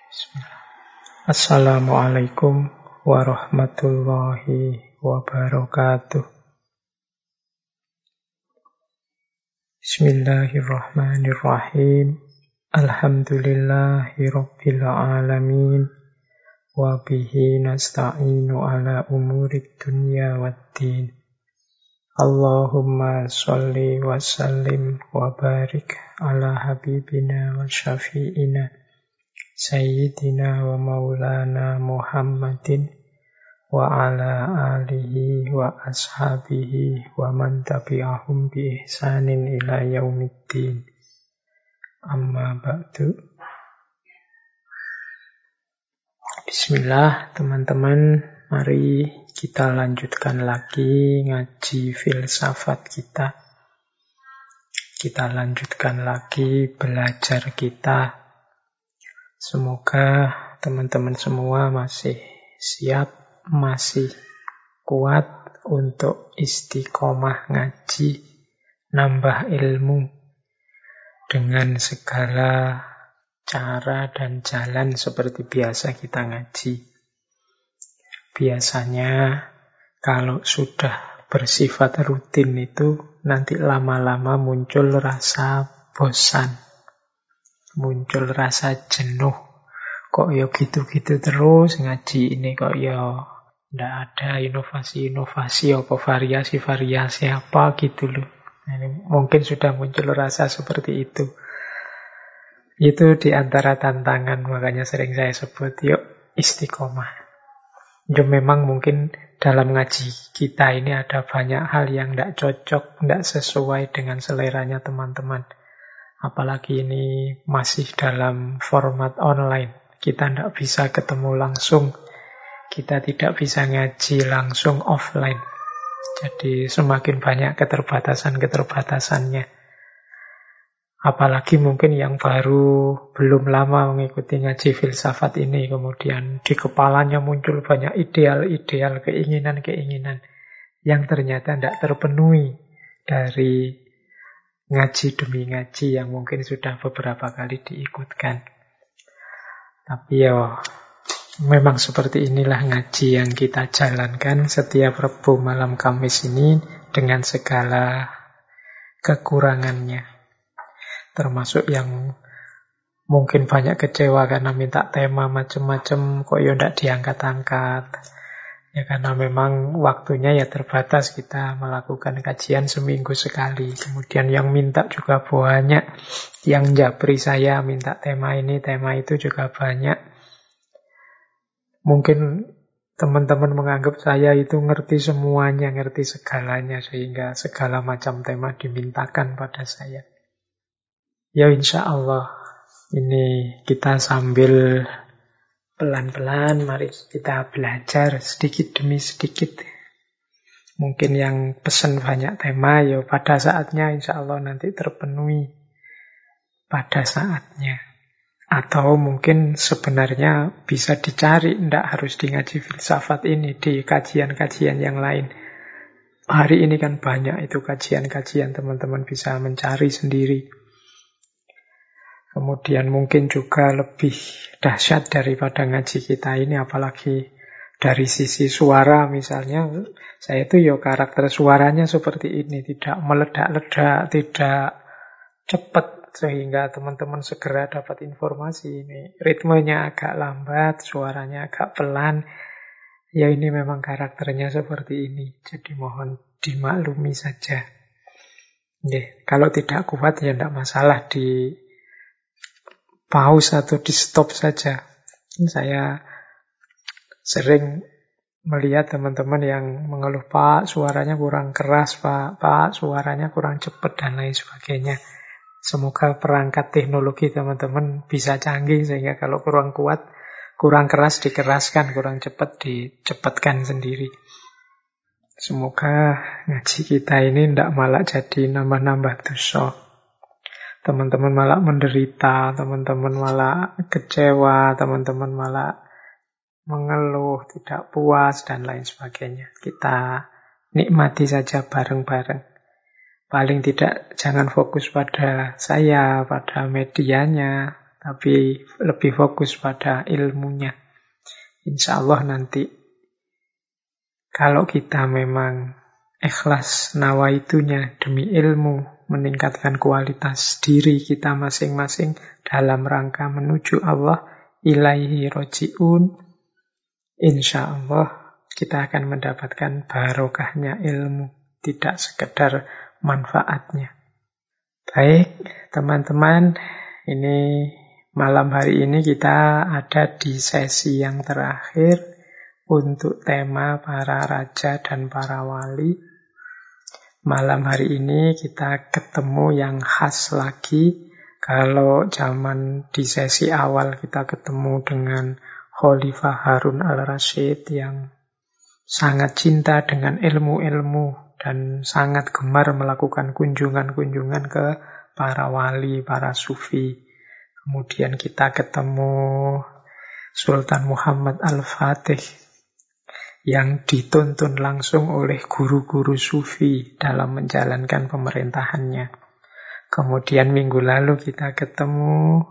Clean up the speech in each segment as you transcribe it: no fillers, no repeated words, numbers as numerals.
Bismillah. Assalamualaikum warahmatullahi wabarakatuh. Bismillahirrahmanirrahim. Alhamdulillahi rabbil alamin. Wa bihi nasta'inu ala umurid dunya waddin. Allahumma sholli wa sallim wa barik ala habibina wa syafi'ina Sayyidina wa maulana Muhammadin wa ala alihi wa ashabihi wa man tabi'ahum bi ihsanin ila yaumiddin. Amma ba'du. Bismillah teman-teman, mari kita lanjutkan lagi ngaji filsafat kita. Kita lanjutkan lagi belajar kita. Semoga teman-teman semua masih siap, masih kuat untuk istiqomah ngaji, nambah ilmu dengan segala cara dan jalan seperti biasa kita ngaji. Biasanya kalau sudah bersifat rutin itu nanti lama-lama muncul rasa bosan. Muncul rasa jenuh. Kok ya gitu-gitu terus ngaji ini, kok ya ndak ada inovasi-inovasi apa variasi-variasi apa gitu loh. Ini mungkin sudah muncul rasa seperti itu. Itu di antara tantangan, makanya sering saya sebut yuk istiqomah. Ya memang mungkin dalam ngaji kita ini ada banyak hal yang ndak cocok, ndak sesuai dengan seleranya teman-teman. Apalagi ini masih dalam format online. Kita tidak bisa ketemu langsung. Kita tidak bisa ngaji langsung offline. Jadi semakin banyak keterbatasan-keterbatasannya. Apalagi mungkin yang baru belum lama mengikuti ngaji filsafat ini. Kemudian di kepalanya muncul banyak ideal-ideal, keinginan-keinginan yang ternyata tidak terpenuhi dari ngaji demi ngaji yang mungkin sudah beberapa kali diikutkan. Tapi ya memang seperti inilah ngaji yang kita jalankan setiap Rabu malam Kamis ini dengan segala kekurangannya. Termasuk yang mungkin banyak kecewa karena minta tema macam-macam kok ya tidak diangkat-angkat. Ya karena memang waktunya ya terbatas, kita melakukan kajian seminggu sekali. Kemudian yang minta juga banyak. Yang japri saya minta tema ini, tema itu juga banyak. Mungkin teman-teman menganggap saya itu ngerti semuanya, ngerti segalanya. Sehingga segala macam tema dimintakan pada saya. Ya insya Allah ini kita sambil pelan-pelan, mari kita belajar sedikit demi sedikit. Mungkin yang pesan banyak tema, ya pada saatnya insya Allah nanti terpenuhi pada saatnya. Atau mungkin sebenarnya bisa dicari, tidak harus di ngaji filsafat ini, di kajian-kajian yang lain. Hari ini kan banyak itu kajian-kajian, teman-teman bisa mencari sendiri. Kemudian mungkin juga lebih dahsyat daripada ngaji kita ini, apalagi dari sisi suara misalnya. Saya itu ya karakter suaranya seperti ini, tidak meledak-ledak, tidak cepat, sehingga teman-teman segera dapat informasi. Ini ritmenya agak lambat, suaranya agak pelan. Ya ini memang karakternya seperti ini, jadi mohon dimaklumi saja. Kalau tidak kuat ya tidak masalah, di pause atau di stop saja. Saya sering melihat teman-teman yang mengeluh, Pak suaranya kurang keras, Pak suaranya kurang cepat dan lain sebagainya. Semoga perangkat teknologi teman-teman bisa canggih sehingga kalau kurang kuat, kurang keras dikeraskan, kurang cepat dicepatkan sendiri. Semoga ngaji kita ini tidak malah jadi nambah-nambah dosa. Teman-teman malah menderita, teman-teman malah kecewa, teman-teman malah mengeluh, tidak puas, dan lain sebagainya. Kita nikmati saja bareng-bareng. Paling tidak jangan fokus pada saya, pada medianya, tapi lebih fokus pada ilmunya. Insya Allah nanti kalau kita memang ikhlas nawaitunya demi ilmu, meningkatkan kualitas diri kita masing-masing dalam rangka menuju Allah, ilaihi roji'un, insya Allah kita akan mendapatkan barokahnya ilmu, tidak sekedar manfaatnya. Baik, teman-teman, ini malam hari ini kita ada di sesi yang terakhir untuk tema para raja dan para wali. Malam hari ini kita ketemu yang khas lagi. Kalau zaman di sesi awal kita ketemu dengan Khalifah Harun al-Rasyid yang sangat cinta dengan ilmu-ilmu dan sangat gemar melakukan kunjungan-kunjungan ke para wali, para sufi. Kemudian kita ketemu Sultan Muhammad Al-Fatih yang dituntun langsung oleh guru-guru sufi dalam menjalankan pemerintahannya. Kemudian minggu lalu kita ketemu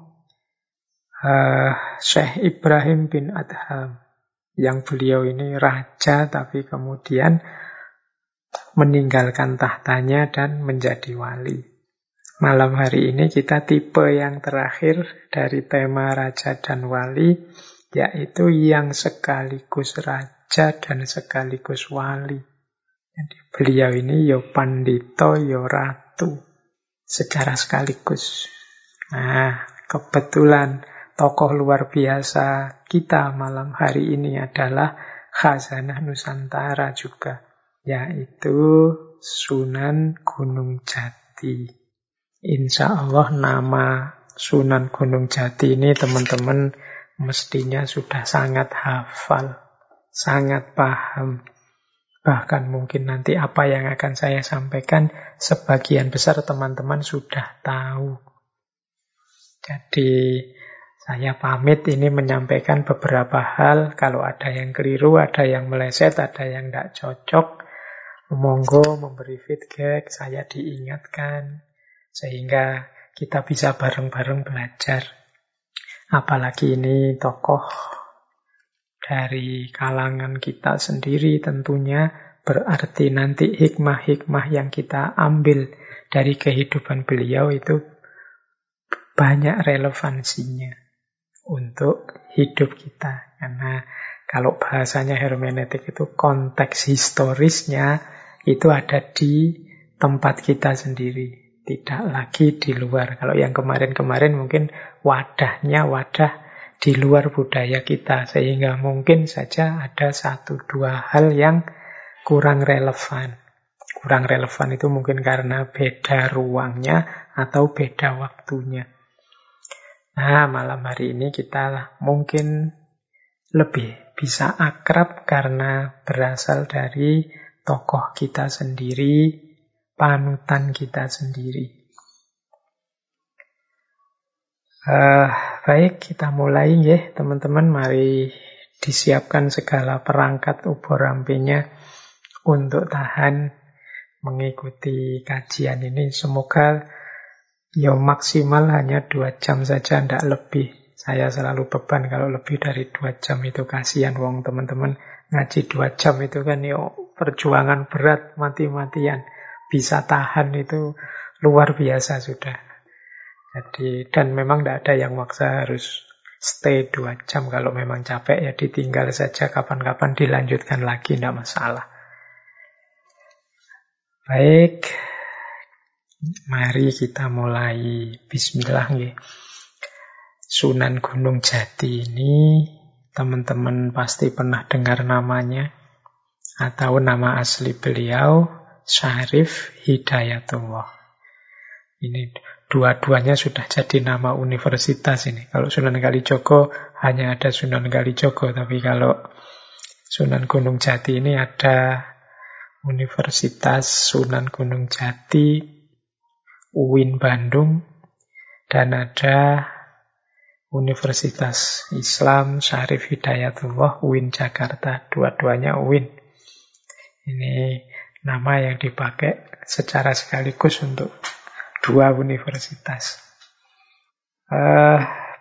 Syekh Ibrahim bin Adham, yang beliau ini raja tapi kemudian meninggalkan tahtanya dan menjadi wali. Malam hari ini kita tipe yang terakhir dari tema raja dan wali, yaitu yang sekaligus raja dan sekaligus wali. Jadi beliau ini yo pandito, yo ratu, secara sekaligus. Nah, kebetulan tokoh luar biasa kita malam hari ini adalah Khazanah Nusantara juga, yaitu Sunan Gunung Jati. Insya Allah nama Sunan Gunung Jati ini teman-teman mestinya sudah sangat hafal, sangat paham. Bahkan mungkin nanti apa yang akan saya sampaikan sebagian besar teman-teman sudah tahu. Jadi saya pamit ini menyampaikan beberapa hal. Kalau ada yang keliru, ada yang meleset, ada yang tidak cocok, monggo memberi feedback, saya diingatkan. Sehingga kita bisa bareng-bareng belajar. Apalagi ini tokoh dari kalangan kita sendiri tentunya, berarti nanti hikmah-hikmah yang kita ambil dari kehidupan beliau itu banyak relevansinya untuk hidup kita. Karena kalau bahasanya hermeneutik itu konteks historisnya itu ada di tempat kita sendiri, tidak lagi di luar. Kalau yang kemarin-kemarin mungkin wadahnya wadah di luar budaya kita, sehingga mungkin saja ada satu dua hal yang kurang relevan. Kurang relevan itu mungkin karena beda ruangnya atau beda waktunya. Nah, malam hari ini kita mungkin lebih bisa akrab karena berasal dari tokoh kita sendiri, panutan kita sendiri. Baik, kita mulai ya teman-teman. Mari disiapkan segala perangkat ubur rampenya untuk tahan mengikuti kajian ini. Semoga ya maksimal hanya 2 jam saja, tidak lebih. Saya selalu beban kalau lebih dari 2 jam itu kasihan wong teman-teman. Ngaji 2 jam itu kan perjuangan berat, mati-matian. Bisa tahan itu luar biasa sudah. Jadi, dan memang tidak ada yang maksa harus stay 2 jam. Kalau memang capek ya ditinggal saja, kapan-kapan dilanjutkan lagi, tidak masalah. Baik, mari kita mulai. Bismillah nggih. Sunan Gunung Jati ini teman-teman pasti pernah dengar namanya, atau nama asli beliau Syarif Hidayatullah. Ini dua-duanya sudah jadi nama universitas ini. Kalau Sunan Kalijogo hanya ada Sunan Kalijogo, tapi kalau Sunan Gunung Jati ini ada Universitas Sunan Gunung Jati, UIN Bandung, dan ada Universitas Islam Syarif Hidayatullah, UIN Jakarta. Dua-duanya UIN. Ini nama yang dipakai secara sekaligus untuk 2 universitas.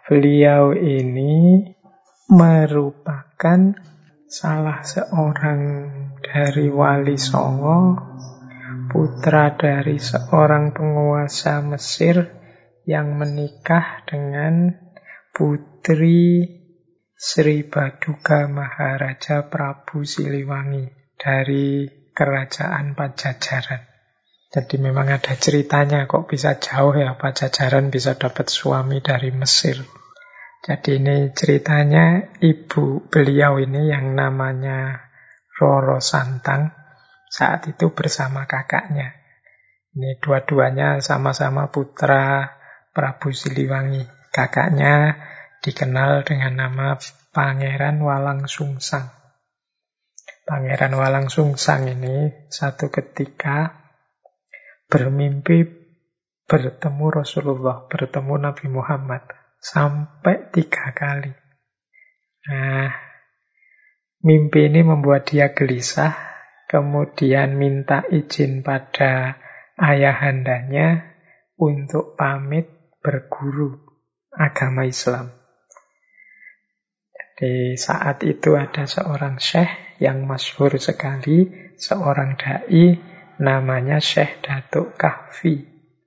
Beliau ini merupakan salah seorang dari Wali Songo, putra dari seorang penguasa Mesir yang menikah dengan putri Sri Baduga Maharaja Prabu Siliwangi dari kerajaan Pajajaran. Jadi memang ada ceritanya kok bisa jauh ya Pajajaran bisa dapat suami dari Mesir. Jadi ini ceritanya ibu beliau ini yang namanya Roro Santang saat itu bersama kakaknya. Ini dua-duanya sama-sama putra Prabu Siliwangi. Kakaknya dikenal dengan nama Pangeran Walang Sungsang. Pangeran Walang Sungsang ini satu ketika bermimpi bertemu Rasulullah, bertemu Nabi Muhammad. Sampai 3 kali. Nah, mimpi ini membuat dia gelisah, kemudian minta izin pada ayahandanya untuk pamit berguru agama Islam. Jadi saat itu ada seorang syekh yang masyhur sekali, seorang dai, namanya Syekh Datuk Kahfi,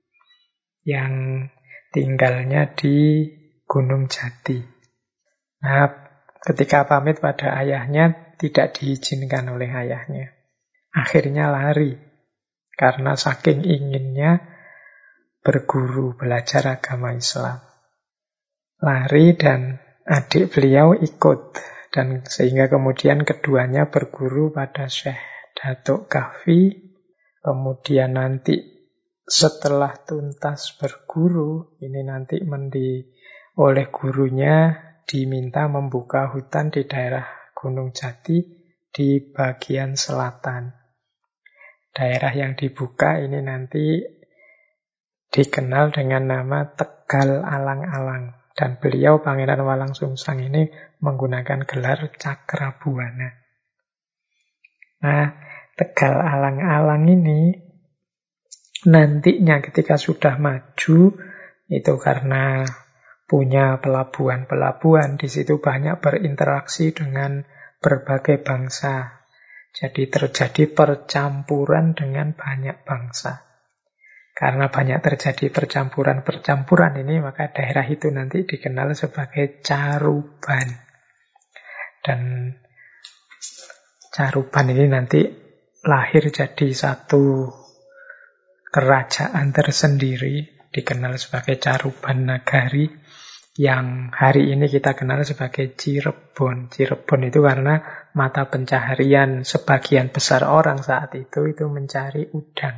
yang tinggalnya di Gunung Jati. Nah, ketika pamit pada ayahnya, tidak diizinkan oleh ayahnya. Akhirnya lari, karena saking inginnya berguru, belajar agama Islam. Lari dan adik beliau ikut, dan sehingga kemudian keduanya berguru pada Syekh Datuk Kahfi. Kemudian nanti setelah tuntas berguru, ini nanti oleh gurunya diminta membuka hutan di daerah Gunung Jati di bagian selatan. Daerah yang dibuka ini nanti dikenal dengan nama Tegal Alang-alang. Dan beliau, Pangeran Walang Sungsang ini menggunakan gelar Cakrabuana. Nah, Tegal Alang-alang ini nantinya ketika sudah maju, itu karena punya pelabuhan-pelabuhan, di situ banyak berinteraksi dengan berbagai bangsa. Jadi terjadi percampuran dengan banyak bangsa. Karena banyak terjadi percampuran-percampuran ini, maka daerah itu nanti dikenal sebagai Caruban. Dan Caruban ini nanti lahir jadi satu kerajaan tersendiri, dikenal sebagai Caruban Nagari, yang hari ini kita kenal sebagai Cirebon. Cirebon itu karena mata pencaharian sebagian besar orang saat itu mencari udang.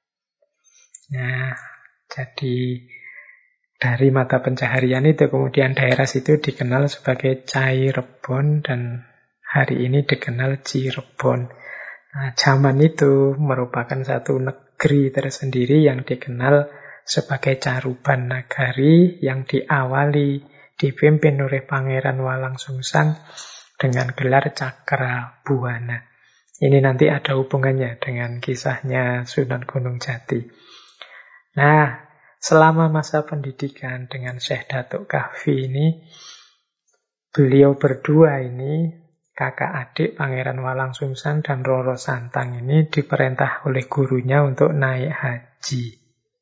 Nah, jadi dari mata pencaharian itu kemudian daerah situ dikenal sebagai Cirebon dan hari ini dikenal Cirebon. Nah, zaman itu merupakan satu negeri tersendiri yang dikenal sebagai Caruban Nagari, yang dipimpin oleh Pangeran Walang Sungsang dengan gelar Cakrabuana. Ini nanti ada hubungannya dengan kisahnya Sunan Gunung Jati. Nah, selama masa pendidikan dengan Syekh Datuk Kahfi ini, beliau berdua ini, kakak adik Pangeran Walang Sungsang dan Roro Santang ini diperintah oleh gurunya untuk naik haji.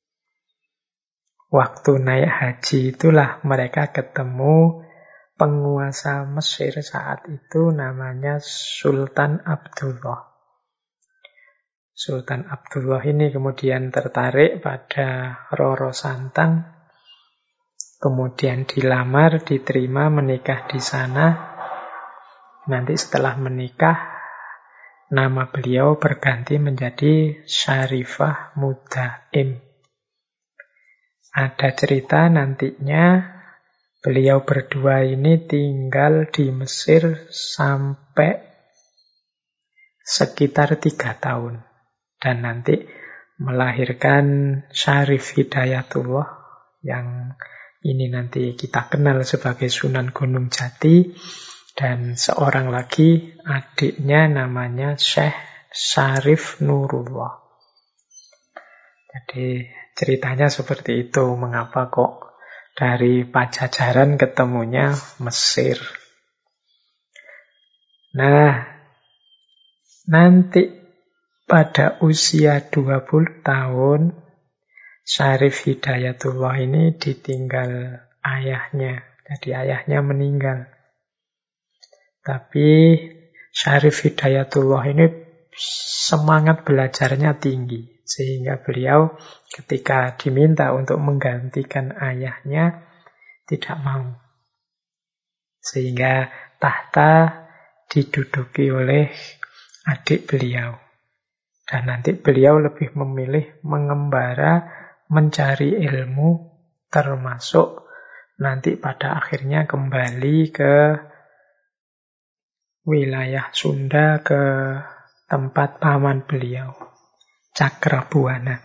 Waktu naik haji itulah mereka ketemu penguasa Mesir saat itu namanya Sultan Abdullah. Sultan Abdullah ini kemudian tertarik pada Roro Santang, kemudian dilamar, diterima, menikah di sana. Nanti setelah menikah, nama beliau berganti menjadi Syarifah Mudaim. Ada cerita nantinya beliau berdua ini tinggal di Mesir sampai sekitar 3 tahun. Dan nanti melahirkan Syarif Hidayatullah, yang ini nanti kita kenal sebagai Sunan Gunung Jati. Dan seorang lagi adiknya namanya Syekh Syarif Nurullah. Jadi ceritanya seperti itu, mengapa kok Dari Pajajaran ketemunya Mesir. Nah, nanti pada usia 20 tahun, Syarif Hidayatullah ini ditinggal ayahnya. Jadi ayahnya meninggal. Tapi Syarif Hidayatullah ini semangat belajarnya tinggi. Sehingga beliau ketika diminta untuk menggantikan ayahnya, tidak mau. Sehingga tahta diduduki oleh adik beliau. Dan nanti beliau lebih memilih mengembara, mencari ilmu, termasuk nanti pada akhirnya kembali ke wilayah Sunda, ke tempat paman beliau, Cakrabuana.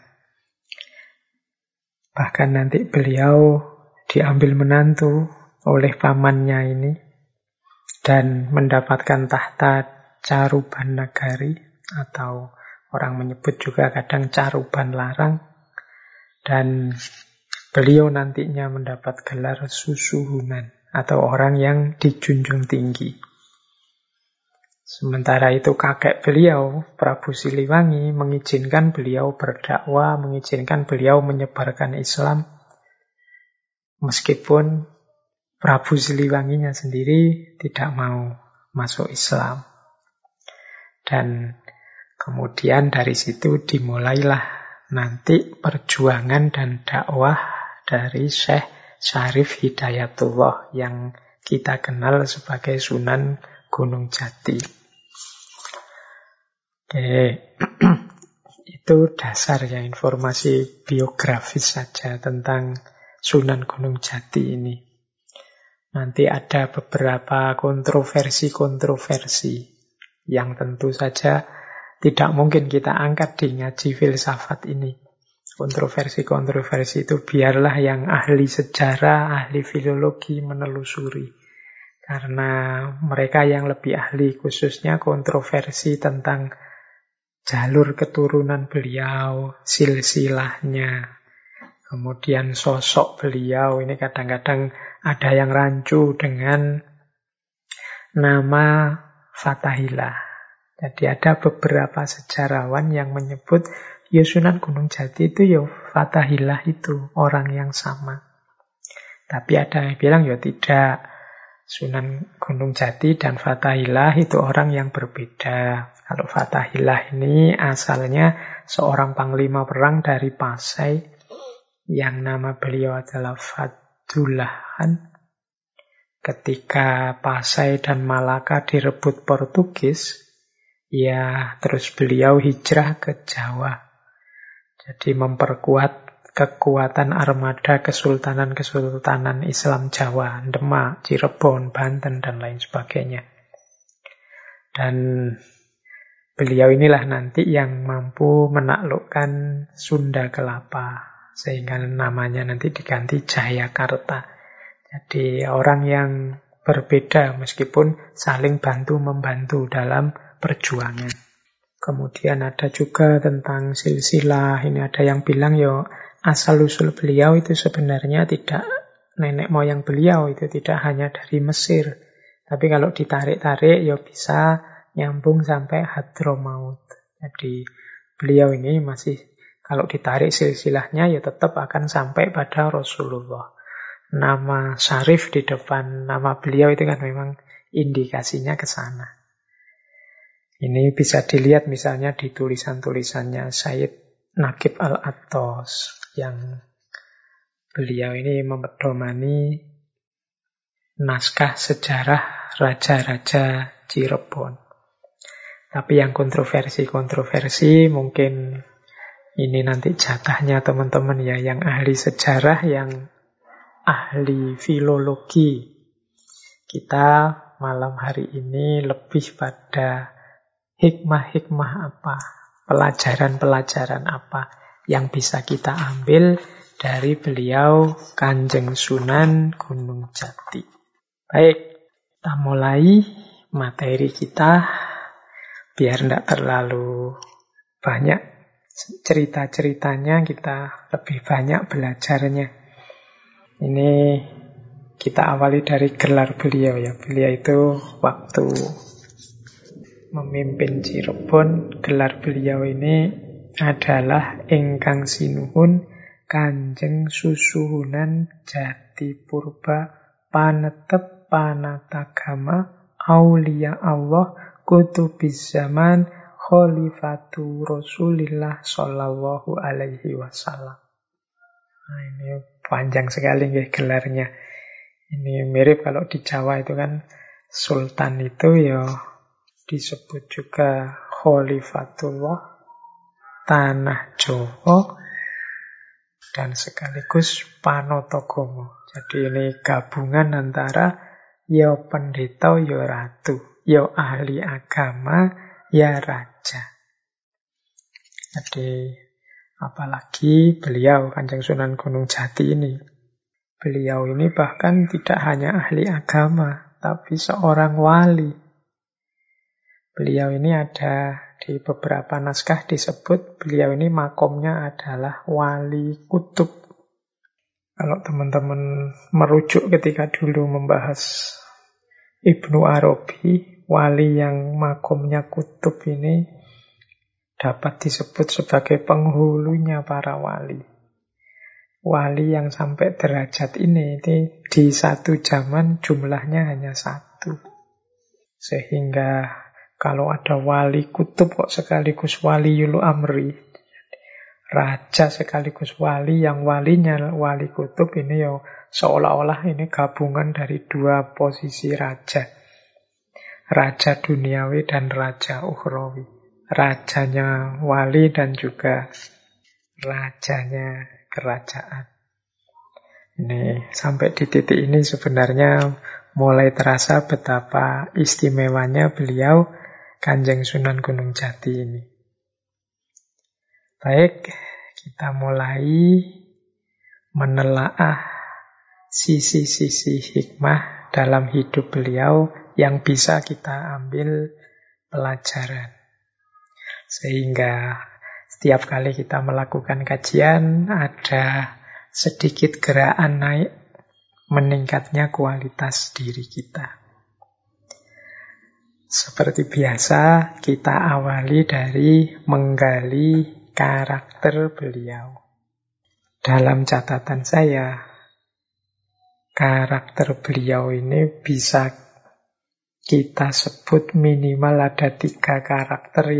Bahkan nanti beliau diambil menantu oleh pamannya ini dan mendapatkan tahta Caruban Nagari, atau orang menyebut juga kadang Caruban Larang. Dan beliau nantinya mendapat gelar Susuhunan, atau orang yang dijunjung tinggi. Sementara itu kakek beliau, Prabu Siliwangi, mengizinkan beliau berdakwah, mengizinkan beliau menyebarkan Islam. Meskipun Prabu Siliwanginya sendiri tidak mau masuk Islam. Dan kemudian dari situ dimulailah nanti perjuangan dan dakwah dari Syekh Syarif Hidayatullah yang kita kenal sebagai Sunan Gunung Jati. Oke, itu dasar ya, informasi biografis saja tentang Sunan Gunung Jati ini. Nanti ada beberapa kontroversi-kontroversi yang tentu saja tidak mungkin kita angkat di ngaji filsafat ini. Kontroversi-kontroversi itu biarlah yang ahli sejarah, ahli filologi menelusuri. Karena mereka yang lebih ahli, khususnya kontroversi tentang jalur keturunan beliau, silsilahnya, kemudian sosok beliau. Ini kadang-kadang ada yang rancu dengan nama Fathahillah. Jadi ada beberapa sejarawan yang menyebut ya Sunan Gunung Jati itu ya Fathahillah itu orang yang sama. Tapi ada yang bilang ya tidak, Sunan Gunung Jati dan Fathahillah itu orang yang berbeda. Kalau Fathahillah ini asalnya seorang panglima perang dari Pasai yang nama beliau adalah Fadullah Khan. Ketika Pasai dan Malaka direbut Portugis, ya terus beliau hijrah ke Jawa. Jadi memperkuat kekuatan armada kesultanan-kesultanan Islam Jawa, Demak, Cirebon, Banten, dan lain sebagainya. Dan beliau inilah nanti yang mampu menaklukkan Sunda Kelapa, sehingga namanya nanti diganti Jayakarta. Jadi orang yang berbeda meskipun saling bantu-membantu dalam perjuangan. Kemudian ada juga tentang silsilah. Ini ada yang bilang yo asal-usul beliau itu sebenarnya tidak nenek moyang beliau itu tidak hanya dari Mesir. Tapi kalau ditarik-tarik ya bisa nyambung sampai Hadramaut. Jadi beliau ini masih, kalau ditarik silsilahnya ya tetap akan sampai pada Rasulullah. Nama Syarif di depan nama beliau itu kan memang indikasinya ke sana. Ini bisa dilihat misalnya di tulisan-tulisannya Sayyid Naqib Al-Attas, yang beliau ini memedomani naskah sejarah raja-raja Cirebon. Tapi yang kontroversi mungkin ini nanti jatahnya teman-teman ya, yang ahli sejarah, yang ahli filologi. Kita malam hari ini lebih pada hikmah-hikmah apa, pelajaran-pelajaran apa yang bisa kita ambil dari beliau Kanjeng Sunan Gunung Jati. Baik, kita mulai materi kita. Biar tidak terlalu banyak cerita-ceritanya, kita lebih banyak belajarnya. Ini kita awali dari gelar beliau ya. Beliau itu waktu memimpin Cirebon, gelar beliau ini adalah Ingkang Sinuhun Kanjeng Susuhunan Jati Purba Panetep Panatagama Aulia Allah Kutubiz Zaman Khalifatu Rasulillah Sallallahu Alaihi Wasallam. Nah, ini panjang sekali nggih gelarnya. Ini mirip kalau di Jawa itu kan Sultan itu ya disebut juga Khalifatullah Tanah Jawa dan sekaligus Panatagomo. Jadi ini gabungan antara ya pendeta ya ratu, ya ahli agama ya raja. Jadi apalagi beliau Kanjeng Sunan Gunung Jati ini. Beliau ini bahkan tidak hanya ahli agama, tapi seorang wali. Beliau ini ada di beberapa naskah disebut beliau ini makomnya adalah wali kutub. Kalau teman-teman merujuk ketika dulu membahas Ibnu Arabi, wali yang makomnya kutub ini dapat disebut sebagai penghulunya para wali. Wali yang sampai derajat ini di satu zaman jumlahnya hanya satu. Sehingga kalau ada wali kutub kok sekaligus waliul amri, raja sekaligus wali, yang walinya wali kutub ini ya seolah-olah ini gabungan dari dua posisi raja. Raja duniawi dan raja ukhrawi. Rajanya wali dan juga rajanya kerajaan. Ini sampai di titik ini sebenarnya mulai terasa betapa istimewanya beliau Kanjeng Sunan Gunung Jati ini. Baik, kita mulai menelaah sisi-sisi hikmah dalam hidup beliau yang bisa kita ambil pelajaran. Sehingga setiap kali kita melakukan kajian ada sedikit gerakan naik meningkatnya kualitas diri kita. Seperti biasa, kita awali dari menggali karakter beliau. Dalam catatan saya, karakter beliau ini bisa kita sebut minimal ada 5 karakter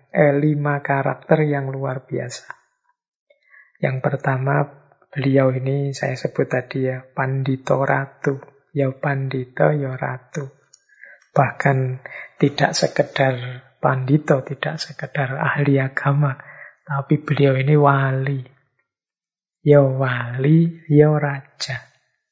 yang luar biasa. Yang pertama, beliau ini saya sebut tadi ya, Pandito Ratu. Ya Pandito, ya Ratu. Bahkan tidak sekedar pandito, tidak sekedar ahli agama, tapi beliau ini wali. Ya wali, ya raja.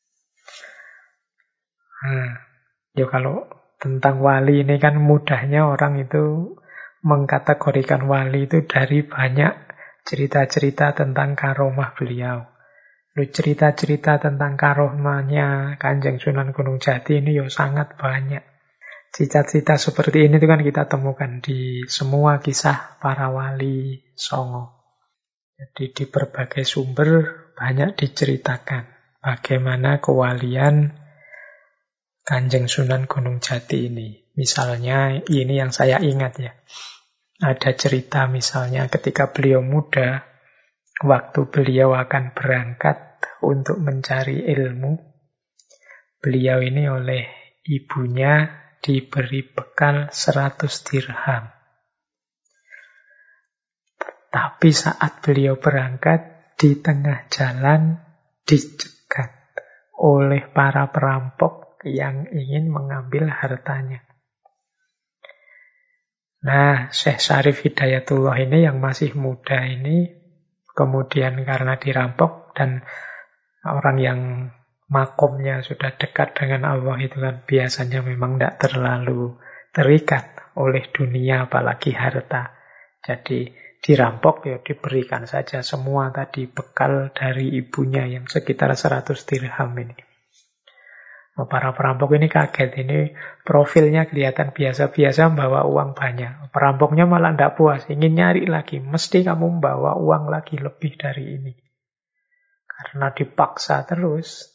Ya kalau tentang wali ini kan mudahnya orang itu mengkategorikan wali itu dari banyak cerita-cerita tentang karomah beliau. Cerita-cerita tentang karomahnya Kanjeng Sunan Gunung Jati ini ya sangat banyak. Cita-cita seperti ini itu kan kita temukan di semua kisah para wali songo. Jadi di berbagai sumber banyak diceritakan bagaimana kewalian Kanjeng Sunan Gunung Jati ini. Misalnya ini yang saya ingat ya. Ada cerita misalnya ketika beliau muda, waktu beliau akan berangkat untuk mencari ilmu, beliau ini oleh ibunya diberi bekal 100 dirham. Tapi saat beliau berangkat, di tengah jalan dicegat oleh para perampok yang ingin mengambil hartanya. Nah, Syekh Syarif Hidayatullah ini yang masih muda ini, kemudian karena dirampok dan orang yang makomnya sudah dekat dengan Allah itu kan biasanya memang tidak terlalu terikat oleh dunia apalagi harta. Jadi dirampok ya diberikan saja semua tadi bekal dari ibunya yang sekitar 100 dirham ini. Para perampok ini kaget, ini profilnya kelihatan biasa-biasa membawa uang banyak. Perampoknya malah tidak puas, ingin nyari lagi. Mesti kamu membawa uang lagi lebih dari ini. Karena dipaksa terus,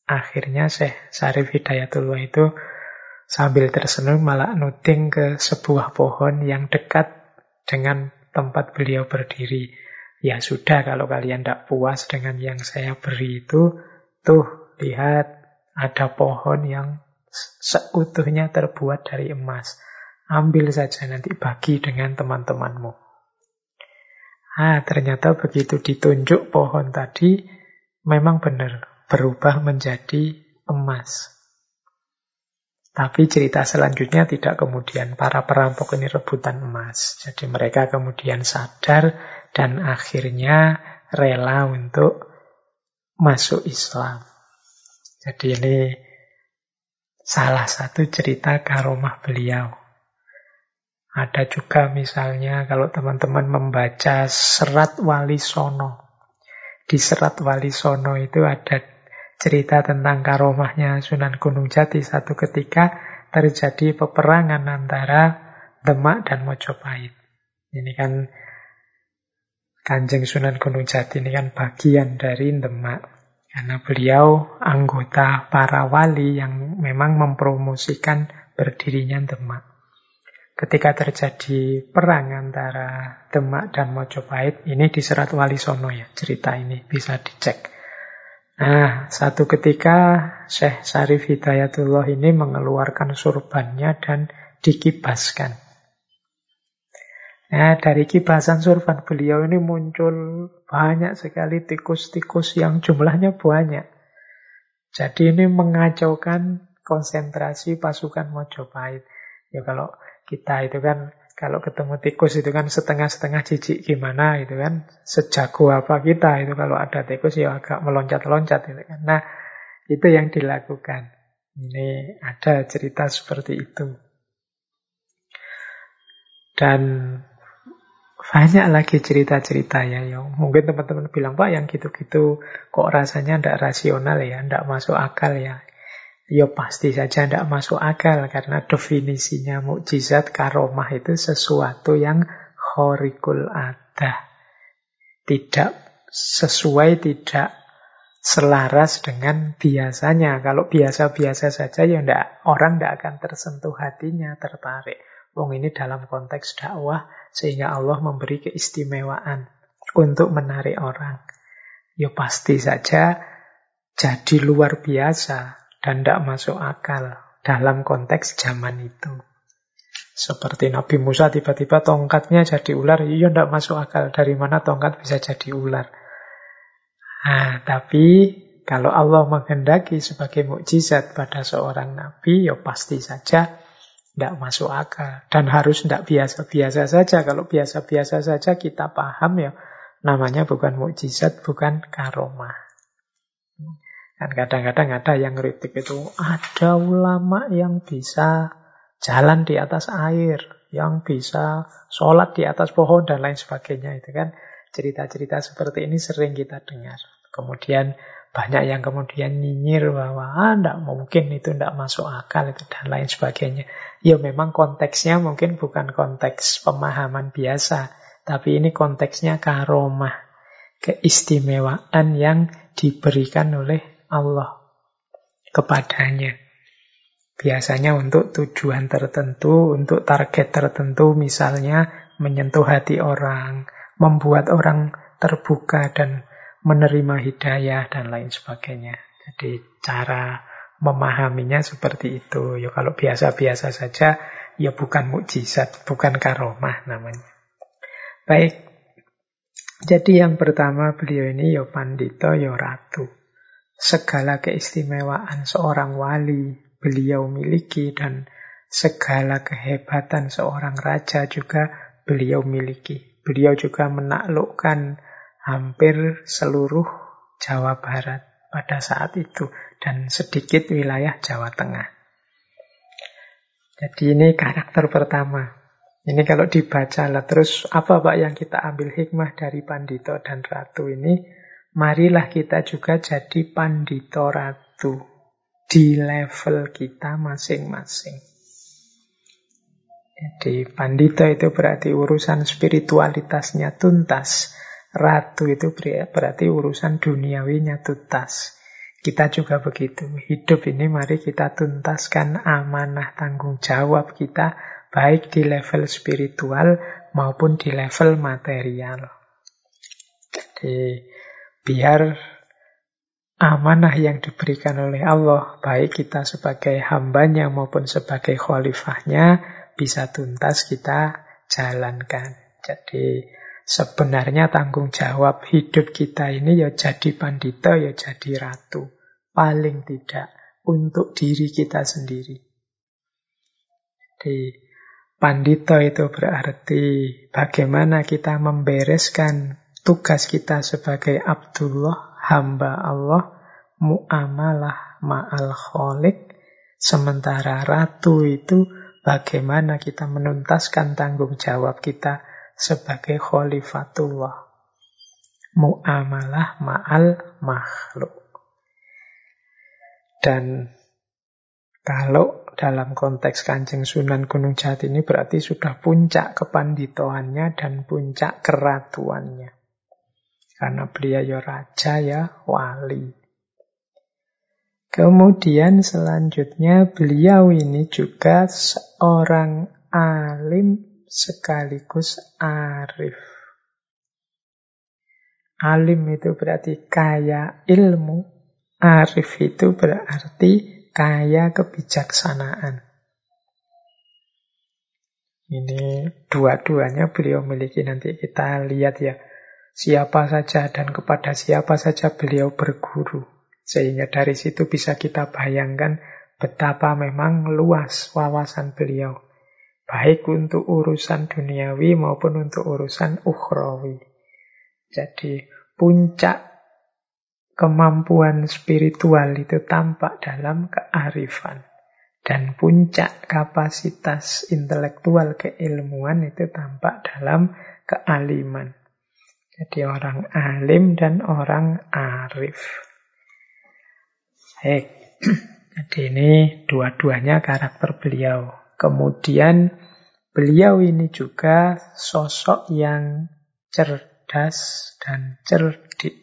akhirnya Syekh Syarif Hidayatullah itu sambil tersenyum malah nuding ke sebuah pohon yang dekat dengan tempat beliau berdiri. Ya sudah, kalau kalian tidak puas dengan yang saya beri itu, tuh lihat ada pohon yang seutuhnya terbuat dari emas. Ambil saja nanti bagi dengan teman-temanmu. Ternyata begitu ditunjuk pohon tadi, memang benar berubah menjadi emas. Tapi cerita selanjutnya tidak kemudian para perampok ini rebutan emas. Jadi mereka kemudian sadar dan akhirnya rela untuk masuk Islam. Jadi ini salah satu cerita karomah beliau. Ada juga misalnya kalau teman-teman membaca Serat Wali Sono. Di Serat Wali Sono itu ada cerita tentang karomahnya Sunan Gunung Jati. Satu ketika terjadi peperangan antara Demak dan Mojopahit. Ini kan Kanjeng Sunan Gunung Jati ini kan bagian dari Demak. Karena beliau anggota para wali yang memang mempromosikan berdirinya Demak. Ketika terjadi perang antara Demak dan Mojopahit, ini di Serat Wali Sono ya, cerita ini bisa dicek. Satu ketika Syekh Syarif Hidayatullah ini mengeluarkan surbannya dan dikibaskan. Dari kibasan surban beliau ini muncul banyak sekali tikus-tikus yang jumlahnya banyak. Jadi ini mengacaukan konsentrasi pasukan Mojopahit. Ya kalau kita itu kan, kalau ketemu tikus itu kan setengah-setengah jijik gimana itu kan. Sejago apa kita itu kalau ada tikus ya agak meloncat-loncat itu kan. Nah, itu yang dilakukan. Ini ada cerita seperti itu. Dan banyak lagi cerita-cerita ya. Mungkin teman-teman bilang, Pak yang gitu-gitu kok rasanya tidak rasional ya, tidak masuk akal ya. Ya pasti saja tidak masuk akal karena definisinya mukjizat karomah itu sesuatu yang khariqul adah. Tidak sesuai, tidak selaras dengan biasanya. Kalau biasa-biasa saja ya orang tidak akan tersentuh hatinya, tertarik. Wong ini dalam konteks dakwah sehingga Allah memberi keistimewaan untuk menarik orang. Ya pasti saja jadi luar biasa dan tidak masuk akal dalam konteks zaman itu. Seperti Nabi Musa tiba-tiba tongkatnya jadi ular, iya tidak masuk akal. Dari mana tongkat bisa jadi ular? Tapi kalau Allah menghendaki sebagai mukjizat pada seorang nabi, ya pasti saja tidak masuk akal. Dan harus tidak biasa-biasa saja. Kalau biasa-biasa saja kita paham ya, namanya bukan mukjizat, bukan karomah. Kan kadang-kadang ada yang kritik itu, ada ulama yang bisa jalan di atas air, yang bisa sholat di atas pohon dan lain sebagainya. Itu kan cerita-cerita seperti ini sering kita dengar. Kemudian banyak yang kemudian nyinyir bahwa tidak mungkin, itu tidak masuk akal itu dan lain sebagainya. Ya memang konteksnya mungkin bukan konteks pemahaman biasa, tapi ini konteksnya karomah, keistimewaan yang diberikan oleh Allah kepadanya. Biasanya untuk tujuan tertentu, untuk target tertentu, misalnya menyentuh hati orang, membuat orang terbuka dan menerima hidayah dan lain sebagainya. Jadi cara memahaminya seperti itu. Ya kalau biasa-biasa saja, ya bukan mukjizat, bukan karomah namanya. Baik. Jadi yang pertama beliau ini ya pandita, ya ratu. Segala keistimewaan seorang wali beliau miliki dan segala kehebatan seorang raja juga beliau miliki. Beliau juga menaklukkan hampir seluruh Jawa Barat pada saat itu dan sedikit wilayah Jawa Tengah. Jadi ini karakter pertama. Ini kalau dibaca lah terus apa Pak yang kita ambil hikmah dari pandita dan ratu ini? Marilah kita juga jadi pandita ratu di level kita masing-masing. Jadi pandita itu berarti urusan spiritualitasnya tuntas. Ratu itu berarti urusan duniawinya tuntas. Kita juga begitu. Hidup ini mari kita tuntaskan amanah tanggung jawab kita, baik di level spiritual maupun di level material. Jadi biar amanah yang diberikan oleh Allah, baik kita sebagai hambanya maupun sebagai khalifahnya, bisa tuntas kita jalankan. Jadi sebenarnya tanggung jawab hidup kita ini ya jadi pandita, ya jadi ratu. Paling tidak untuk diri kita sendiri. Jadi pandita itu berarti bagaimana kita membereskan tugas kita sebagai Abdullah, hamba Allah, muamalah ma'al khaliq. Sementara ratu itu bagaimana kita menuntaskan tanggung jawab kita sebagai khalifatullah, muamalah ma'al makhluk. Dan kalau dalam konteks Kanjeng Sunan Gunung Jati ini berarti sudah puncak kepanditoannya dan puncak keratuannya. Karena beliau ya raja, ya wali. Kemudian selanjutnya beliau ini juga seorang alim sekaligus arif. Alim itu berarti kaya ilmu, arif itu berarti kaya kebijaksanaan. Ini dua-duanya beliau miliki, nanti kita lihat ya. Siapa saja dan kepada siapa saja beliau berguru. Sehingga dari situ bisa kita bayangkan betapa memang luas wawasan beliau. Baik untuk urusan duniawi maupun untuk urusan ukhrawi. Jadi puncak kemampuan spiritual itu tampak dalam kearifan. Dan puncak kapasitas intelektual keilmuan itu tampak dalam kealiman. Jadi orang alim dan orang arif. Baik. Jadi ini dua-duanya karakter beliau. Kemudian beliau ini juga sosok yang cerdas dan cerdik.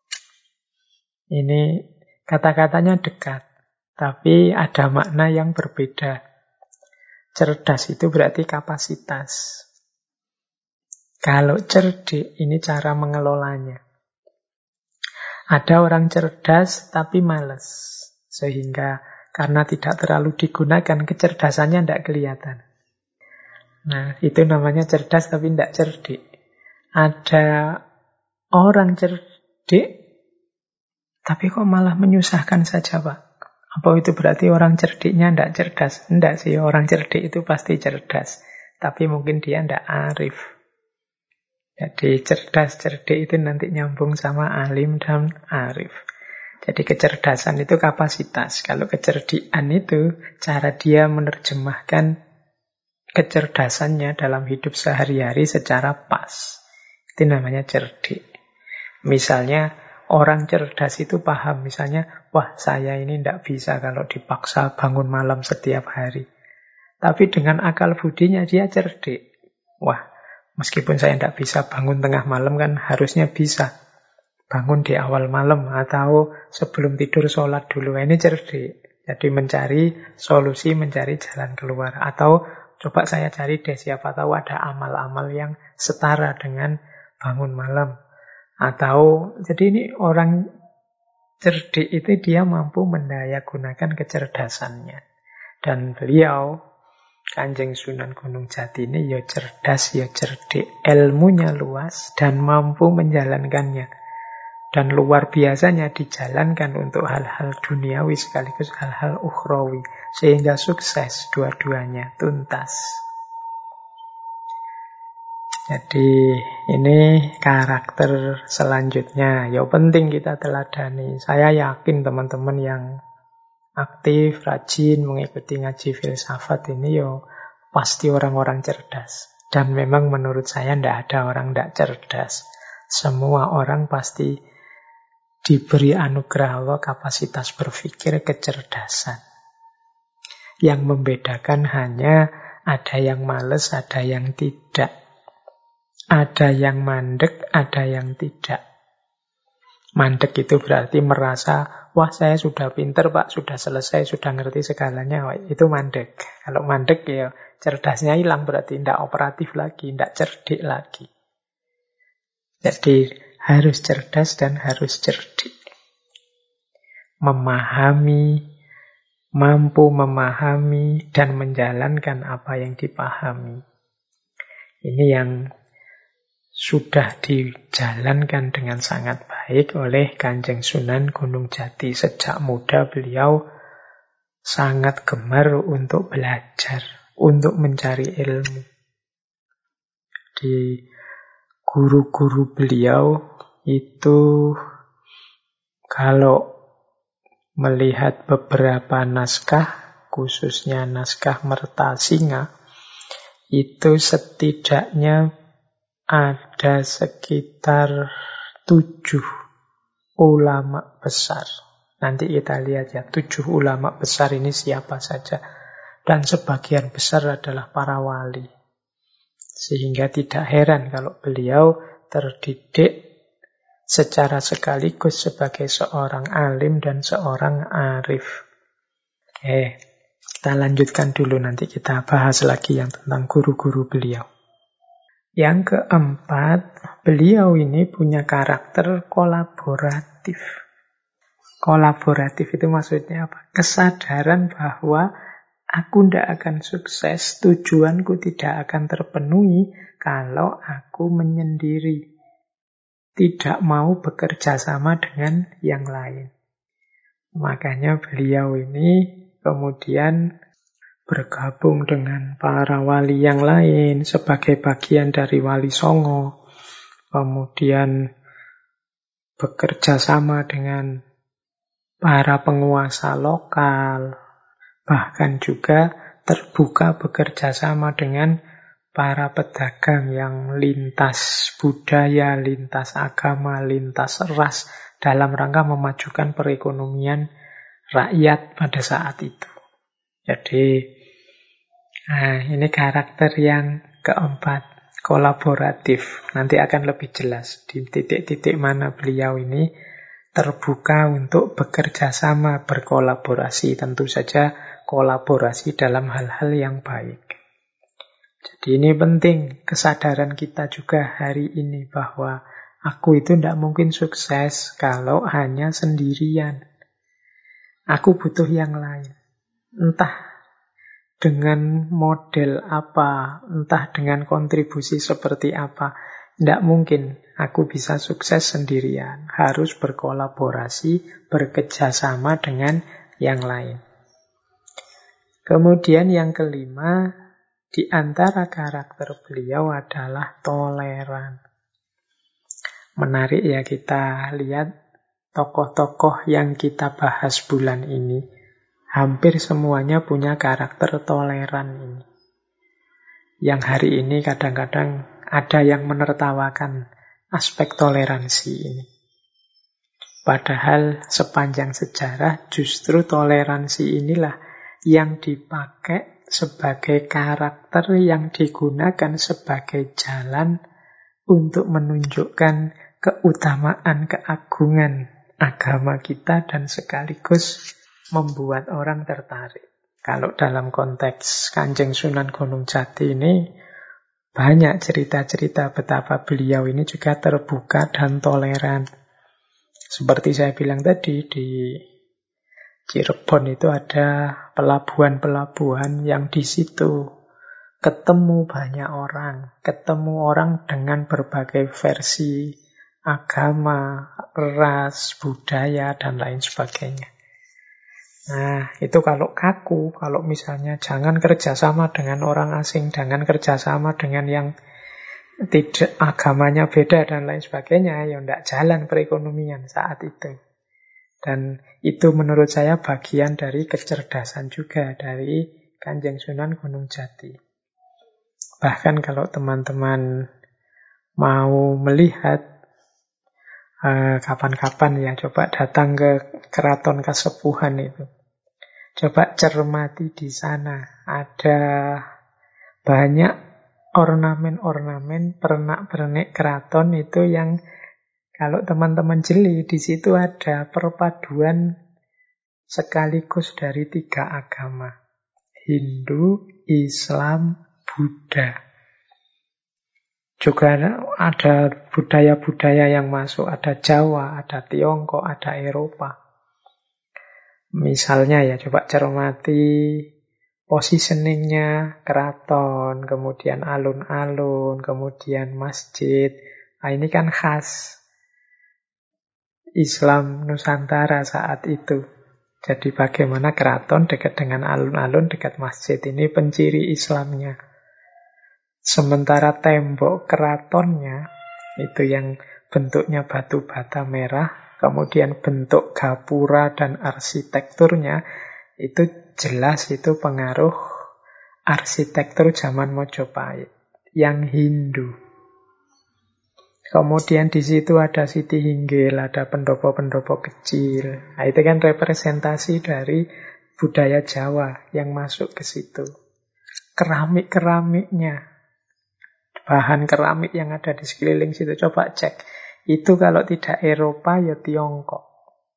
Ini kata-katanya dekat, tapi ada makna yang berbeda. Cerdas itu berarti kapasitas. Kalau cerdik, ini cara mengelolanya. Ada orang cerdas tapi malas. Sehingga karena tidak terlalu digunakan, kecerdasannya tidak kelihatan. Nah, itu namanya cerdas tapi tidak cerdik. Ada orang cerdik, tapi kok malah menyusahkan saja, Pak. Apa itu berarti orang cerdiknya tidak cerdas? Tidak sih, orang cerdik itu pasti cerdas. Tapi mungkin dia tidak arif. Jadi cerdas, cerdik itu nanti nyambung sama alim dan arif. Jadi kecerdasan itu kapasitas. Kalau kecerdikan itu cara dia menerjemahkan kecerdasannya dalam hidup sehari-hari secara pas. Itu namanya cerdik. Misalnya orang cerdas itu paham. Misalnya, wah saya ini tidak bisa kalau dipaksa bangun malam setiap hari. Tapi dengan akal budinya dia cerdik. Wah, meskipun saya tidak bisa bangun tengah malam kan harusnya bisa. Bangun di awal malam atau sebelum tidur sholat dulu. Ini cerdik. Jadi mencari solusi, mencari jalan keluar. Atau coba saya cari deh siapa tahu ada amal-amal yang setara dengan bangun malam. Atau jadi ini orang cerdik itu dia mampu mendayagunakan kecerdasannya. Dan beliau Kanjeng Sunan Gunung Jati ini ya cerdas, ya cerdik, ilmunya luas dan mampu menjalankannya. Dan luar biasanya dijalankan untuk hal-hal duniawi sekaligus hal-hal ukhrawi. Sehingga sukses dua-duanya, tuntas. Jadi ini karakter selanjutnya. Ya penting kita teladani. Saya yakin teman-teman yang aktif, rajin, mengikuti ngaji filsafat ini ya pasti orang-orang cerdas. Dan memang menurut saya tidak ada orang tidak cerdas. Semua orang pasti diberi anugerah Allah kapasitas berpikir, kecerdasan. Yang membedakan hanya ada yang malas, ada yang tidak. Ada yang mandek, ada yang tidak. Mandek itu berarti merasa, wah saya sudah pinter Pak, sudah selesai, sudah ngerti segalanya. Wah, itu mandek. Kalau mandek ya cerdasnya hilang, berarti tidak operatif lagi, tidak cerdik lagi. Jadi harus cerdas dan harus cerdik. Memahami, mampu memahami dan menjalankan apa yang dipahami. Ini yang sudah dijalankan dengan sangat baik oleh Kanjeng Sunan Gunung Jati. Sejak muda beliau sangat gemar untuk belajar, untuk mencari ilmu. Di guru-guru beliau itu kalau melihat beberapa naskah, khususnya naskah Mertasinga, itu setidaknya ada sekitar 7 ulama besar. Nanti kita lihat ya, 7 ulama besar ini siapa saja. Dan sebagian besar adalah para wali. Sehingga tidak heran kalau beliau terdidik secara sekaligus sebagai seorang alim dan seorang arif. Kita lanjutkan dulu, nanti kita bahas lagi yang tentang guru-guru beliau. Yang keempat, beliau ini punya karakter kolaboratif. Kolaboratif itu maksudnya apa? Kesadaran bahwa aku tidak akan sukses, tujuanku tidak akan terpenuhi kalau aku menyendiri. Tidak mau bekerja sama dengan yang lain. Makanya beliau ini kemudian bergabung dengan para wali yang lain sebagai bagian dari Wali Songo. Kemudian bekerja sama dengan para penguasa lokal. Bahkan juga terbuka bekerja sama dengan para pedagang yang lintas budaya, lintas agama, lintas ras dalam rangka memajukan perekonomian rakyat pada saat itu. Jadi ini karakter yang keempat, kolaboratif. Nanti akan lebih jelas di titik-titik mana beliau ini terbuka untuk bekerja sama, berkolaborasi. Tentu saja kolaborasi dalam hal-hal yang baik. Jadi ini penting, kesadaran kita juga hari ini bahwa aku itu tidak mungkin sukses kalau hanya sendirian. Aku butuh yang lain. Entah dengan model apa, entah dengan kontribusi seperti apa. Tidak mungkin aku bisa sukses sendirian. Harus berkolaborasi, bekerjasama dengan yang lain. Kemudian yang kelima, di antara karakter beliau adalah toleran. Menarik ya, kita lihat tokoh-tokoh yang kita bahas bulan ini. Hampir semuanya punya karakter toleran ini. Yang hari ini kadang-kadang ada yang menertawakan aspek toleransi ini. Padahal sepanjang sejarah justru toleransi inilah yang dipakai sebagai karakter yang digunakan sebagai jalan untuk menunjukkan keutamaan, keagungan agama kita dan sekaligus membuat orang tertarik. Kalau dalam konteks Kanjeng Sunan Gunung Jati ini banyak cerita-cerita betapa beliau ini juga terbuka dan toleran. Seperti saya bilang tadi, di Cirebon itu ada pelabuhan-pelabuhan yang di situ ketemu banyak orang, ketemu orang dengan berbagai versi agama, ras, budaya, dan lain sebagainya. Nah, itu kalau kaku, kalau misalnya jangan kerjasama dengan orang asing, jangan kerjasama dengan yang tidak agamanya beda dan lain sebagainya, ya tidak jalan perekonomian saat itu. Dan itu menurut saya bagian dari kecerdasan juga dari Kanjeng Sunan Gunung Jati. Bahkan kalau teman-teman mau melihat kapan-kapan ya, coba datang ke Keraton Kasepuhan itu. Coba cermati di sana. Ada banyak ornamen-ornamen, pernak-pernik keraton itu yang Kalau teman-teman jeli, di situ ada perpaduan sekaligus dari 3 agama. Hindu, Islam, Buddha. Juga ada budaya-budaya yang masuk. Ada Jawa, ada Tiongkok, ada Eropa. Misalnya ya, coba cermati positioningnya keraton, kemudian alun-alun, kemudian masjid. Nah, ini kan khas Islam Nusantara saat itu. Jadi bagaimana keraton dekat dengan alun-alun, dekat masjid. Ini penciri Islamnya. Sementara tembok keratonnya, itu yang bentuknya batu bata merah, kemudian bentuk gapura dan arsitekturnya, itu jelas itu pengaruh arsitektur zaman Mojopahit, yang Hindu. Kemudian di situ ada Siti Hinggil, ada pendopo-pendopo kecil. Nah, itu kan representasi dari budaya Jawa yang masuk ke situ. Keramik-keramiknya, bahan keramik yang ada di sekeliling situ, coba cek. Itu kalau tidak Eropa, ya Tiongkok.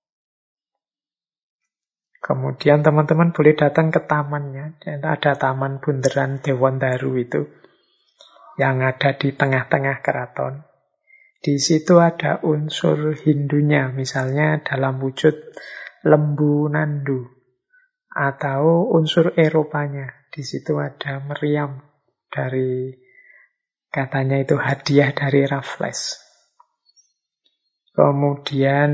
Kemudian teman-teman boleh datang ke tamannya. Dan ada Taman Bundaran Dewandaru itu, yang ada di tengah-tengah keraton. Di situ ada unsur Hindunya, misalnya dalam wujud lembu nandu. Atau unsur Eropanya. Di situ ada meriam dari, katanya itu hadiah dari Raffles. Kemudian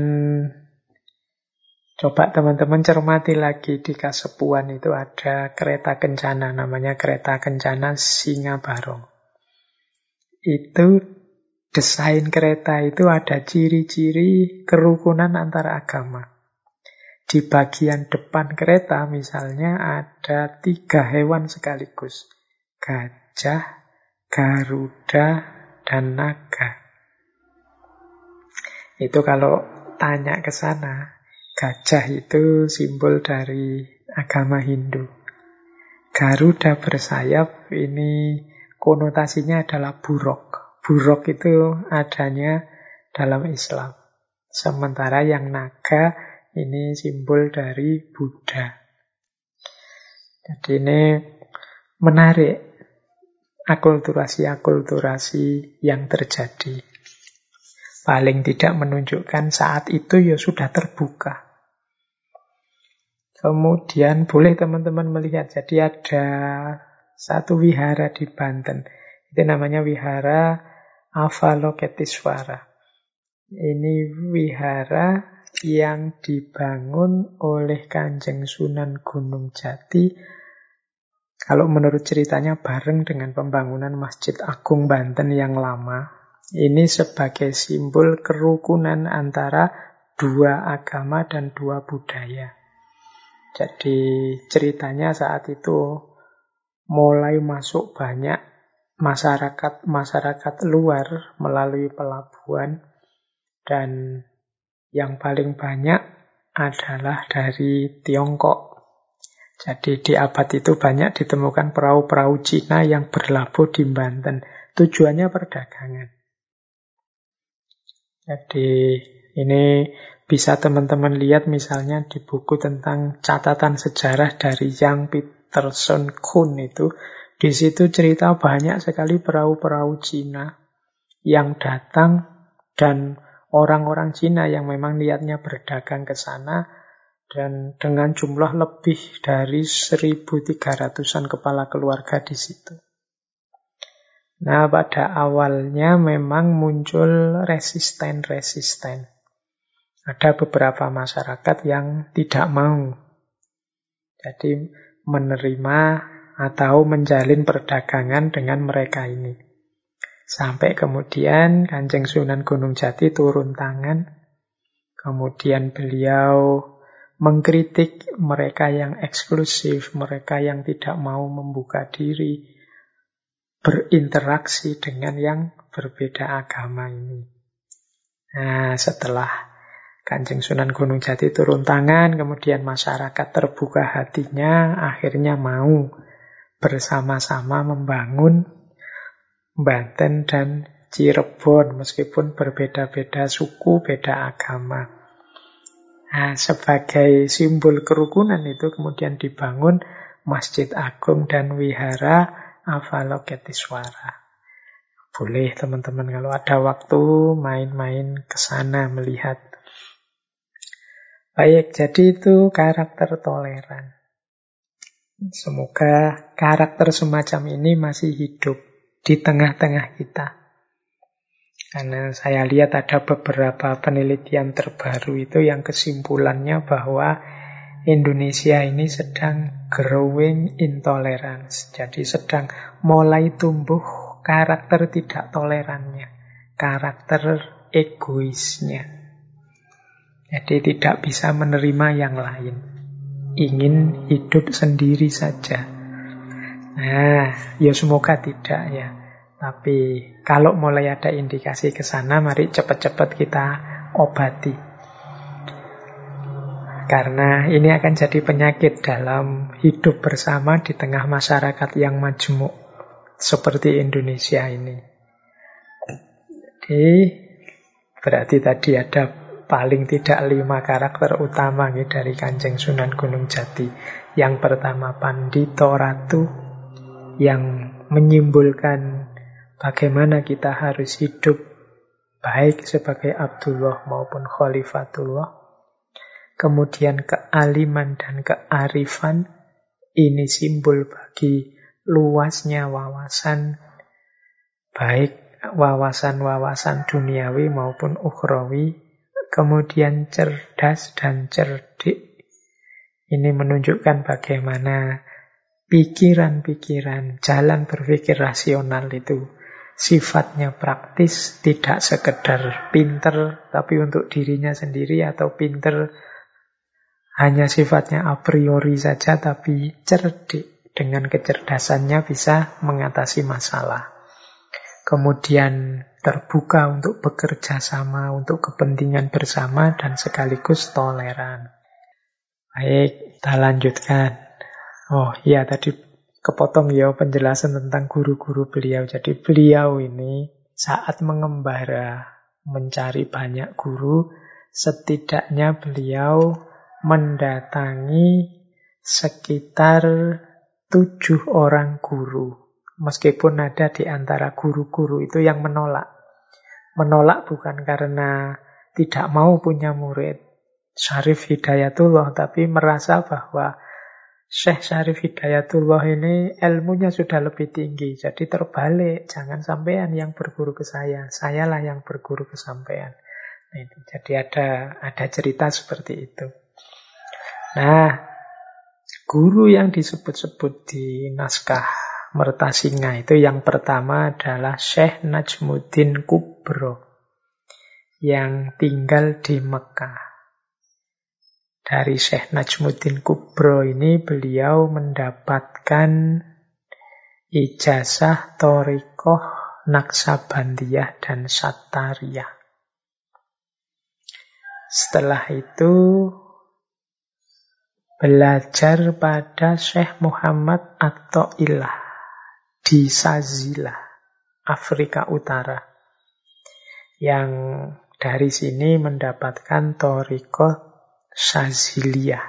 coba teman-teman cermati lagi di Kasepuan itu ada kereta kencana, namanya kereta kencana Singabarong. Itu desain kereta itu ada ciri-ciri kerukunan antara agama. Di bagian depan kereta misalnya ada 3 hewan sekaligus. Gajah, Garuda, dan naga. Itu kalau tanya ke sana, gajah itu simbol dari agama Hindu. Garuda bersayap ini konotasinya adalah buruk. Buruk itu adanya dalam Islam. Sementara yang naga ini simbol dari Buddha. Jadi ini menarik akulturasi-akulturasi yang terjadi. Paling tidak menunjukkan saat itu ya sudah terbuka. Kemudian boleh teman-teman melihat, jadi ada satu wihara di Banten. Itu namanya wihara Avalokitesvara. Ini wihara yang dibangun oleh Kanjeng Sunan Gunung Jati. Kalau menurut ceritanya bareng dengan pembangunan Masjid Agung Banten yang lama. Ini sebagai simbol kerukunan antara 2 agama dan 2 budaya. Jadi ceritanya saat itu mulai masuk banyak masyarakat luar melalui pelabuhan, dan yang paling banyak adalah dari Tiongkok. Jadi di abad itu banyak ditemukan perahu-perahu Cina yang berlabuh di Banten. Tujuannya perdagangan. Jadi ini bisa teman-teman lihat misalnya di buku tentang catatan sejarah dari Yang Peterson Kuhn itu. Di situ cerita banyak sekali perahu-perahu Cina yang datang, dan orang-orang Cina yang memang niatnya berdagang ke sana, dan dengan jumlah lebih dari 1.300-an kepala keluarga di situ. Nah, pada awalnya memang muncul resisten. Ada beberapa masyarakat yang tidak mau. Jadi menerima atau menjalin perdagangan dengan mereka ini. Sampai kemudian Kanjeng Sunan Gunung Jati turun tangan. Kemudian beliau mengkritik mereka yang eksklusif, mereka yang tidak mau membuka diri, berinteraksi dengan yang berbeda agama ini. Nah, setelah Kanjeng Sunan Gunung Jati turun tangan, kemudian masyarakat terbuka hatinya, akhirnya mau bersama-sama membangun Banten dan Cirebon, meskipun berbeda-beda suku, beda agama. Nah, sebagai simbol kerukunan itu kemudian dibangun Masjid Agung dan Wihara Avalokiteswara. Boleh teman-teman kalau ada waktu main-main ke sana melihat. Baik, jadi itu karakter toleran. Semoga karakter semacam ini masih hidup di tengah-tengah kita. Karena saya lihat ada beberapa penelitian terbaru itu yang kesimpulannya bahwa Indonesia ini sedang growing intolerance. Jadi sedang mulai tumbuh karakter tidak tolerannya, karakter egoisnya. Jadi tidak bisa menerima yang lain. Ingin hidup sendiri saja. Nah, ya semoga tidak ya. Tapi kalau mulai ada indikasi ke sana, mari cepat-cepat kita obati. Karena ini akan jadi penyakit dalam hidup bersama di tengah masyarakat yang majmuk seperti Indonesia ini. Jadi berarti tadi ada paling tidak 5 karakter utama nih dari Kanjeng Sunan Gunung Jati. Yang pertama Pandito Ratu, yang menyimbolkan bagaimana kita harus hidup baik sebagai Abdullah maupun Khalifatullah. Kemudian kealiman dan kearifan, ini simbol bagi luasnya wawasan, baik wawasan-wawasan duniawi maupun ukhrawi. Kemudian cerdas dan cerdik, ini menunjukkan bagaimana pikiran-pikiran, jalan berpikir rasional itu sifatnya praktis, tidak sekedar pinter tapi untuk dirinya sendiri, atau pinter hanya sifatnya a priori saja, tapi cerdik, dengan kecerdasannya bisa mengatasi masalah. Kemudian terbuka untuk bekerja sama, untuk kepentingan bersama, dan sekaligus toleran. Baik, kita lanjutkan. Oh iya, tadi kepotong ya penjelasan tentang guru-guru beliau. Jadi beliau ini saat mengembara, mencari banyak guru, setidaknya beliau mendatangi sekitar 7 orang guru. Meskipun ada di antara guru-guru itu yang menolak. Menolak bukan karena tidak mau punya murid Syarif Hidayatullah, tapi merasa bahwa Syekh Syarif Hidayatullah ini ilmunya sudah lebih tinggi. Jadi terbalik, jangan sampean yang berguru ke saya, sayalah yang berguru ke sampean. Nah, itu. Jadi ada cerita seperti itu. Nah, guru yang disebut-sebut di naskah Mertasinga itu yang pertama adalah Syekh Najmuddin Kubro yang tinggal di Mekah. Dari Syekh Najmuddin Kubro ini beliau mendapatkan ijazah Thariqah, Naksabandiyah dan Sattariyah. Setelah itu belajar pada Syekh Muhammad At-Ta'illah di Sazila, Afrika Utara, yang dari sini mendapatkan Thariqah Saziliyah.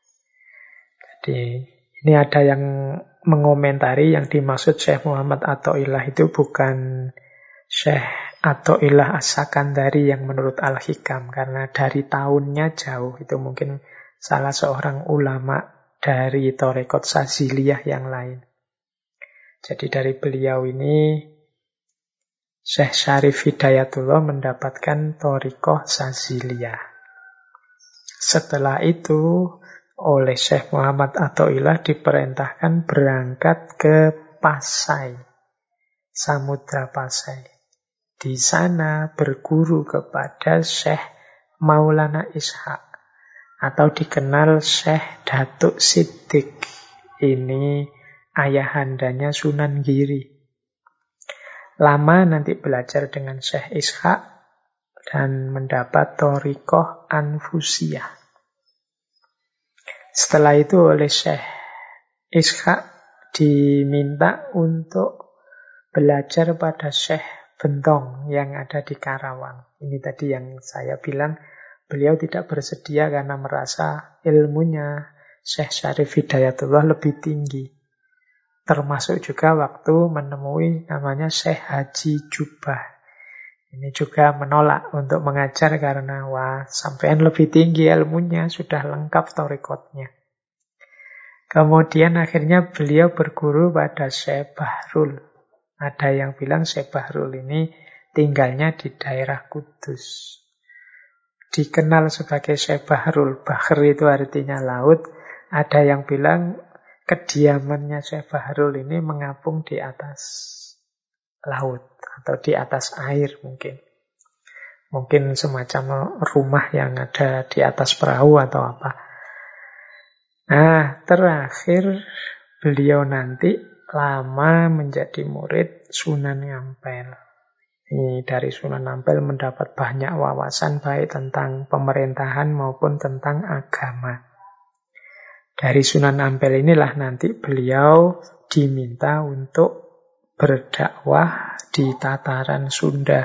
Jadi ini ada yang mengomentari yang dimaksud Syekh Muhammad At-Ta'illah itu bukan Syekh At-Ta'illah As-Sakandari yang menurut Al-Hikam, karena dari tahunnya jauh. Itu mungkin salah seorang ulama dari Thariqah Saziliyah yang lain. Jadi dari beliau ini Syekh Syarif Hidayatullah mendapatkan Thariqah Saziliyah. Setelah itu oleh Syekh Muhammad At-Ta'illah diperintahkan berangkat ke Pasai, Samudra Pasai. Di sana berguru kepada Syekh Maulana Ishaq, atau dikenal Syekh Datuk Siddiq. Ini ayahandanya Sunan Giri. Lama nanti belajar dengan Syekh Ishaq dan mendapat Thariqah Anfusiyah. Setelah itu oleh Syekh Ishaq diminta untuk belajar pada Syekh Bentong yang ada di Karawang. Ini tadi yang saya bilang, beliau tidak bersedia karena merasa ilmunya Syekh Syarif Hidayatullah lebih tinggi. Termasuk juga waktu menemui namanya Syekh Haji Jubah. Ini juga menolak untuk mengajar karena wah, sampean lebih tinggi ilmunya, sudah lengkap thariqatnya. Kemudian akhirnya beliau berguru pada Syekh Bahrul. Ada yang bilang Syekh Bahrul ini tinggalnya di daerah Kudus. Dikenal sebagai Syekh Bahrul. Bahr itu artinya laut. Ada yang bilang kediamannya Syekh Bahrul ini mengapung di atas laut atau di atas air mungkin. Mungkin semacam rumah yang ada di atas perahu atau apa. Nah, terakhir beliau nanti lama menjadi murid Sunan Ampel. Ini dari Sunan Ampel mendapat banyak wawasan baik tentang pemerintahan maupun tentang agama. Dari Sunan Ampel inilah nanti beliau diminta untuk berdakwah di tataran Sunda.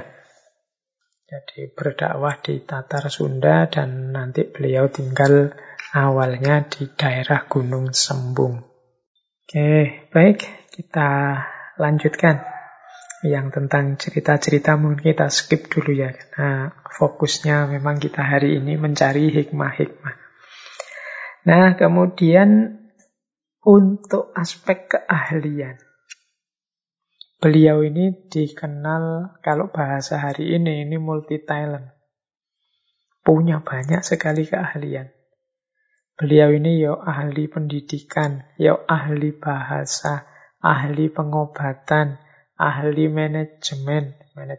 Jadi berdakwah di Tatar Sunda dan nanti beliau tinggal awalnya di daerah Gunung Sembung. Oke, baik, kita lanjutkan. Yang tentang cerita-cerita mungkin kita skip dulu ya. Nah, fokusnya memang kita hari ini mencari hikmah-hikmah. Nah, kemudian untuk aspek keahlian. Beliau ini dikenal, kalau bahasa hari ini multi talent. Punya banyak sekali keahlian. Beliau ini yo ahli pendidikan, yo ahli bahasa, ahli pengobatan, ahli manajemen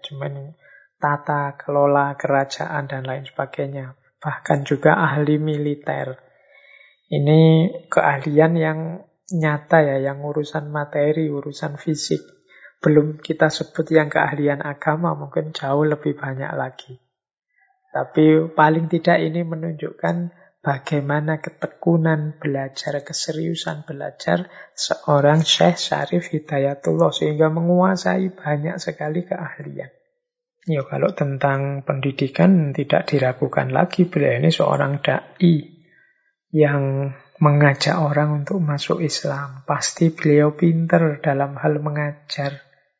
tata kelola kerajaan dan lain sebagainya. Bahkan juga ahli militer. Ini keahlian yang nyata ya, yang urusan materi, urusan fisik. Belum kita sebut yang keahlian agama, mungkin jauh lebih banyak lagi. Tapi paling tidak ini menunjukkan bagaimana ketekunan belajar, keseriusan belajar seorang Syekh Syarif Hidayatullah sehingga menguasai banyak sekali keahlian. Ya, kalau tentang pendidikan tidak diragukan lagi, beliau ini seorang dai yang mengajak orang untuk masuk Islam. Pasti beliau pinter dalam hal mengajar.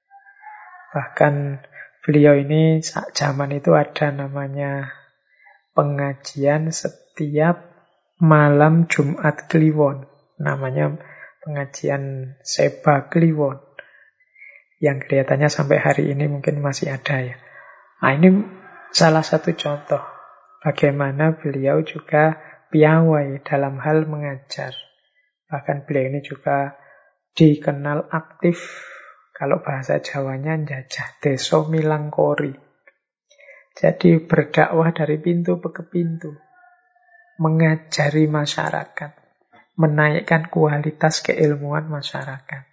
Bahkan beliau ini saat zaman itu ada namanya pengajian setiap malam Jumat Kliwon. Namanya pengajian Seba Kliwon. Yang kelihatannya sampai hari ini mungkin masih ada ya. Nah, ini salah satu contoh bagaimana beliau juga piawai dalam hal mengajar. Bahkan beliau ini juga dikenal aktif, kalau bahasa Jawanya njajah deso milangkori. Jadi berdakwah dari pintu ke pintu, mengajari masyarakat, menaikkan kualitas keilmuan masyarakat.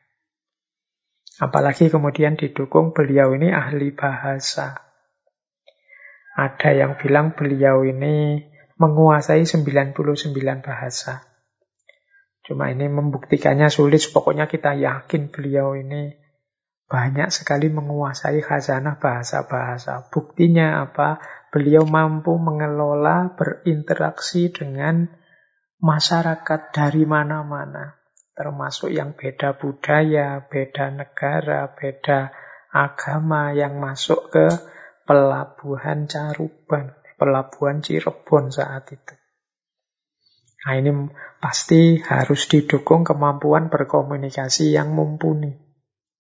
Apalagi kemudian didukung beliau ini ahli bahasa. Ada yang bilang beliau ini menguasai 99 bahasa. Cuma ini membuktikannya sulit, pokoknya kita yakin beliau ini banyak sekali menguasai khazanah bahasa-bahasa. Buktinya apa? Beliau mampu mengelola, berinteraksi dengan masyarakat dari mana-mana. Termasuk yang beda budaya, beda negara, beda agama yang masuk ke pelabuhan Caruban, pelabuhan Cirebon saat itu. Nah, ini pasti harus didukung kemampuan berkomunikasi yang mumpuni.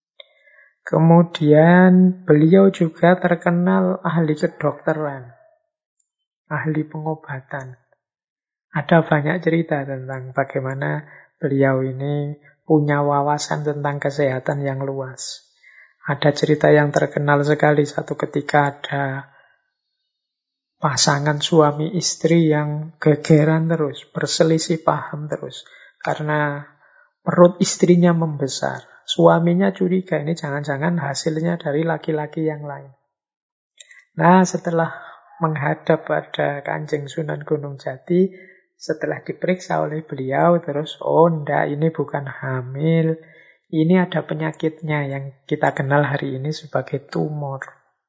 Kemudian beliau juga terkenal ahli kedokteran, ahli pengobatan. Ada banyak cerita tentang bagaimana beliau ini punya wawasan tentang kesehatan yang luas. Ada cerita yang terkenal sekali, satu ketika ada pasangan suami istri yang gegeran terus, berselisih paham terus. Karena perut istrinya membesar. Suaminya curiga, ini jangan-jangan hasilnya dari laki-laki yang lain. Nah, setelah menghadap pada Kanjeng Sunan Gunung Jati, setelah diperiksa oleh beliau, terus, oh enggak, ini bukan hamil, Ini ada penyakitnya yang kita kenal hari ini sebagai tumor.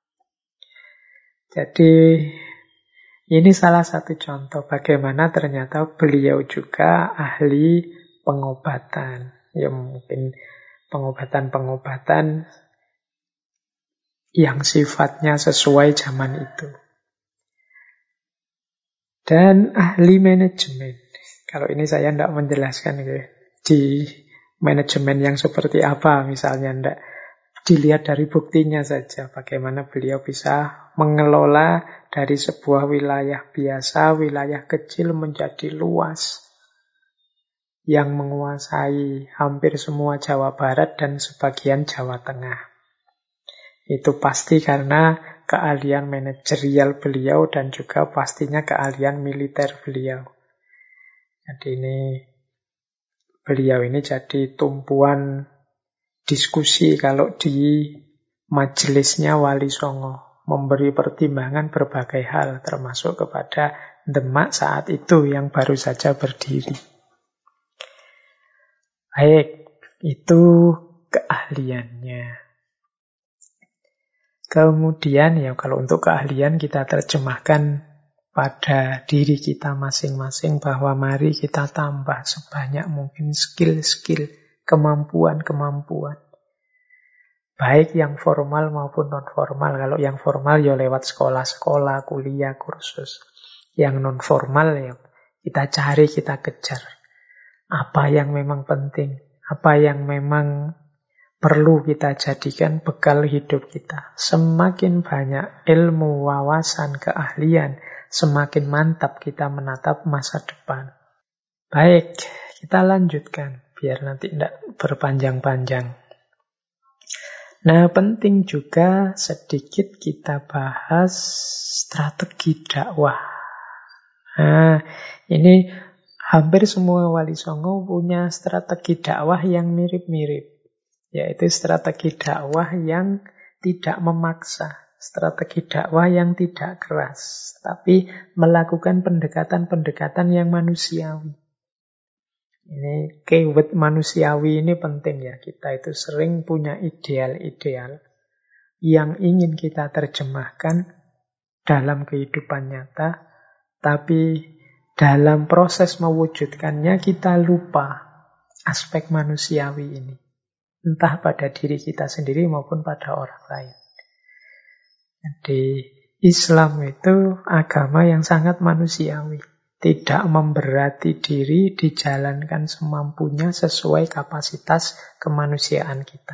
Jadi ini salah satu contoh bagaimana ternyata beliau juga ahli pengobatan. Ya mungkin pengobatan-pengobatan yang sifatnya sesuai zaman itu. Dan ahli manajemen. Kalau ini saya tidak menjelaskan gitu. Di manajemen yang seperti apa misalnya, tidak. Dilihat dari buktinya saja bagaimana beliau bisa mengelola dari sebuah wilayah biasa, wilayah kecil menjadi luas yang menguasai hampir semua Jawa Barat dan sebagian Jawa Tengah. Itu pasti karena keahlian manajerial beliau dan juga pastinya keahlian militer beliau. Jadi beliau ini jadi tumpuan diskusi kalau di majelisnya Wali Songo, memberi pertimbangan berbagai hal termasuk kepada Demak saat itu yang baru saja berdiri. Baik, itu keahliannya. Kemudian ya kalau untuk keahlian kita terjemahkan pada diri kita masing-masing bahwa mari kita tambah sebanyak mungkin skill-skill, kemampuan-kemampuan. Baik yang formal maupun non-formal. Kalau yang formal ya lewat sekolah-sekolah, kuliah, kursus. Yang non-formal ya kita cari, kita kejar. Apa yang memang penting, apa yang memang perlu kita jadikan bekal hidup kita. Semakin banyak ilmu, wawasan, keahlian, semakin mantap kita menatap masa depan. Baik, kita lanjutkan biar nanti tidak berpanjang-panjang. Nah, penting juga sedikit kita bahas strategi dakwah. Nah, ini hampir semua Wali Songo punya strategi dakwah yang mirip-mirip. Yaitu strategi dakwah yang tidak memaksa. Strategi dakwah yang tidak keras. Tapi melakukan pendekatan-pendekatan yang manusiawi. Ini keyword manusiawi ini penting ya. Kita itu sering punya ideal-ideal yang ingin kita terjemahkan dalam kehidupan nyata. Tapi dalam proses mewujudkannya kita lupa aspek manusiawi ini. Entah pada diri kita sendiri maupun pada orang lain. Jadi Islam itu agama yang sangat manusiawi. Tidak memberati diri, dijalankan semampunya sesuai kapasitas kemanusiaan kita.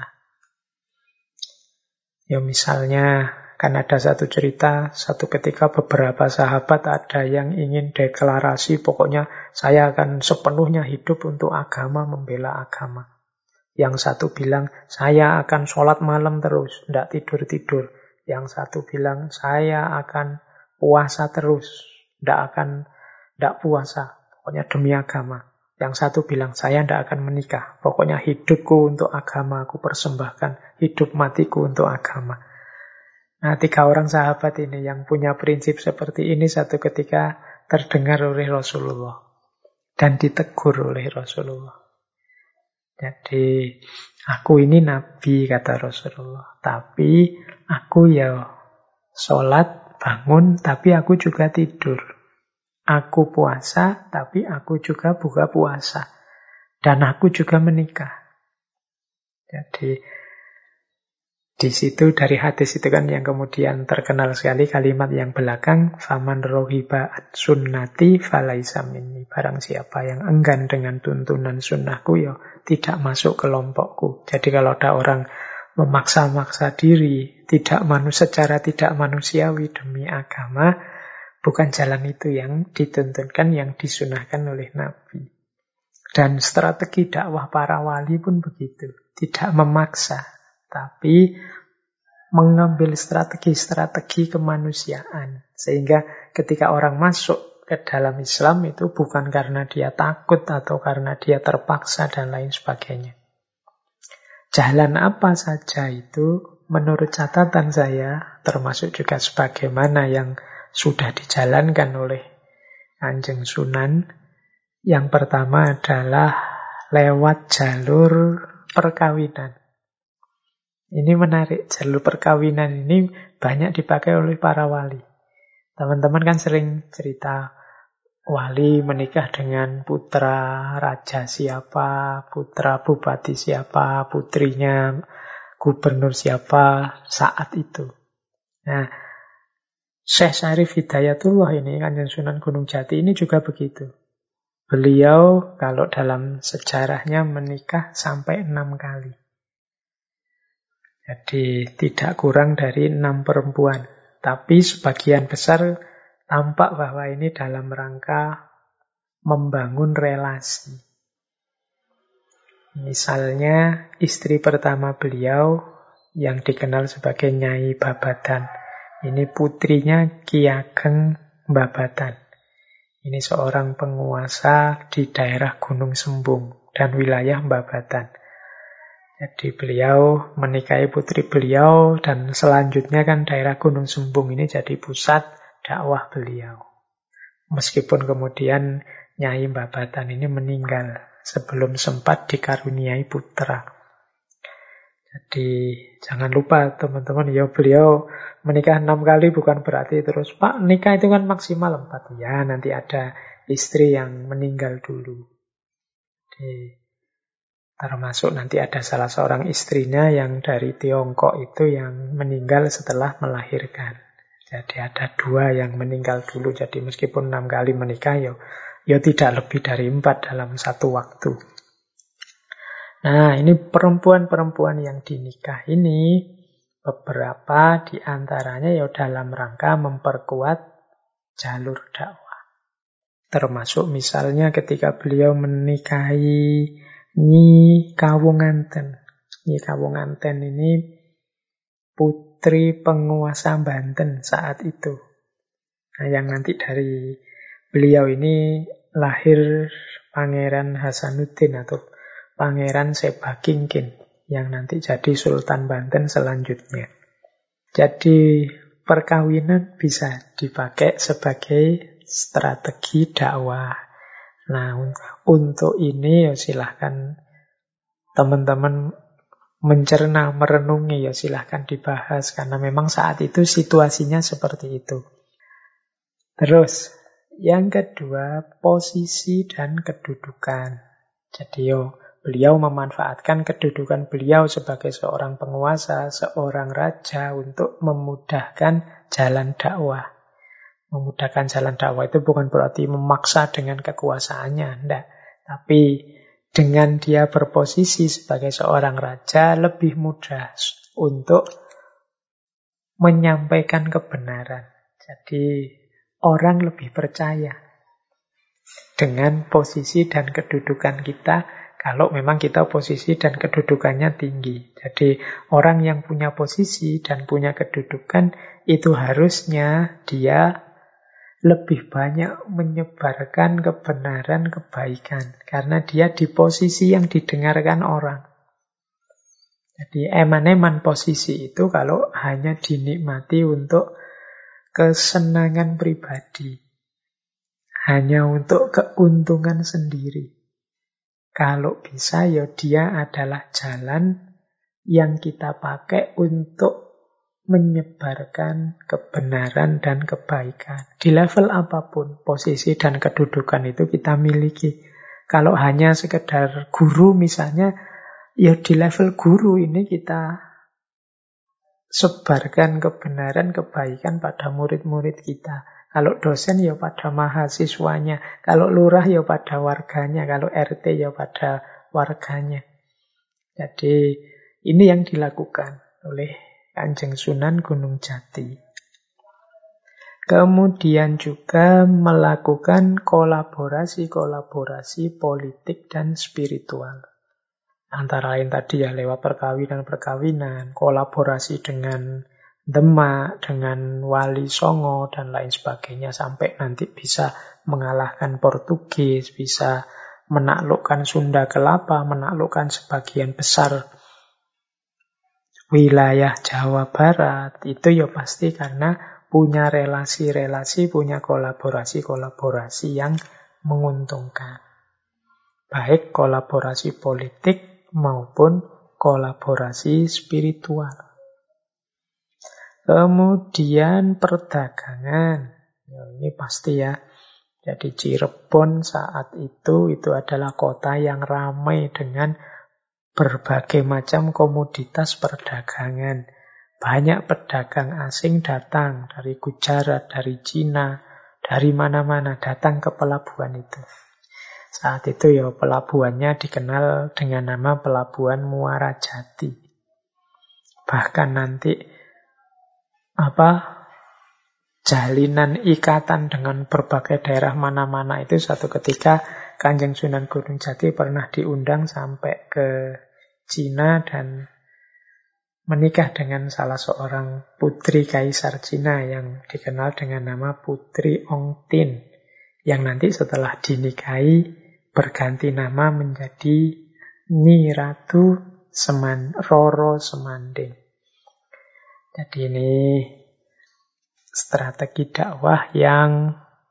Ya misalnya, kan ada satu cerita, satu ketika beberapa sahabat ada yang ingin deklarasi, pokoknya saya akan sepenuhnya hidup untuk agama, membela agama. Yang satu bilang, saya akan sholat malam terus, tidak tidur-tidur. Yang satu bilang, saya akan puasa terus, tidak puasa, pokoknya demi agama. Yang satu bilang, saya tidak akan menikah, pokoknya hidupku untuk agama, aku persembahkan hidup matiku untuk agama. Nah, 3 orang sahabat ini yang punya prinsip seperti ini satu ketika terdengar oleh Rasulullah dan ditegur oleh Rasulullah. Jadi, aku ini nabi, kata Rasulullah. Tapi aku ya sholat, bangun, tapi aku juga tidur. Aku puasa, tapi aku juga buka puasa. Dan aku juga menikah. Jadi, di situ dari hadis itu kan yang kemudian terkenal sekali kalimat yang belakang, faman rohiba at sunnati falaisa minni. Barang siapa yang enggan dengan tuntunan sunnahku, ya tidak masuk kelompokku. Jadi kalau ada orang memaksa-maksa diri, secara tidak manusiawi demi agama, bukan jalan itu yang dituntunkan, yang disunahkan oleh Nabi. Dan strategi dakwah para wali pun begitu, tidak memaksa, tapi mengambil strategi-strategi kemanusiaan. Sehingga ketika orang masuk ke dalam Islam itu bukan karena dia takut atau karena dia terpaksa dan lain sebagainya. Jalan apa saja itu menurut catatan saya, termasuk juga sebagaimana yang sudah dijalankan oleh Kanjeng Sunan, yang pertama adalah lewat jalur perkawinan. Ini menarik, jalur perkawinan ini banyak dipakai oleh para wali. Teman-teman kan sering cerita wali menikah dengan putra raja siapa, putra bupati siapa, putrinya gubernur siapa saat itu. Nah, Syekh Syarif Hidayatullah ini, Kanjeng Sunan Gunung Jati ini juga begitu. Beliau kalau dalam sejarahnya menikah sampai 6 kali. Jadi tidak kurang dari 6 perempuan. Tapi sebagian besar tampak bahwa ini dalam rangka membangun relasi. Misalnya istri pertama beliau yang dikenal sebagai Nyai Babatan. Ini putrinya Ki Ageng Babatan. Ini seorang penguasa di daerah Gunung Sembung dan wilayah Babatan. Jadi beliau menikahi putri beliau dan selanjutnya kan daerah Gunung Sembung ini jadi pusat dakwah beliau. Meskipun kemudian Nyai Babatan ini meninggal sebelum sempat dikaruniai putra. Jadi jangan lupa teman-teman, ya beliau menikah 6 kali bukan berarti terus, Pak nikah itu kan maksimal 4. Ya nanti ada istri yang meninggal dulu. Jadi termasuk nanti ada salah seorang istrinya yang dari Tiongkok itu yang meninggal setelah melahirkan. Jadi ada 2 yang meninggal dulu. Jadi meskipun 6 kali menikah, ya tidak lebih dari 4 dalam satu waktu. Nah, ini perempuan-perempuan yang dinikah ini, beberapa di antaranya ya dalam rangka memperkuat jalur dakwah. Termasuk misalnya ketika beliau menikahi Nyi Kawunganten. Nyi Kawunganten ini putri penguasa Banten saat itu. Nah, yang nanti dari beliau ini lahir Pangeran Hasanuddin atau Pangeran Sebakingkin yang nanti jadi Sultan Banten selanjutnya. Jadi perkawinan bisa dipakai sebagai strategi dakwah. Nah, untuk ini ya silahkan teman-teman mencerna, merenungi, ya silahkan dibahas. Karena memang saat itu situasinya seperti itu. Terus, yang kedua, posisi dan kedudukan. Jadi beliau memanfaatkan kedudukan beliau sebagai seorang penguasa, seorang raja untuk memudahkan jalan dakwah. Memudahkan jalan dakwah itu bukan berarti memaksa dengan kekuasaannya, enggak. Tapi dengan dia berposisi sebagai seorang raja lebih mudah untuk menyampaikan kebenaran. Jadi orang lebih percaya dengan posisi dan kedudukan kita kalau memang kita posisi dan kedudukannya tinggi. Jadi orang yang punya posisi dan punya kedudukan itu harusnya dia lebih banyak menyebarkan kebenaran, kebaikan. Karena dia di posisi yang didengarkan orang. Jadi eman-eman posisi itu kalau hanya dinikmati untuk kesenangan pribadi. Hanya untuk keuntungan sendiri. Kalau bisa ya dia adalah jalan yang kita pakai untuk menyebarkan kebenaran dan kebaikan. Di level apapun, posisi dan kedudukan itu kita miliki. Kalau hanya sekedar guru misalnya, ya di level guru ini kita sebarkan kebenaran, kebaikan pada murid-murid kita. Kalau dosen ya pada mahasiswanya. Kalau lurah ya pada warganya. Kalau RT ya pada warganya. Jadi ini yang dilakukan oleh Kanjeng Sunan Gunung Jati. Kemudian juga melakukan kolaborasi politik dan spiritual. Antara lain tadi ya lewat perkawinan-perkawinan, kolaborasi dengan Demak, dengan Wali Songo, dan lain sebagainya. Sampai nanti bisa mengalahkan Portugis, bisa menaklukkan Sunda Kelapa, menaklukkan sebagian besar wilayah Jawa Barat. Itu ya pasti karena punya relasi-relasi, punya kolaborasi-kolaborasi yang menguntungkan. Baik kolaborasi politik maupun kolaborasi spiritual. Kemudian perdagangan. Ya, ini pasti ya. Jadi Cirebon saat itu adalah kota yang ramai dengan berbagai macam komoditas perdagangan. Banyak pedagang asing datang dari Gujarat, dari Cina, dari mana-mana datang ke pelabuhan itu. Saat itu ya pelabuhannya dikenal dengan nama Pelabuhan Muara Jati. Bahkan nanti jalinan ikatan dengan berbagai daerah mana-mana itu suatu ketika Kanjeng Sunan Gunung Jati pernah diundang sampai ke Cina dan menikah dengan salah seorang putri kaisar Cina yang dikenal dengan nama Putri Ong Tin, yang nanti setelah dinikahi berganti nama menjadi Nyi Ratu Roro Semanding. Jadi ini strategi dakwah yang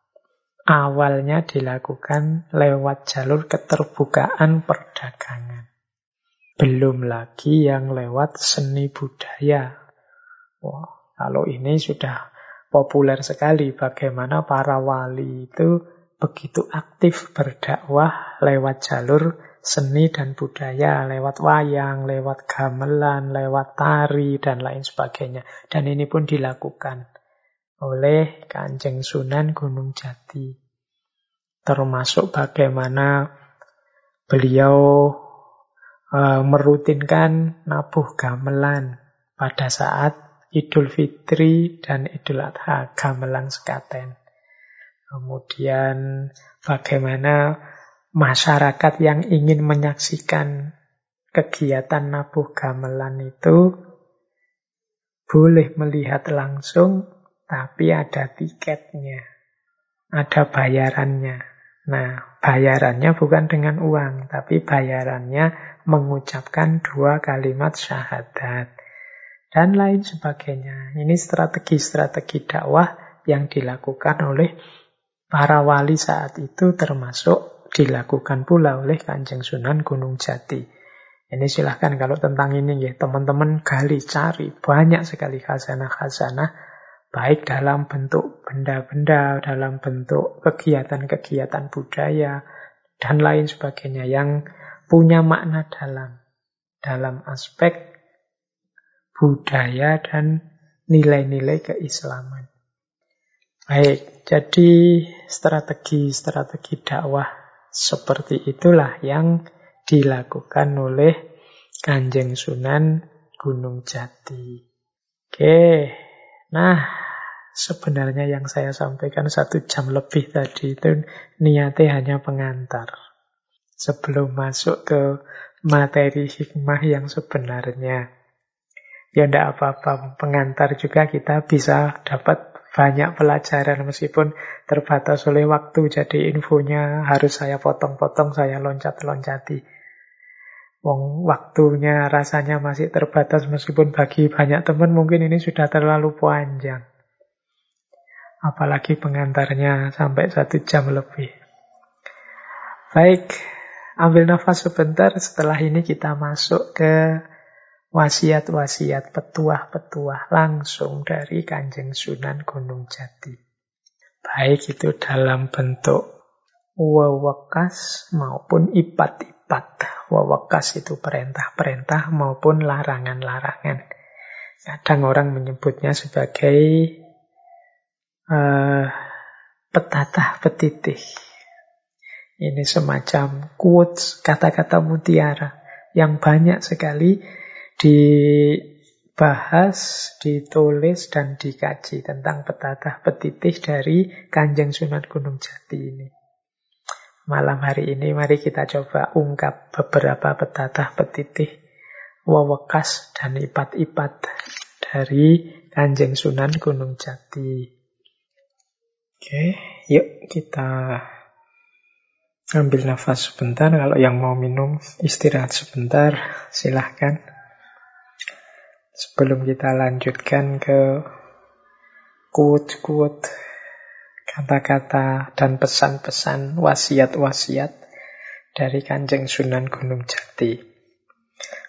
awalnya dilakukan lewat jalur keterbukaan perdagangan. Belum lagi yang lewat seni budaya. Wah, kalau ini sudah populer sekali bagaimana para wali itu begitu aktif berdakwah lewat jalur seni dan budaya, lewat wayang, lewat gamelan, lewat tari, dan lain sebagainya. Dan ini pun dilakukan oleh Kanjeng Sunan Gunung Jati. Termasuk bagaimana beliau merutinkan nabuh gamelan pada saat Idul Fitri dan Idul Adha, gamelan sekaten. Kemudian bagaimana masyarakat yang ingin menyaksikan kegiatan nabuh gamelan itu boleh melihat langsung, tapi ada tiketnya, ada bayarannya. Nah, bayarannya bukan dengan uang, tapi bayarannya mengucapkan 2 kalimat syahadat dan lain sebagainya. Ini strategi-strategi dakwah yang dilakukan oleh para wali saat itu, termasuk dilakukan pula oleh Kanjeng Sunan Gunung Jati. Ini silahkan kalau tentang ini ya, teman-teman gali, cari. Banyak sekali khazanah-khazanah, baik dalam bentuk benda-benda, dalam bentuk kegiatan-kegiatan budaya, dan lain sebagainya yang punya makna dalam aspek budaya dan nilai-nilai keislaman. Baik, jadi strategi-strategi dakwah seperti itulah yang dilakukan oleh Kanjeng Sunan Gunung Jati. Oke, nah sebenarnya yang saya sampaikan 1 jam lebih tadi itu niatnya hanya pengantar. Sebelum masuk ke materi hikmah yang sebenarnya. Ya tidak apa-apa, pengantar juga kita bisa dapat banyak pelajaran meskipun terbatas oleh waktu. Jadi infonya harus saya potong-potong, saya loncat-loncati. Wong waktunya rasanya masih terbatas meskipun bagi banyak teman mungkin ini sudah terlalu panjang. Apalagi pengantarnya sampai 1 jam lebih. Baik, ambil nafas sebentar. Setelah ini kita masuk ke wasiat-wasiat, petuah-petuah langsung dari Kanjeng Sunan Gunung Jati. Baik itu dalam bentuk wewekas maupun ipat-ipat. Wewekas itu perintah-perintah maupun larangan-larangan. Kadang orang menyebutnya sebagai petatah petitih. Ini semacam quotes, kata-kata mutiara yang banyak sekali dibahas, ditulis, dan dikaji tentang petatah petitih dari Kanjeng Sunan Gunung Jati ini. Malam hari ini mari kita coba ungkap beberapa petatah petitih, wewekas, dan ipat-ipat dari Kanjeng Sunan Gunung Jati. Oke, yuk kita ambil nafas sebentar. Kalau yang mau minum istirahat sebentar, silahkan. Sebelum kita lanjutkan ke quote-quote, kata-kata dan pesan-pesan wasiat-wasiat dari Kanjeng Sunan Gunung Jati.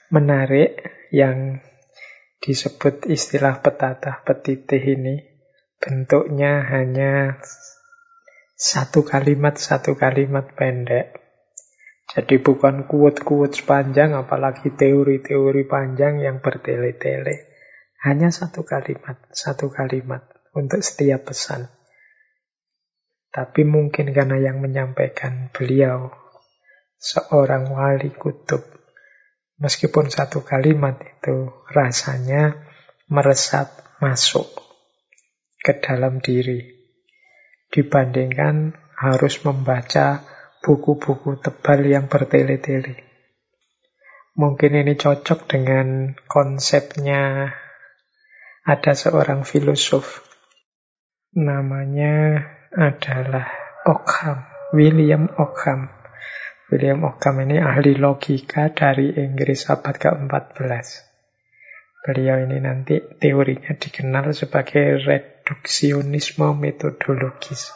menarik yang disebut istilah petatah petitih ini. Bentuknya hanya satu kalimat pendek. Jadi bukan quote-quote panjang, apalagi teori-teori panjang yang bertele-tele. Hanya satu kalimat untuk setiap pesan. Tapi mungkin karena yang menyampaikan beliau seorang wali kutub, meskipun satu kalimat itu rasanya meresap masuk ke dalam diri, dibandingkan harus membaca buku-buku tebal yang bertele-tele. Mungkin ini cocok dengan konsepnya ada seorang filosof, namanya adalah Ockham, William Ockham. William Ockham ini ahli logika dari Inggris abad ke-14. Beliau ini nanti teorinya dikenal sebagai reduksionisme metodologis.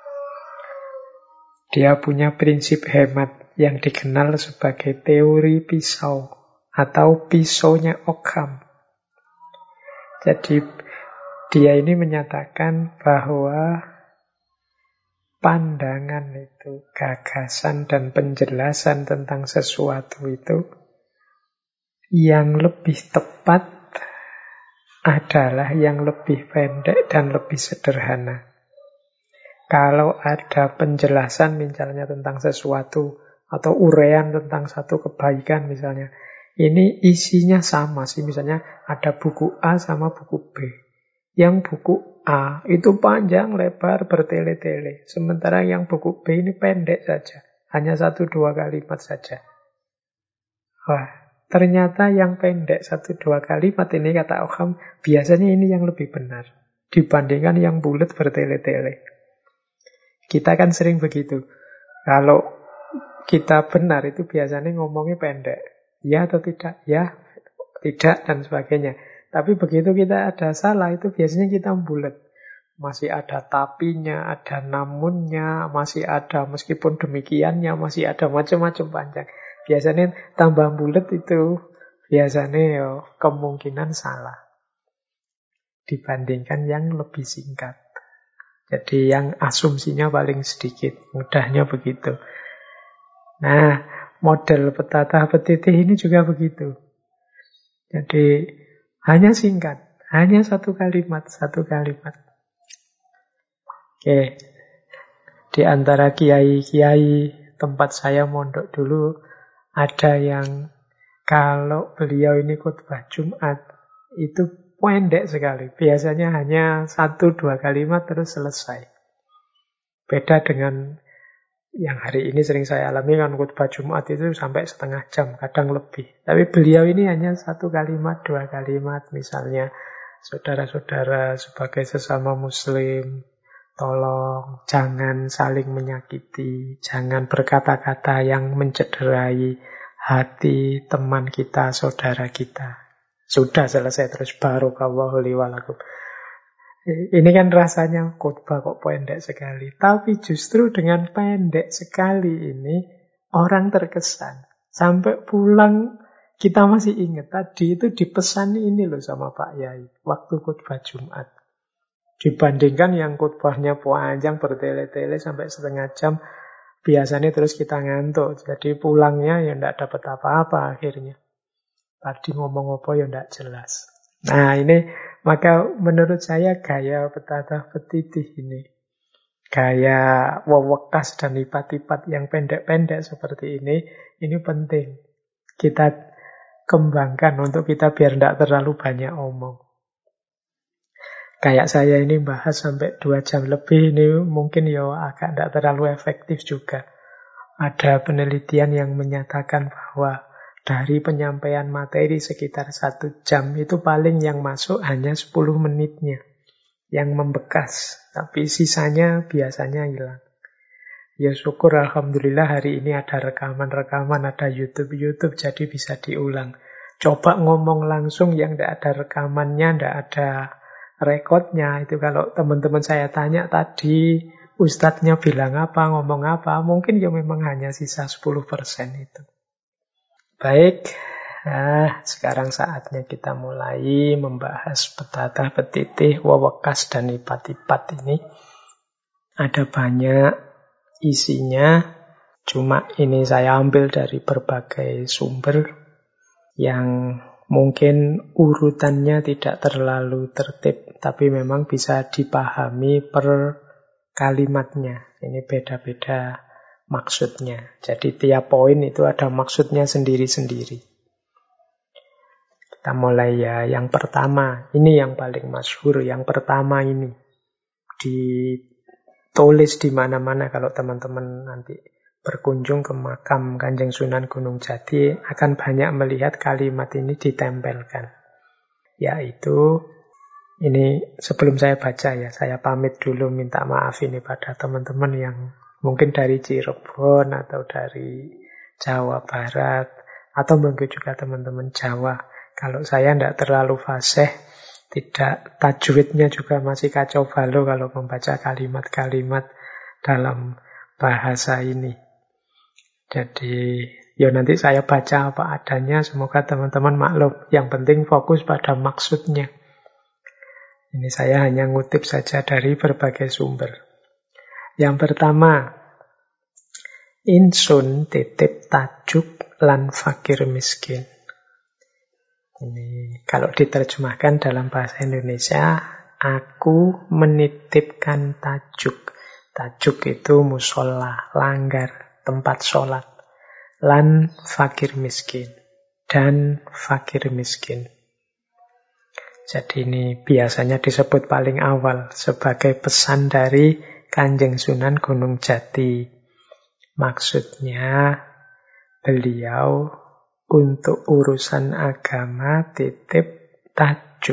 Dia punya prinsip hemat yang dikenal sebagai teori pisau atau pisaunya Ockham. Jadi dia ini menyatakan bahwa pandangan itu, gagasan dan penjelasan tentang sesuatu itu yang lebih tepat adalah yang lebih pendek dan lebih sederhana. Kalau ada penjelasan misalnya tentang sesuatu atau uraian tentang satu kebaikan misalnya, ini isinya sama sih, misalnya ada buku A sama buku B. Yang buku A itu panjang, lebar, bertele-tele. Sementara yang buku B ini pendek saja. Hanya 1-2 kalimat saja. Wah, ternyata yang pendek 1-2 kalimat ini, kata Ockham, biasanya ini yang lebih benar dibandingkan yang bulat bertele-tele. Kita kan sering begitu. Kalau kita benar itu biasanya ngomongnya pendek. Ya atau tidak? Ya, tidak, dan sebagainya. Tapi begitu kita ada salah, itu biasanya kita bulat. Masih ada tapinya, ada namunnya, masih ada meskipun demikiannya, masih ada macam-macam panjang. Biasanya tambah bulat itu biasanya ya kemungkinan salah dibandingkan yang lebih singkat. Jadi yang asumsinya paling sedikit, mudahnya begitu. Nah, model petatah petitih ini juga begitu. Jadi hanya singkat, hanya satu kalimat. Oke, di antara kiai-kiai tempat saya mondok dulu, ada yang kalau beliau ini khutbah Jumat, itu pendek sekali. Biasanya hanya 1-2 kalimat terus selesai. Beda dengan yang hari ini sering saya alami, kan khutbah Jumat itu sampai setengah jam, kadang lebih. Tapi beliau ini hanya 1 kalimat, 2 kalimat. Misalnya, saudara-saudara sebagai sesama muslim, tolong jangan saling menyakiti, jangan berkata-kata yang mencederai hati teman kita, saudara kita. Sudah selesai, terus barakallahu li wa lakum. Ini kan rasanya khutbah kok pendek sekali. Tapi justru dengan pendek sekali ini orang terkesan. Sampai pulang kita masih ingat tadi itu dipesan ini loh sama Pak Yai waktu khutbah Jumat. Dibandingkan yang khutbahnya panjang bertele-tele sampai setengah jam, biasanya terus kita ngantuk. Jadi pulangnya ya tidak dapat apa-apa akhirnya. Tadi ngomong apa ya tidak jelas. Nah ini, maka menurut saya gaya petatah petitih ini, gaya wewekas dan lipat-lipat yang pendek-pendek seperti ini penting kita kembangkan untuk kita biar tidak terlalu banyak omong. Kayak saya ini bahas sampai 2 jam lebih, ini mungkin ya agak tidak terlalu efektif juga. Ada penelitian yang menyatakan bahwa dari penyampaian materi sekitar 1 jam itu paling yang masuk hanya 10 menitnya yang membekas, tapi sisanya biasanya hilang. Ya syukur alhamdulillah hari ini ada rekaman-rekaman, ada YouTube, jadi bisa diulang. Coba ngomong langsung yang tidak ada rekamannya, tidak ada rekodnya, itu kalau teman-teman saya tanya tadi ustadznya bilang apa, ngomong apa, mungkin ya memang hanya sisa 10% itu. Baik, Sekarang saatnya kita mulai membahas petata, petitih, wewekas, dan ipat-ipat ini. Ada banyak isinya, cuma ini saya ambil dari berbagai sumber yang mungkin urutannya tidak terlalu tertib, tapi memang bisa dipahami per kalimatnya. Ini beda-beda maksudnya. Jadi tiap poin itu ada maksudnya sendiri-sendiri. Kita mulai ya. Yang pertama, ini yang paling masyhur. Yang pertama ini ditulis di mana-mana kalau teman-teman nanti berkunjung ke makam Kanjeng Sunan Gunung Jati akan banyak melihat kalimat ini ditempelkan. Yaitu, ini sebelum saya baca ya, saya pamit dulu minta maaf ini pada teman-teman yang mungkin dari Cirebon atau dari Jawa Barat atau mungkin juga teman-teman Jawa. Kalau saya tidak terlalu fasih, tidak tajwidnya juga masih kacau balau kalau membaca kalimat-kalimat dalam bahasa ini. Jadi, ya nanti saya baca apa adanya, semoga teman-teman maklum. Yang penting fokus pada maksudnya. Ini saya hanya ngutip saja dari berbagai sumber. Yang pertama, Insun titip tajuk lan fakir miskin. Ini kalau diterjemahkan dalam bahasa Indonesia, aku menitipkan tajuk. Tajuk itu musola, langgar, tempat sholat. Lan fakir miskin. Dan fakir miskin. Jadi ini biasanya disebut paling awal sebagai pesan dari Kanjeng Sunan Gunung Jati. Maksudnya beliau untuk urusan agama titip tajuk.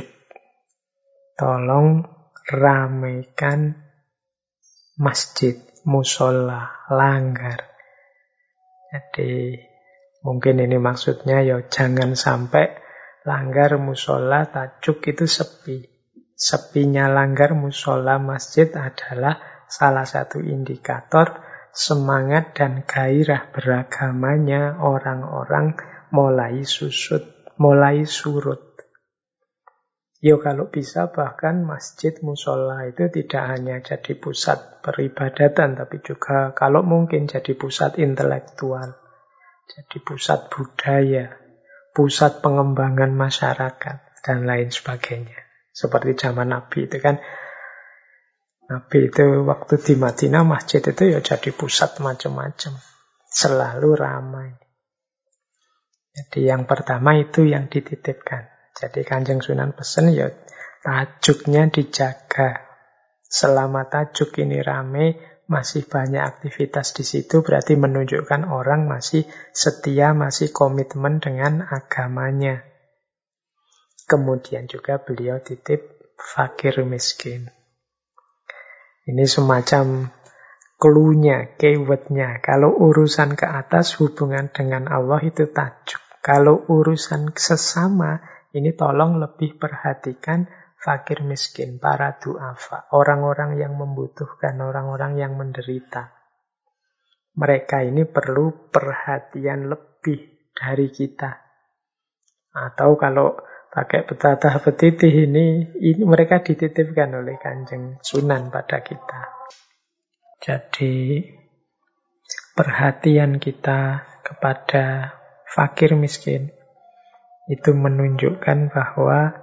Tolong ramaikan masjid, musola, langgar. Jadi mungkin ini maksudnya ya jangan sampai langgar, musola, tajuk itu sepi. Sepinya langgar, musola, masjid adalah salah satu indikator semangat dan gairah beragamanya orang-orang mulai susut, mulai surut. Yo kalau bisa bahkan masjid, musola itu tidak hanya jadi pusat peribadatan, tapi juga kalau mungkin jadi pusat intelektual, jadi pusat budaya, pusat pengembangan masyarakat, dan lain sebagainya. Seperti zaman Nabi itu kan, Nabi itu waktu di Madinah, masjid itu ya jadi pusat macam-macam. Selalu ramai. Jadi yang pertama itu yang dititipkan. Jadi Kanjeng Sunan pesen ya tajuknya dijaga. Selama tajuk ini ramai, masih banyak aktivitas di situ, berarti menunjukkan orang masih setia, masih komitmen dengan agamanya. Kemudian juga beliau titip fakir miskin. Ini semacam clue-nya, keyword-nya. Kalau urusan ke atas hubungan dengan Allah itu tajuk. Kalau urusan sesama, ini tolong lebih perhatikan fakir miskin, para du'afa. Orang-orang yang membutuhkan, orang-orang yang menderita. Mereka ini perlu perhatian lebih dari kita. Atau kalau pakai petata petitih ini mereka dititipkan oleh Kanjeng Sunan pada kita. Jadi perhatian kita kepada fakir miskin itu menunjukkan bahwa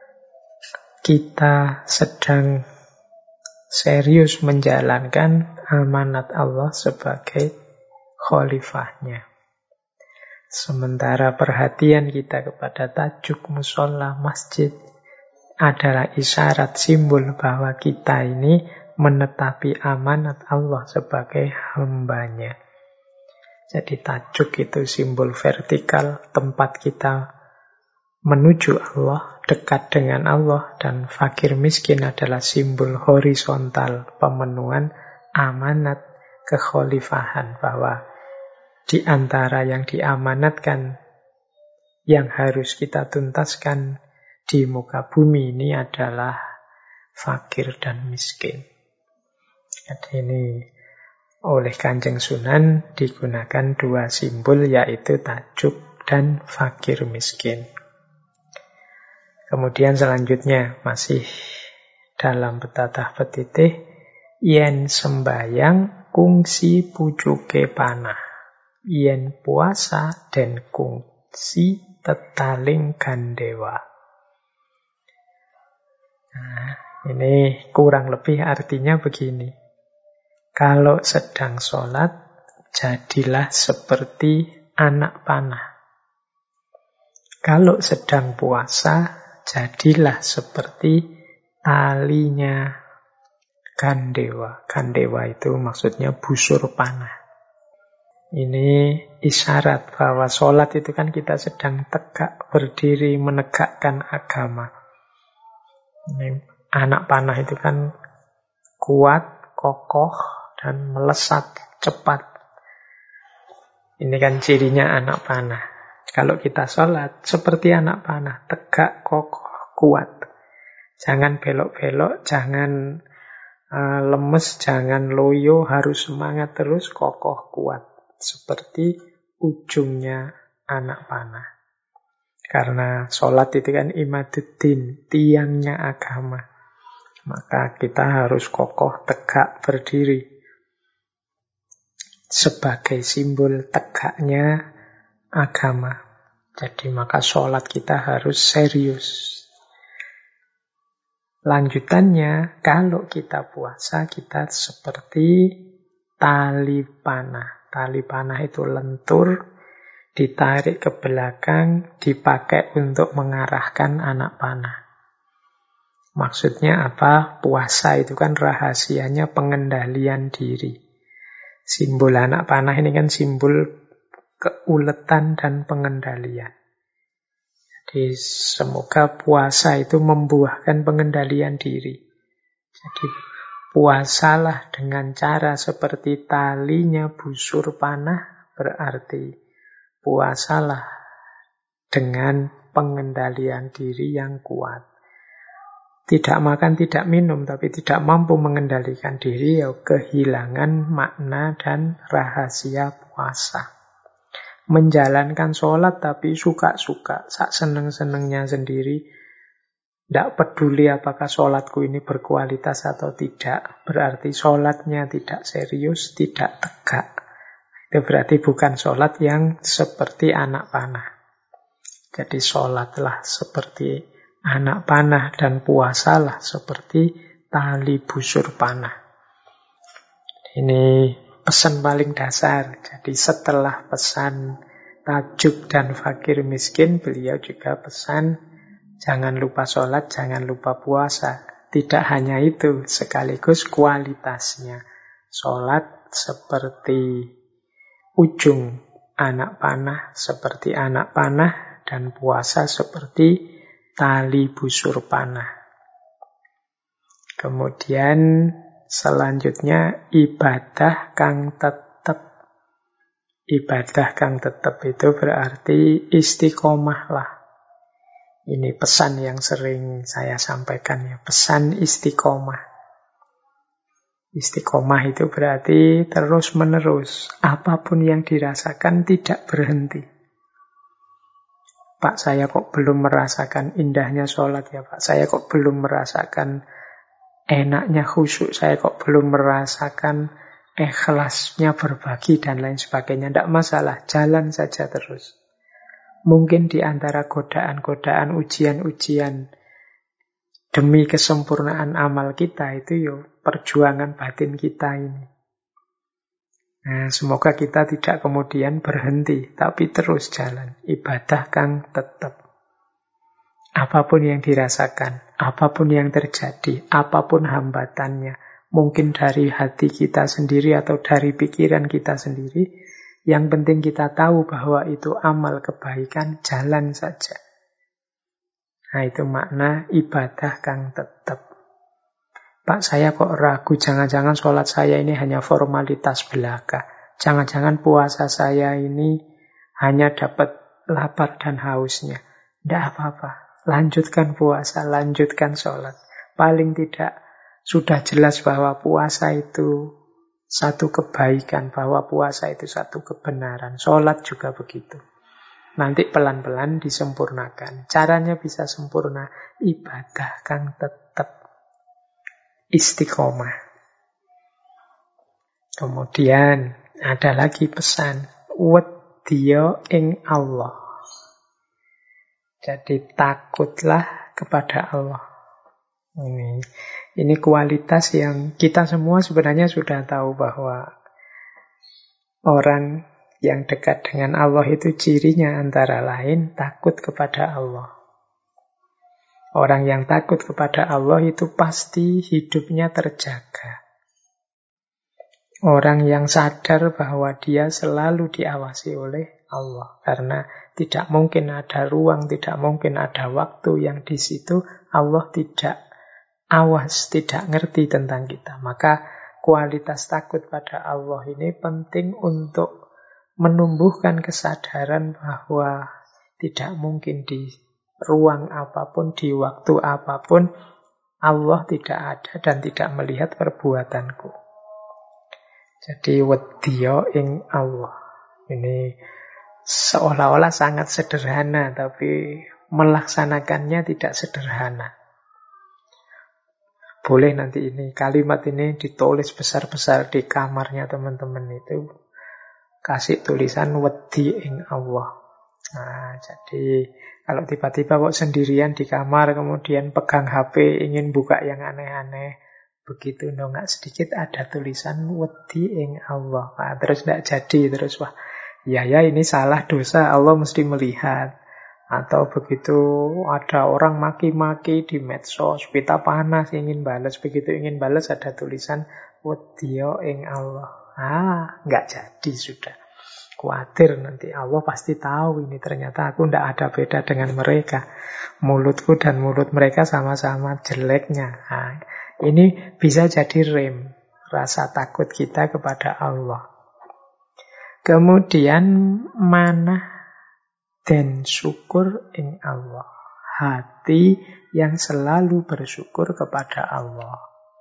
kita sedang serius menjalankan amanat Allah sebagai khalifahnya. Sementara perhatian kita kepada tajuk musola, masjid adalah isyarat simbol bahwa kita ini menetapi amanat Allah sebagai hambanya. Jadi tajuk itu simbol vertikal, tempat kita menuju Allah, dekat dengan Allah, dan fakir miskin adalah simbol horizontal, pemenuhan amanat kekhalifahan, bahwa di antara yang diamanatkan, yang harus kita tuntaskan di muka bumi ini adalah fakir dan miskin. Jadi ini oleh Kanjeng Sunan digunakan dua simbol, yaitu tajuk dan fakir miskin. Kemudian selanjutnya masih dalam betatah petitih, yen sembayang kungsi pucuke panah, yen puasa den kungsi tetaling gandewa. Nah, ini kurang lebih artinya begini. Kalau sedang sholat, jadilah seperti anak panah. Kalau sedang puasa, jadilah seperti talinya gandewa. Gandewa itu maksudnya busur panah. Ini isyarat bahwa sholat itu kan kita sedang tegak berdiri menegakkan agama. Ini anak panah itu kan kuat, kokoh, dan melesat cepat. Ini kan cirinya anak panah. Kalau kita sholat seperti anak panah, tegak, kokoh, kuat. Jangan belok-belok, jangan lemes, jangan loyo, harus semangat terus, kokoh, kuat. Seperti ujungnya anak panah. Karena sholat itu kan imaduddin, tiangnya agama. Maka kita harus kokoh, tegak, berdiri. Sebagai simbol tegaknya agama. Jadi maka sholat kita harus serius. Lanjutannya, kalau kita puasa, kita seperti tali panah. Tali panah itu lentur, ditarik ke belakang, dipakai untuk mengarahkan anak panah. Maksudnya apa? Puasa itu kan rahasianya pengendalian diri. Simbol anak panah ini kan simbol keuletan dan pengendalian. Jadi semoga puasa itu membuahkan pengendalian diri. Jadi puasalah dengan cara seperti talinya busur panah, berarti puasalah dengan pengendalian diri yang kuat. Tidak makan, tidak minum, tapi tidak mampu mengendalikan diri, ya kehilangan makna dan rahasia puasa. Menjalankan sholat tapi suka-suka, sak seneng-senengnya sendiri, tidak peduli apakah sholatku ini berkualitas atau tidak, berarti sholatnya tidak serius, tidak tegak. Itu berarti bukan sholat yang seperti anak panah. Jadi sholatlah seperti anak panah dan puasalah seperti tali busur panah. Ini pesan paling dasar. Jadi setelah pesan tajuk dan fakir miskin, beliau juga pesan jangan lupa sholat, jangan lupa puasa. Tidak hanya itu, sekaligus kualitasnya. Sholat seperti ujung anak panah, seperti anak panah, dan puasa seperti tali busur panah. Kemudian selanjutnya ibadah kang tetep. Ibadah kang tetep itu berarti istiqomahlah. Ini pesan yang sering saya sampaikan ya, pesan istiqomah. Istiqomah itu berarti terus menerus, apapun yang dirasakan tidak berhenti. Pak, saya kok belum merasakan indahnya sholat ya Pak. Saya kok belum merasakan enaknya khusyuk. Saya kok belum merasakan ikhlasnya berbagi dan lain sebagainya. Tidak masalah, jalan saja terus. Mungkin di antara godaan-godaan, ujian-ujian demi kesempurnaan amal kita itu ya perjuangan batin kita ini. Nah, semoga kita tidak kemudian berhenti, tapi terus jalan. Ibadah kang tetap. Apapun yang dirasakan, apapun yang terjadi, apapun hambatannya, mungkin dari hati kita sendiri atau dari pikiran kita sendiri, yang penting kita tahu bahwa itu amal kebaikan, jalan saja. Nah, itu makna ibadah kang tetap. Pak, saya kok ragu, jangan-jangan sholat saya ini hanya formalitas belaka. Jangan-jangan puasa saya ini hanya dapat lapar dan hausnya. Tidak apa-apa, lanjutkan puasa, lanjutkan sholat. Paling tidak sudah jelas bahwa puasa itu satu kebaikan, bahwa puasa itu satu kebenaran. Sholat juga begitu. Nanti pelan-pelan disempurnakan. Caranya bisa sempurna, ibadah kang tetap istiqomah. Kemudian ada lagi pesan, wedya ing Allah. Jadi takutlah kepada Allah. Ini kualitas yang kita semua sebenarnya sudah tahu bahwa orang yang dekat dengan Allah itu cirinya antara lain takut kepada Allah. Orang yang takut kepada Allah itu pasti hidupnya terjaga. Orang yang sadar bahwa dia selalu diawasi oleh Allah. Karena tidak mungkin ada ruang, tidak mungkin ada waktu yang di situ Allah tidak awas, tidak ngerti tentang kita. Maka kualitas takut pada Allah ini penting untuk menumbuhkan kesadaran bahwa tidak mungkin di ruang apapun, di waktu apapun, Allah tidak ada dan tidak melihat perbuatanku. Jadi wedya ing Allah. Ini seolah-olah sangat sederhana, tapi melaksanakannya tidak sederhana. Boleh nanti ini kalimat ini ditulis besar-besar di kamarnya teman-teman itu. Kasih tulisan wedi ing Allah. Nah, jadi kalau tiba-tiba kok sendirian di kamar kemudian pegang HP ingin buka yang aneh-aneh, begitu nongak sedikit ada tulisan wedi ing Allah. Nah, terus tidak jadi, terus wah, ya ini salah dosa, Allah mesti melihat. Atau begitu ada orang maki-maki di medsos, pita panas ingin balas, begitu ingin balas ada tulisan wedya ing Allah. Nggak jadi sudah. Khawatir nanti Allah pasti tahu ini ternyata aku tidak ada beda dengan mereka. Mulutku dan mulut mereka sama-sama jeleknya. Ini bisa jadi rem rasa takut kita kepada Allah. Kemudian manah dan syukur ing Allah. Hati yang selalu bersyukur kepada Allah.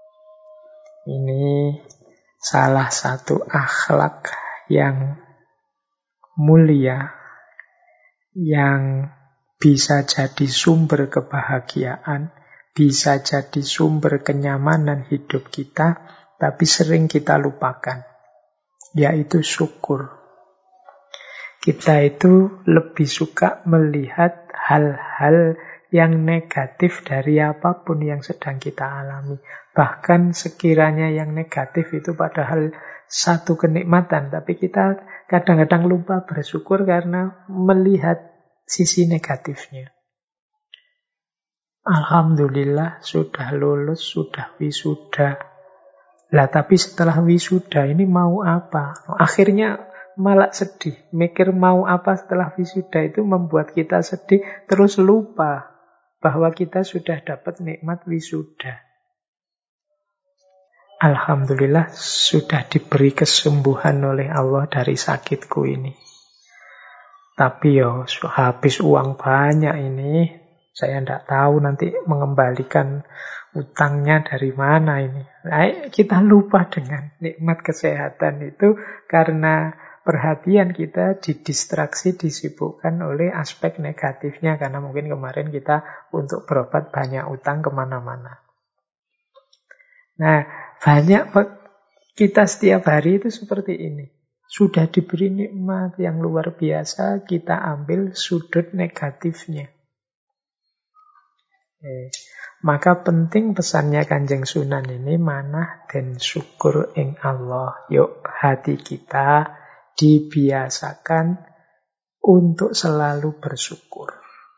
Ini salah satu akhlak yang mulia, yang bisa jadi sumber kebahagiaan, bisa jadi sumber kenyamanan hidup kita, tapi sering kita lupakan, yaitu syukur. Kita itu lebih suka melihat hal-hal yang negatif dari apapun yang sedang kita alami. Bahkan sekiranya yang negatif itu padahal satu kenikmatan, tapi kita kadang-kadang lupa bersyukur karena melihat sisi negatifnya. Alhamdulillah sudah lulus, sudah wisuda. Lah tapi setelah wisuda ini mau apa? Akhirnya malah sedih. Mikir mau apa setelah wisuda itu membuat kita sedih, terus lupa bahwa kita sudah dapat nikmat wisuda. Alhamdulillah sudah diberi kesembuhan oleh Allah dari sakitku ini. Tapi habis uang banyak ini, saya tidak tahu nanti mengembalikan utangnya dari mana ini. Kita lupa dengan nikmat kesehatan itu karena perhatian kita didistraksi, disibukkan oleh aspek negatifnya. Karena mungkin kemarin kita untuk berobat banyak utang kemana-mana. Nah, banyak kita setiap hari itu seperti ini. Sudah diberi nikmat yang luar biasa, kita ambil sudut negatifnya. Maka penting pesannya Kanjeng Sunan ini, manah dan syukur ing Allah. Yuk hati kita dibiasakan untuk selalu bersyukur.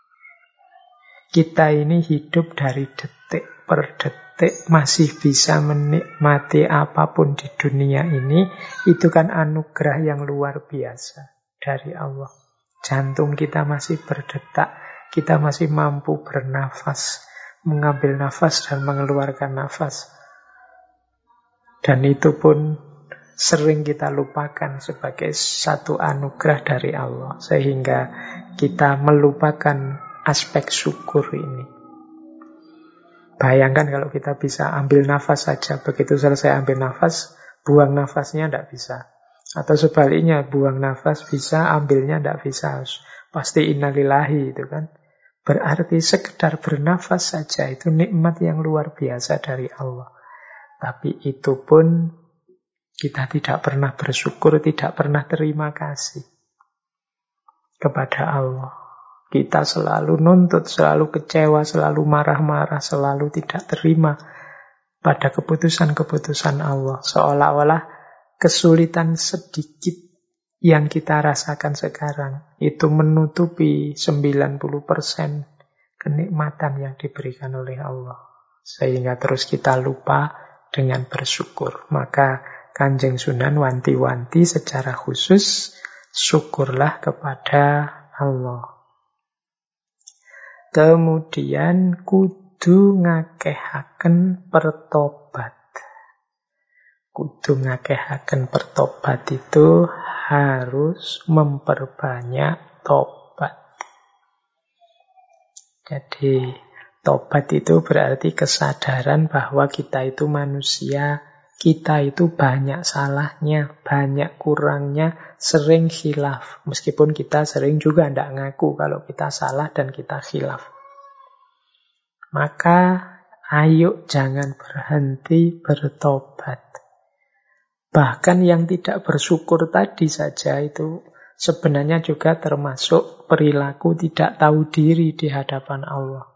Kita ini hidup dari detik per detik, masih bisa menikmati apapun di dunia ini, itu kan anugerah yang luar biasa dari Allah. Jantung kita masih berdetak, kita masih mampu bernafas, mengambil nafas dan mengeluarkan nafas. Dan itu pun sering kita lupakan sebagai satu anugerah dari Allah, sehingga kita melupakan aspek syukur ini. Bayangkan kalau kita bisa ambil nafas saja, begitu selesai ambil nafas, buang nafasnya tidak bisa. Atau sebaliknya, buang nafas bisa, ambilnya tidak bisa. pasti innalillahi itu kan. Berarti sekedar bernafas saja itu nikmat yang luar biasa dari Allah. Tapi itu pun kita tidak pernah bersyukur, tidak pernah terima kasih kepada Allah. Kita selalu nuntut, selalu kecewa, selalu marah-marah, selalu tidak terima pada keputusan-keputusan Allah. Seolah-olah kesulitan sedikit yang kita rasakan sekarang itu menutupi 90% kenikmatan yang diberikan oleh Allah. Sehingga terus kita lupa dengan bersyukur. Maka Kanjeng Sunan wanti-wanti secara khusus, syukurlah kepada Allah. Kemudian kudu ngakehaken pertobat. Kudu ngakehaken pertobat itu harus memperbanyak tobat. Jadi tobat itu berarti kesadaran bahwa kita itu manusia, kita itu banyak salahnya, banyak kurangnya, sering khilaf. Meskipun kita sering juga tidak ngaku kalau kita salah dan kita khilaf. Maka ayo jangan berhenti bertobat. Bahkan yang tidak bersyukur tadi saja itu sebenarnya juga termasuk perilaku tidak tahu diri di hadapan Allah.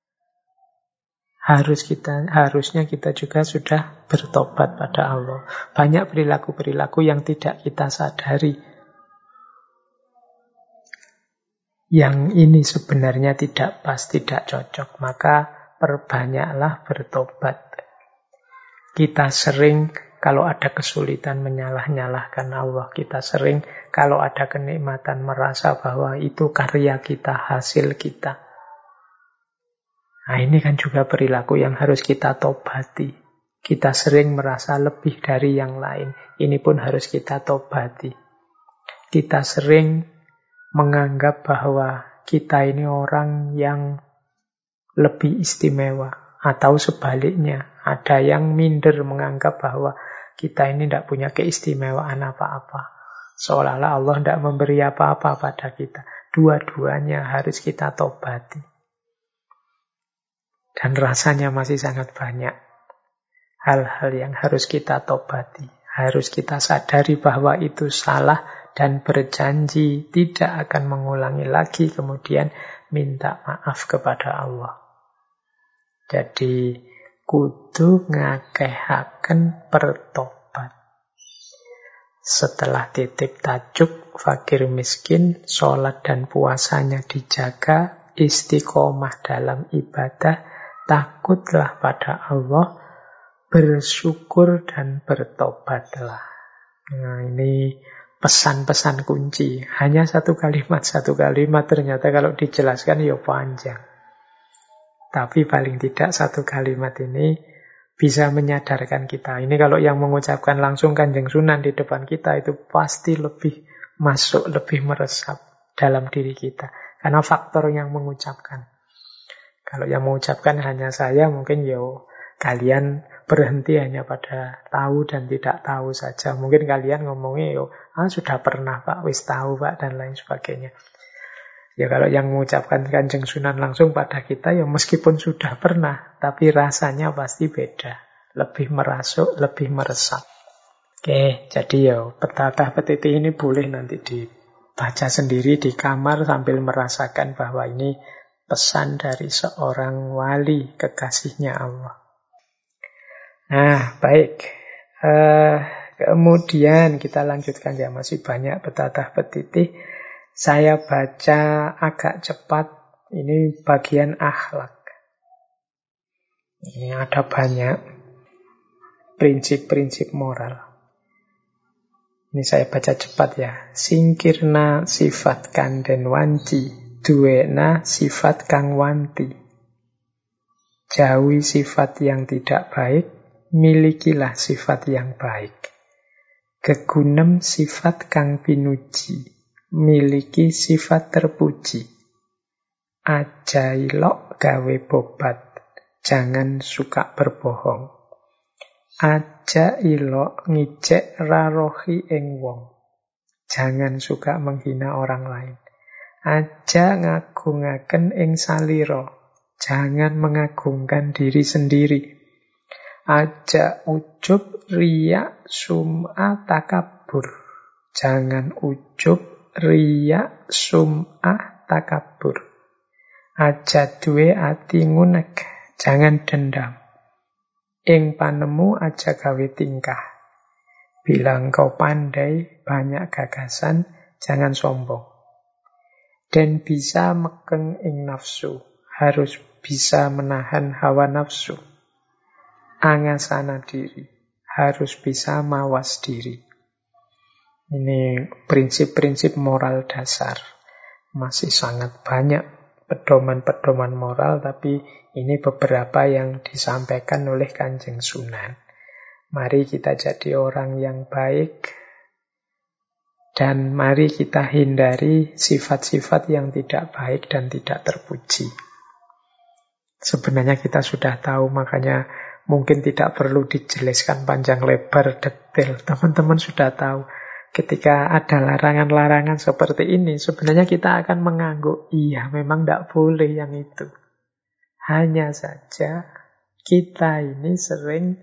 Harusnya kita juga sudah bertobat pada Allah. Banyak perilaku-perilaku yang tidak kita sadari. Yang ini sebenarnya tidak pas, tidak cocok. Maka perbanyaklah bertobat. Kita sering kalau ada kesulitan menyalah-nyalahkan Allah. Kita sering kalau ada kenikmatan merasa bahwa itu karya kita, hasil kita. Nah ini kan juga perilaku yang harus kita tobati. Kita sering merasa lebih dari yang lain. Ini pun harus kita tobati. Kita sering menganggap bahwa kita ini orang yang lebih istimewa. Atau sebaliknya, ada yang minder menganggap bahwa kita ini tidak punya keistimewaan apa-apa. Seolah-olah Allah tidak memberi apa-apa pada kita. Dua-duanya harus kita tobati. Dan rasanya masih sangat banyak hal-hal yang harus kita tobati. Harus kita sadari bahwa itu salah dan berjanji tidak akan mengulangi lagi, kemudian minta maaf kepada Allah. Jadi kudu ngakehaken pertobat. Setelah titip tajuk fakir miskin, sholat dan puasanya dijaga, istiqomah dalam ibadah, takutlah pada Allah, bersyukur dan bertobatlah. Nah ini pesan-pesan kunci. Hanya satu kalimat ternyata kalau dijelaskan ya panjang. Tapi paling tidak satu kalimat ini bisa menyadarkan kita. Ini kalau yang mengucapkan langsung Kanjeng Sunan di depan kita itu pasti lebih masuk, lebih meresap dalam diri kita. Karena faktor yang mengucapkan. Kalau yang mengucapkan hanya saya, mungkin kalian berhenti hanya pada tahu dan tidak tahu saja. Mungkin kalian ngomongnya sudah pernah Pak, wis tahu Pak, dan lain sebagainya. Ya kalau yang mengucapkan Kanjeng Sunan langsung pada kita, ya meskipun sudah pernah, tapi rasanya pasti beda. Lebih merasuk, lebih meresap. Oke, jadi petata petiti ini boleh nanti dibaca sendiri di kamar sambil merasakan bahwa ini pesan dari seorang wali kekasihnya Allah. Nah, baik. Kemudian kita lanjutkan ya, masih banyak petata petiti. Saya baca agak cepat, ini bagian akhlak. Ini ada banyak prinsip-prinsip moral. Ini saya baca cepat ya. Singkirna sifat kanden wanci, duwena sifat kang wanti. Jauhi sifat yang tidak baik, milikilah sifat yang baik. Gegunem sifat kang pinuji, miliki sifat terpuji. Ajailok gawe bobat, jangan suka berbohong. Ajailok ngicek rarohi ing wong, jangan suka menghina orang lain. Aja ngagungaken ing salira. Jangan mengagungkan diri sendiri. Aja ujub, riya, sum'ah, takabur. Jangan ujub, riya, sum'ah, takabur. Aja duwe ati ngunek. Jangan dendam. Ing panemu aja gawe tingkah. Bila engkau pandai, banyak gagasan, jangan sombong. Dan bisa mekeng ing nafsu. Harus bisa menahan hawa nafsu. Angasana diri. Harus bisa mawas diri. Ini prinsip-prinsip moral dasar. Masih sangat banyak pedoman-pedoman moral, tapi ini beberapa yang disampaikan oleh Kanjeng Sunan. Mari kita jadi orang yang baik, dan mari kita hindari sifat-sifat yang tidak baik dan tidak terpuji. Sebenarnya kita sudah tahu, makanya mungkin tidak perlu dijelaskan panjang lebar detail. Teman-teman sudah tahu. Ketika ada larangan-larangan seperti ini, sebenarnya kita akan mengangguk, iya memang tidak boleh yang itu. Hanya saja kita ini sering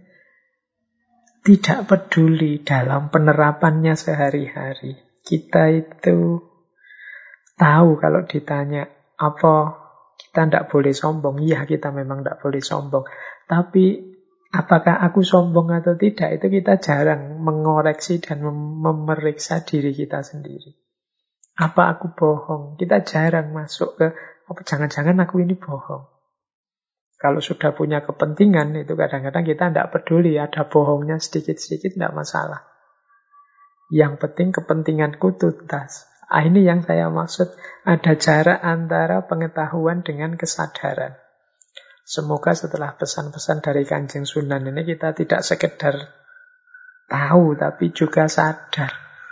tidak peduli dalam penerapannya sehari-hari. Kita itu tahu kalau ditanya, apa kita tidak boleh sombong? Iya, kita memang tidak boleh sombong. Tapi apakah aku sombong atau tidak, itu kita jarang mengoreksi dan memeriksa diri kita sendiri. Apa aku bohong? Kita jarang masuk ke, apa jangan-jangan aku ini bohong. Kalau sudah punya kepentingan, itu kadang-kadang kita tidak peduli. Ada bohongnya sedikit-sedikit, tidak masalah. Yang penting kepentinganku tuntas. Ini yang saya maksud, ada jarak antara pengetahuan dengan kesadaran. Semoga setelah pesan-pesan dari Kanjeng Sunan ini kita tidak sekedar tahu, tapi juga sadar.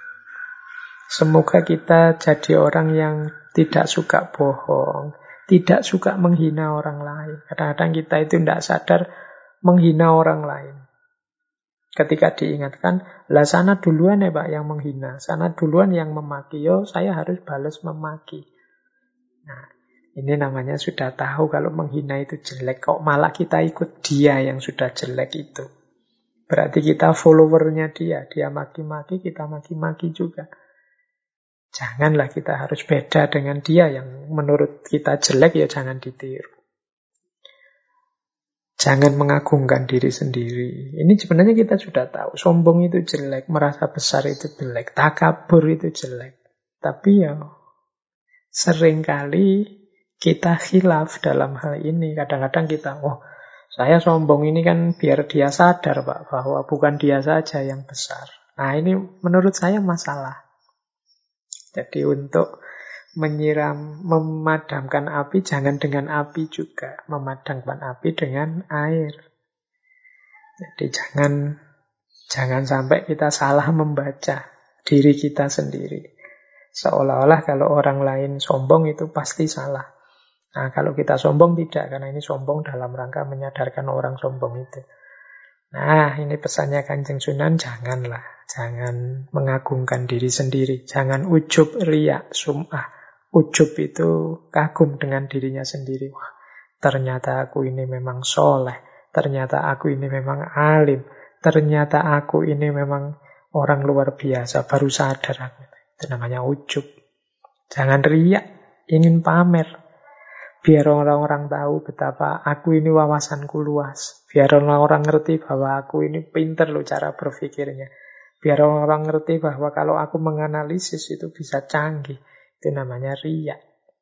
Semoga kita jadi orang yang tidak suka bohong, tidak suka menghina orang lain. Kadang-kadang kita itu tidak sadar menghina orang lain. Ketika diingatkan, lah sana duluan ya Pak yang menghina, sana duluan yang memaki, yo saya harus balas memaki. Nah, ini namanya sudah tahu kalau menghina itu jelek, kok malah kita ikut dia yang sudah jelek itu. Berarti kita followernya dia maki-maki, kita maki-maki juga. Janganlah kita harus beda dengan dia yang menurut kita jelek, ya jangan ditiru. Jangan mengagungkan diri sendiri. Ini sebenarnya kita sudah tahu. Sombong itu jelek, merasa besar itu jelek, takabur itu jelek. Tapi ya seringkali kita khilaf dalam hal ini. Kadang-kadang kita, saya sombong ini kan biar dia sadar Pak, bahwa bukan dia saja yang besar. Nah ini menurut saya masalah. Jadi untuk memadamkan api, jangan dengan api juga. Memadamkan api dengan air. Jadi jangan sampai kita salah membaca diri kita sendiri. Seolah-olah kalau orang lain sombong itu pasti salah. Nah kalau kita sombong tidak, karena ini sombong dalam rangka menyadarkan orang sombong itu. Nah ini pesannya Kanjeng Sunan, janganlah. Jangan mengagungkan diri sendiri. Jangan ujub, riya, sum'ah. Ujub itu kagum dengan dirinya sendiri. Wah, ternyata aku ini memang soleh. Ternyata aku ini memang alim. Ternyata aku ini memang orang luar biasa. Baru sadar aku. Itu namanya ujub. Jangan riya, ingin pamer. Biar orang-orang tahu betapa aku ini wawasanku luas. Biar orang-orang ngerti bahwa aku ini pinter loh cara berpikirnya. Biar orang-orang ngerti bahwa kalau aku menganalisis itu bisa canggih. Itu namanya riya.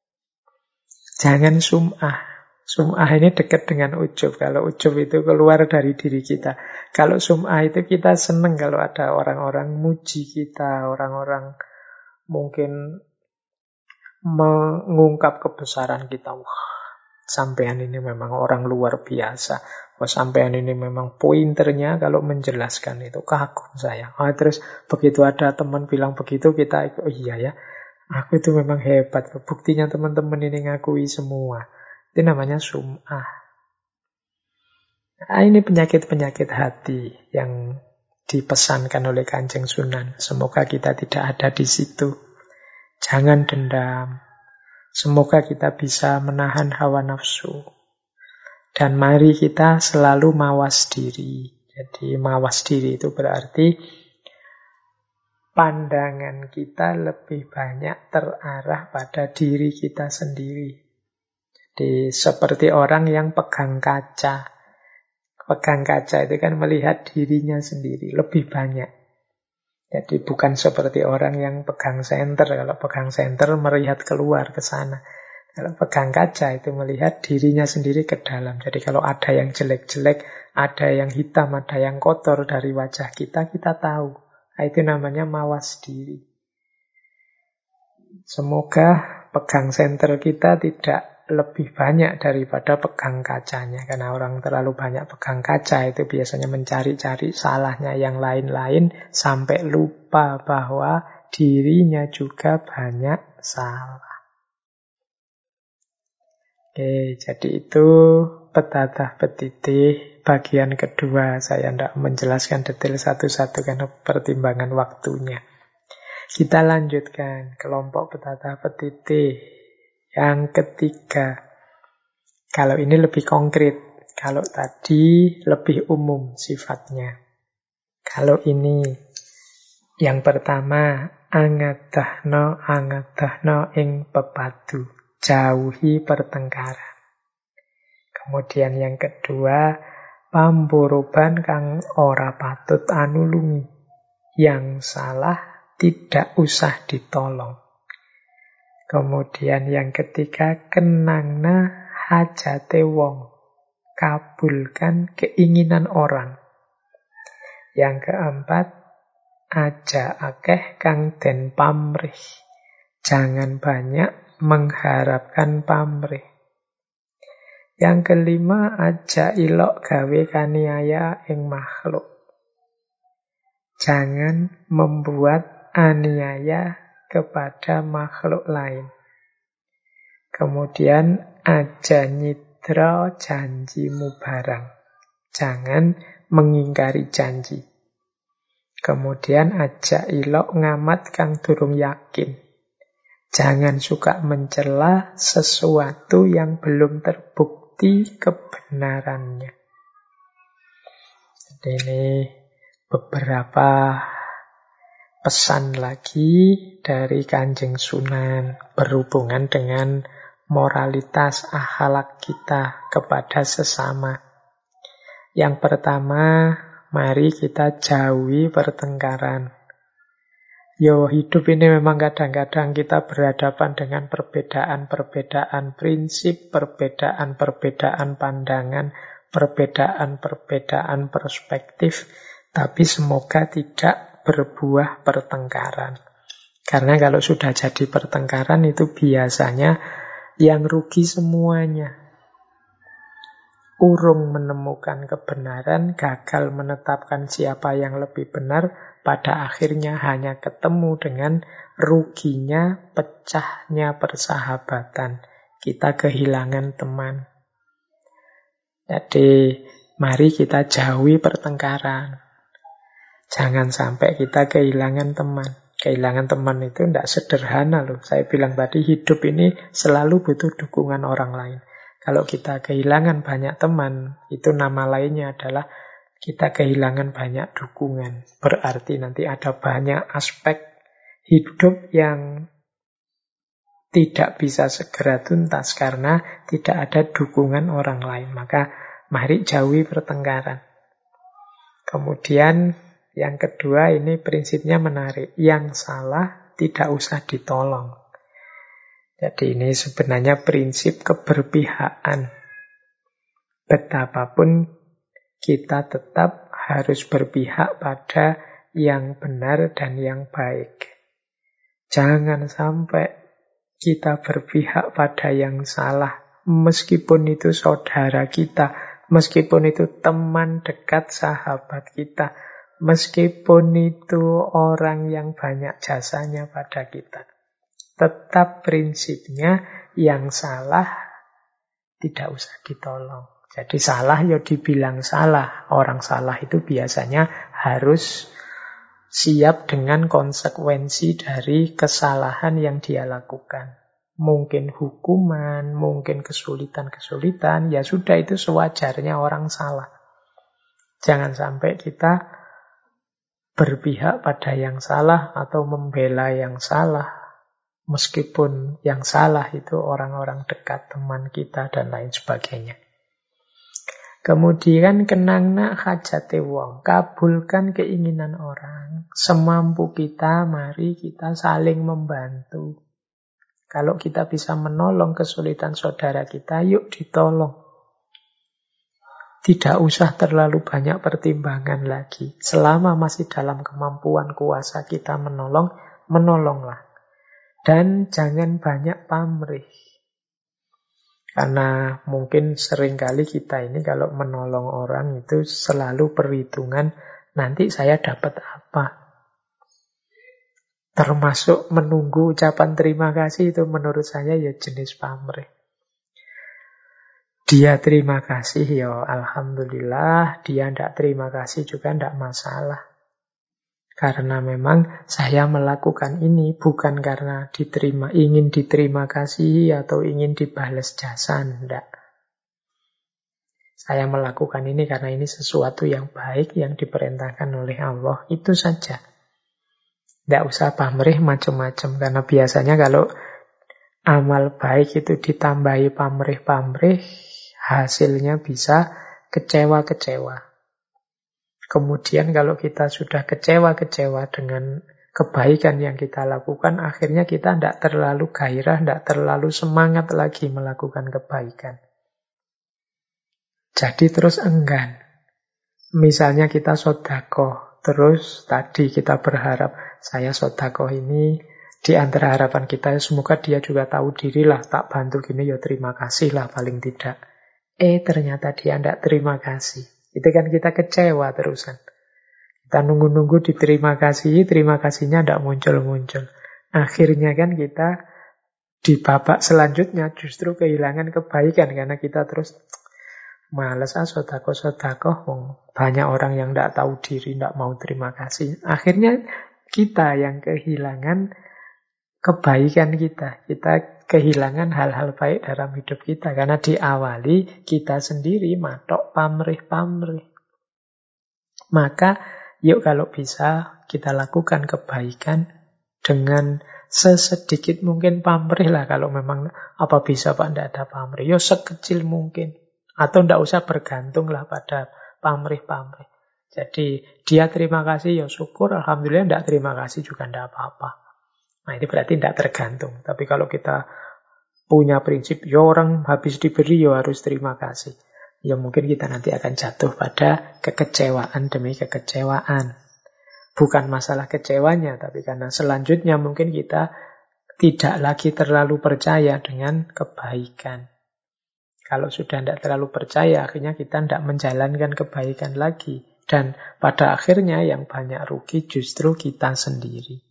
Jangan sum'ah. Sum'ah ini dekat dengan ujub. Kalau ujub itu keluar dari diri kita. Kalau sum'ah itu kita seneng kalau ada orang-orang muji kita. Orang-orang mungkin mengungkap kebesaran kita. Wah, sampean ini memang orang luar biasa. Wah, sampean ini memang pointernya kalau menjelaskan itu. Kagum saya. Terus begitu ada teman bilang begitu, kita oh iya ya. Aku itu memang hebat. Buktinya teman-teman ini ngakui semua. Itu namanya sum'ah. Nah, ini penyakit-penyakit hati yang dipesankan oleh Kanjeng Sunan. Semoga kita tidak ada di situ. Jangan dendam. Semoga kita bisa menahan hawa nafsu. Dan mari kita selalu mawas diri. Jadi mawas diri itu berarti pandangan kita lebih banyak terarah pada diri kita sendiri. Jadi seperti orang yang pegang kaca. Pegang kaca itu kan melihat dirinya sendiri lebih banyak. Jadi bukan seperti orang yang pegang senter. Kalau pegang senter melihat keluar ke sana. Kalau pegang kaca itu melihat dirinya sendiri ke dalam. Jadi kalau ada yang jelek-jelek, ada yang hitam, ada yang kotor dari wajah kita, kita tahu. Nah, itu namanya mawas diri. Semoga pegang senter kita tidak lebih banyak daripada pegang kacanya. Karena orang terlalu banyak pegang kaca itu biasanya mencari-cari salahnya yang lain-lain sampai lupa bahwa dirinya juga banyak salah. Oke, jadi itu petatah petitih bagian kedua. Saya tidak menjelaskan detail satu-satu karena pertimbangan waktunya. Kita lanjutkan kelompok petatah petitih yang ketiga. Kalau ini lebih konkret. Kalau tadi lebih umum sifatnya. Kalau ini yang pertama, angadahno ing pepadu. Jauhi pertengkaran. Kemudian yang kedua, pamboroban kang ora patut anulungi. Yang salah tidak usah ditolong. Kemudian yang ketiga, kenangna hajate wong. Kabulkan keinginan orang. Yang keempat, aja akeh kang den pamrih. Jangan banyak mengharapkan pamrih. Yang kelima, aja ilok gawe kaniaya ing makhluk. Jangan membuat aniaya kepada makhluk lain. Kemudian aja nyidra janjimu barang. Jangan mengingkari janji. Kemudian aja ilok ngamat kang durung yakin. Jangan suka mencela sesuatu yang belum terbukti kebenarannya. Jadi ini beberapa pesan lagi dari Kanjeng Sunan berhubungan dengan moralitas akhlak kita kepada sesama. Yang pertama, mari kita jauhi pertengkaran. Yo, hidup ini memang kadang-kadang kita berhadapan dengan perbedaan-perbedaan prinsip, perbedaan-perbedaan pandangan, perbedaan-perbedaan perspektif, tapi semoga tidak berbuah pertengkaran. Karena kalau sudah jadi pertengkaran itu biasanya yang rugi semuanya. Urung menemukan kebenaran, gagal menetapkan siapa yang lebih benar, pada akhirnya hanya ketemu dengan ruginya, pecahnya persahabatan. Kita kehilangan teman. Jadi, mari kita jauhi pertengkaran. Jangan sampai kita kehilangan teman. Kehilangan teman itu tidak sederhana loh. Saya bilang tadi hidup ini selalu butuh dukungan orang lain. Kalau kita kehilangan banyak teman, itu nama lainnya adalah kita kehilangan banyak dukungan. Berarti nanti ada banyak aspek hidup yang tidak bisa segera tuntas karena tidak ada dukungan orang lain. Maka mari jauhi pertengkaran. Kemudian yang kedua ini prinsipnya menarik. Yang salah tidak usah ditolong. Jadi ini sebenarnya prinsip keberpihakan. Betapapun kita tetap harus berpihak pada yang benar dan yang baik. Jangan sampai kita berpihak pada yang salah. Meskipun itu saudara kita, meskipun itu teman dekat sahabat kita, meskipun itu orang yang banyak jasanya pada kita. Tetap prinsipnya yang salah tidak usah ditolong. Jadi salah ya dibilang salah. Orang salah itu biasanya harus siap dengan konsekuensi dari kesalahan yang dia lakukan. mungkin hukuman, mungkin kesulitan-kesulitan, ya sudah itu sewajarnya orang salah. Jangan sampai kita berpihak pada yang salah atau membela yang salah, meskipun yang salah itu orang-orang dekat, teman kita, dan lain sebagainya. Kemudian kenangna hajate wong, kabulkan keinginan orang. Semampu kita, mari kita saling membantu. Kalau kita bisa menolong kesulitan saudara kita, yuk ditolong. Tidak usah terlalu banyak pertimbangan lagi. Selama masih dalam kemampuan kuasa kita menolong, menolonglah. Dan jangan banyak pamrih. Karena mungkin seringkali kita ini kalau menolong orang itu selalu perhitungan, nanti saya dapat apa. Termasuk menunggu ucapan terima kasih itu menurut saya ya jenis pamrih. Dia terima kasih ya alhamdulillah, dia tidak terima kasih juga tidak masalah. Karena memang saya melakukan ini bukan karena ingin diterima kasih atau ingin dibalas jasa, tidak. Saya melakukan ini karena ini sesuatu yang baik yang diperintahkan oleh Allah, itu saja. Tidak usah pamrih macam-macam, karena biasanya kalau amal baik itu ditambahi pamrih-pamrih, hasilnya bisa kecewa-kecewa. Kemudian kalau kita sudah kecewa-kecewa dengan kebaikan yang kita lakukan, akhirnya kita tidak terlalu gairah, tidak terlalu semangat lagi melakukan kebaikan. Jadi terus enggan. Misalnya kita sedekah, terus tadi kita berharap, saya sedekah ini di antara harapan kita, semoga dia juga tahu diri lah, tak bantu gini ya terima kasih lah paling tidak. Ternyata dia tidak terima kasih. Itu kan kita kecewa terusan. Kita nunggu-nunggu diterima kasih, terima kasihnya tidak muncul-muncul. Akhirnya kan kita di babak selanjutnya justru kehilangan kebaikan, karena kita terus males sedekah. Banyak orang yang tidak tahu diri, tidak mau terima kasih. Akhirnya kita yang kehilangan kebaikan kita. Kita kehilangan hal-hal baik dalam hidup kita. Karena diawali kita sendiri matok pamrih-pamrih. Maka yuk kalau bisa kita lakukan kebaikan dengan sesedikit mungkin pamrih lah. Kalau memang apa bisa Pak tidak ada pamrih. Yo sekecil mungkin. Atau tidak usah bergantung lah pada pamrih-pamrih. Jadi dia terima kasih ya syukur. Alhamdulillah tidak terima kasih juga tidak apa-apa. Nah ini berarti tidak tergantung. Tapi kalau kita punya prinsip, ya orang habis diberi ya harus terima kasih. Ya mungkin kita nanti akan jatuh pada kekecewaan demi kekecewaan. Bukan masalah kecewanya, tapi karena selanjutnya mungkin kita tidak lagi terlalu percaya dengan kebaikan. Kalau sudah tidak terlalu percaya, akhirnya kita tidak menjalankan kebaikan lagi. Dan pada akhirnya yang banyak rugi justru kita sendiri.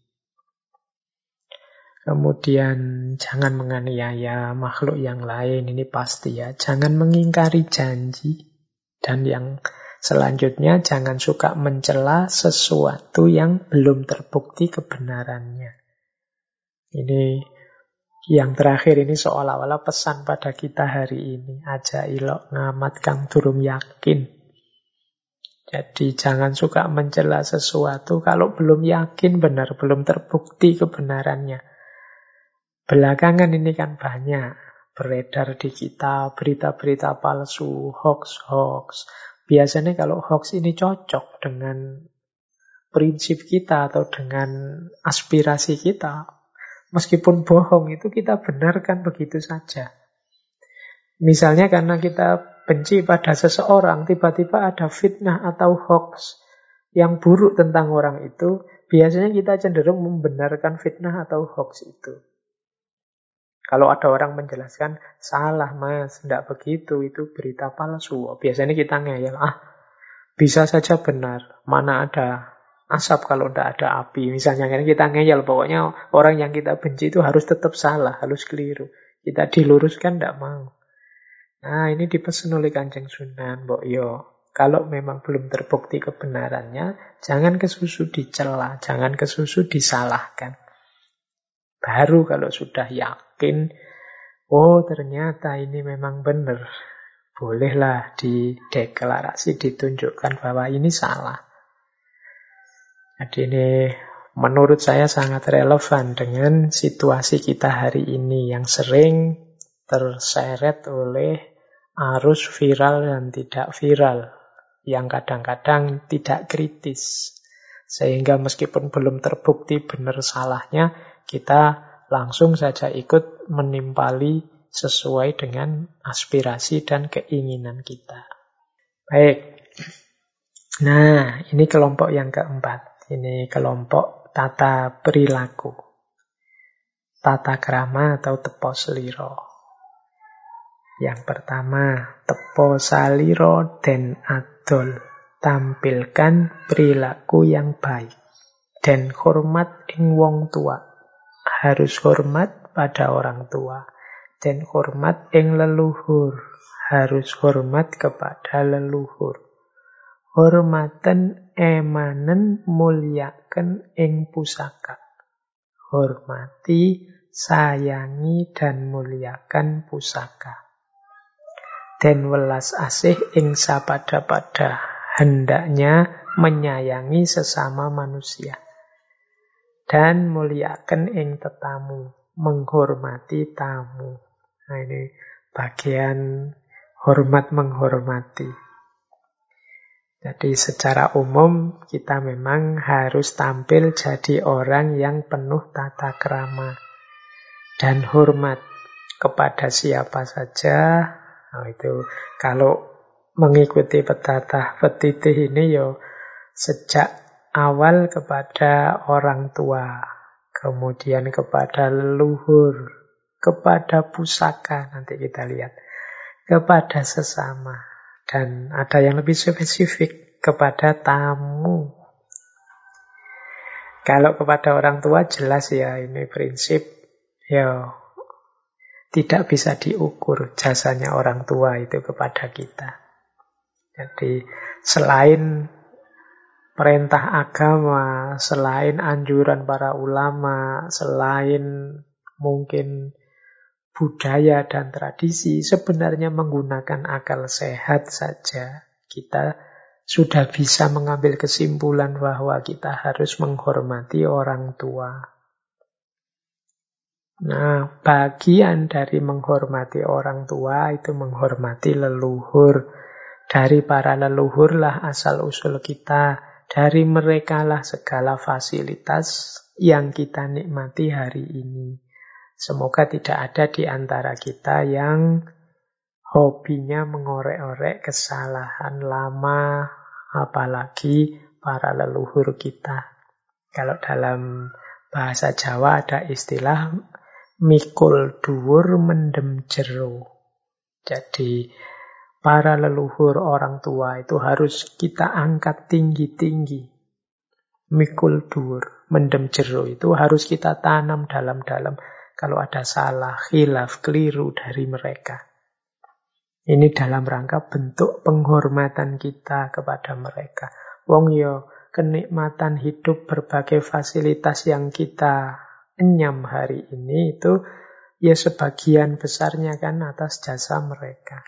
Kemudian jangan menganiaya makhluk yang lain, ini pasti ya. Jangan mengingkari janji. Dan yang selanjutnya jangan suka mencela sesuatu yang belum terbukti kebenarannya. Ini yang terakhir ini seolah-olah pesan pada kita hari ini. Aja ilok ngamat kang durung yakin. Jadi jangan suka mencela sesuatu kalau belum yakin benar, belum terbukti kebenarannya. Belakangan ini kan banyak beredar di kita berita-berita palsu, hoax-hoax. Biasanya kalau hoax ini cocok dengan prinsip kita atau dengan aspirasi kita. Meskipun bohong itu kita benarkan begitu saja. Misalnya karena kita benci pada seseorang, tiba-tiba ada fitnah atau hoax yang buruk tentang orang itu, biasanya kita cenderung membenarkan fitnah atau hoax itu. Kalau ada orang menjelaskan, salah mas, tidak begitu, itu berita palsu. Biasanya kita ngeyel, bisa saja benar, mana ada asap kalau tidak ada api. Misalnya kan kita ngeyel, pokoknya orang yang kita benci itu harus tetap salah, harus keliru. Kita diluruskan, tidak mau. Nah ini dipesan oleh Kanjeng Sunan, Mbok Yo. Kalau memang belum terbukti kebenarannya, jangan kesusu dicela, jangan kesusu disalahkan. Baru kalau sudah yakin, yakin, oh ternyata ini memang benar. Bolehlah dideklarasi, ditunjukkan bahwa ini salah. Jadi ini menurut saya sangat relevan dengan situasi kita hari ini yang sering terseret oleh arus viral dan tidak viral, yang kadang-kadang tidak kritis. Sehingga meskipun belum terbukti benar salahnya, kita langsung saja ikut menimpali sesuai dengan aspirasi dan keinginan kita. Baik. Nah, ini kelompok yang keempat. Ini kelompok tata perilaku. Tata krama atau tepo seliro. Yang pertama, tepo saliro den adol. Tampilkan perilaku yang baik. Dan hormat ing wong tua. Harus hormat pada orang tua. Dan hormat ing leluhur, harus hormat kepada leluhur. Hormaten emanen mulyaken ing pusaka. Hormati, sayangi, dan muliakan pusaka. Dan welas asih ing sapada-pada, hendaknya menyayangi sesama manusia. Dan muliakan ing tetamu, menghormati tamu. Nah ini bagian hormat menghormati. Jadi secara umum kita memang harus tampil jadi orang yang penuh tata krama dan hormat kepada siapa saja. Nah, itu kalau mengikuti petatah petitih ini sejak awal kepada orang tua, kemudian kepada leluhur, kepada pusaka, nanti kita lihat, kepada sesama, dan ada yang lebih spesifik, kepada tamu. Kalau kepada orang tua jelas ya, ini prinsip tidak bisa diukur jasanya orang tua itu kepada kita. Jadi selain perintah agama, selain anjuran para ulama, selain mungkin budaya dan tradisi, sebenarnya menggunakan akal sehat saja kita sudah bisa mengambil kesimpulan bahwa kita harus menghormati orang tua. Nah, bagian dari menghormati orang tua itu menghormati leluhur. Dari para leluhurlah asal-usul kita. Dari merekalah segala fasilitas yang kita nikmati hari ini. Semoga tidak ada di antara kita yang hobinya mengorek-orek kesalahan lama, apalagi para leluhur kita. Kalau dalam bahasa Jawa ada istilah mikul dhuwur mendem jero. Jadi para leluhur orang tua itu harus kita angkat tinggi-tinggi. Mikul dhuwur mendem jero itu harus kita tanam dalam-dalam. Kalau ada salah, khilaf, keliru dari mereka. Ini dalam rangka bentuk penghormatan kita kepada mereka. Wong kenikmatan hidup berbagai fasilitas yang kita enyam hari ini itu sebagian besarnya kan atas jasa mereka.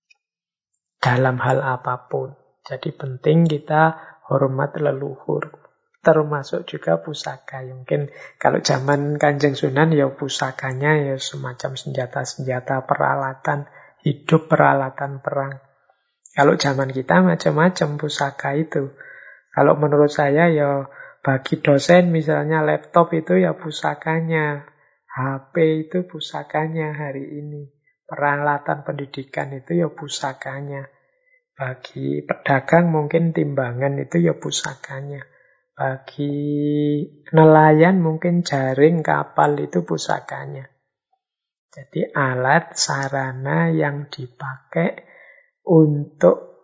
Dalam hal apapun. Jadi penting kita hormat leluhur. Termasuk juga pusaka. Mungkin kalau zaman Kanjeng Sunan pusakanya semacam senjata-senjata peralatan hidup, peralatan perang. Kalau zaman kita macam-macam pusaka itu. Kalau menurut saya bagi dosen misalnya laptop itu pusakanya. HP itu pusakanya hari ini. Peralatan pendidikan itu pusakanya. Bagi pedagang mungkin timbangan itu pusakanya. Bagi nelayan mungkin jaring kapal itu pusakanya. Jadi alat sarana yang dipakai untuk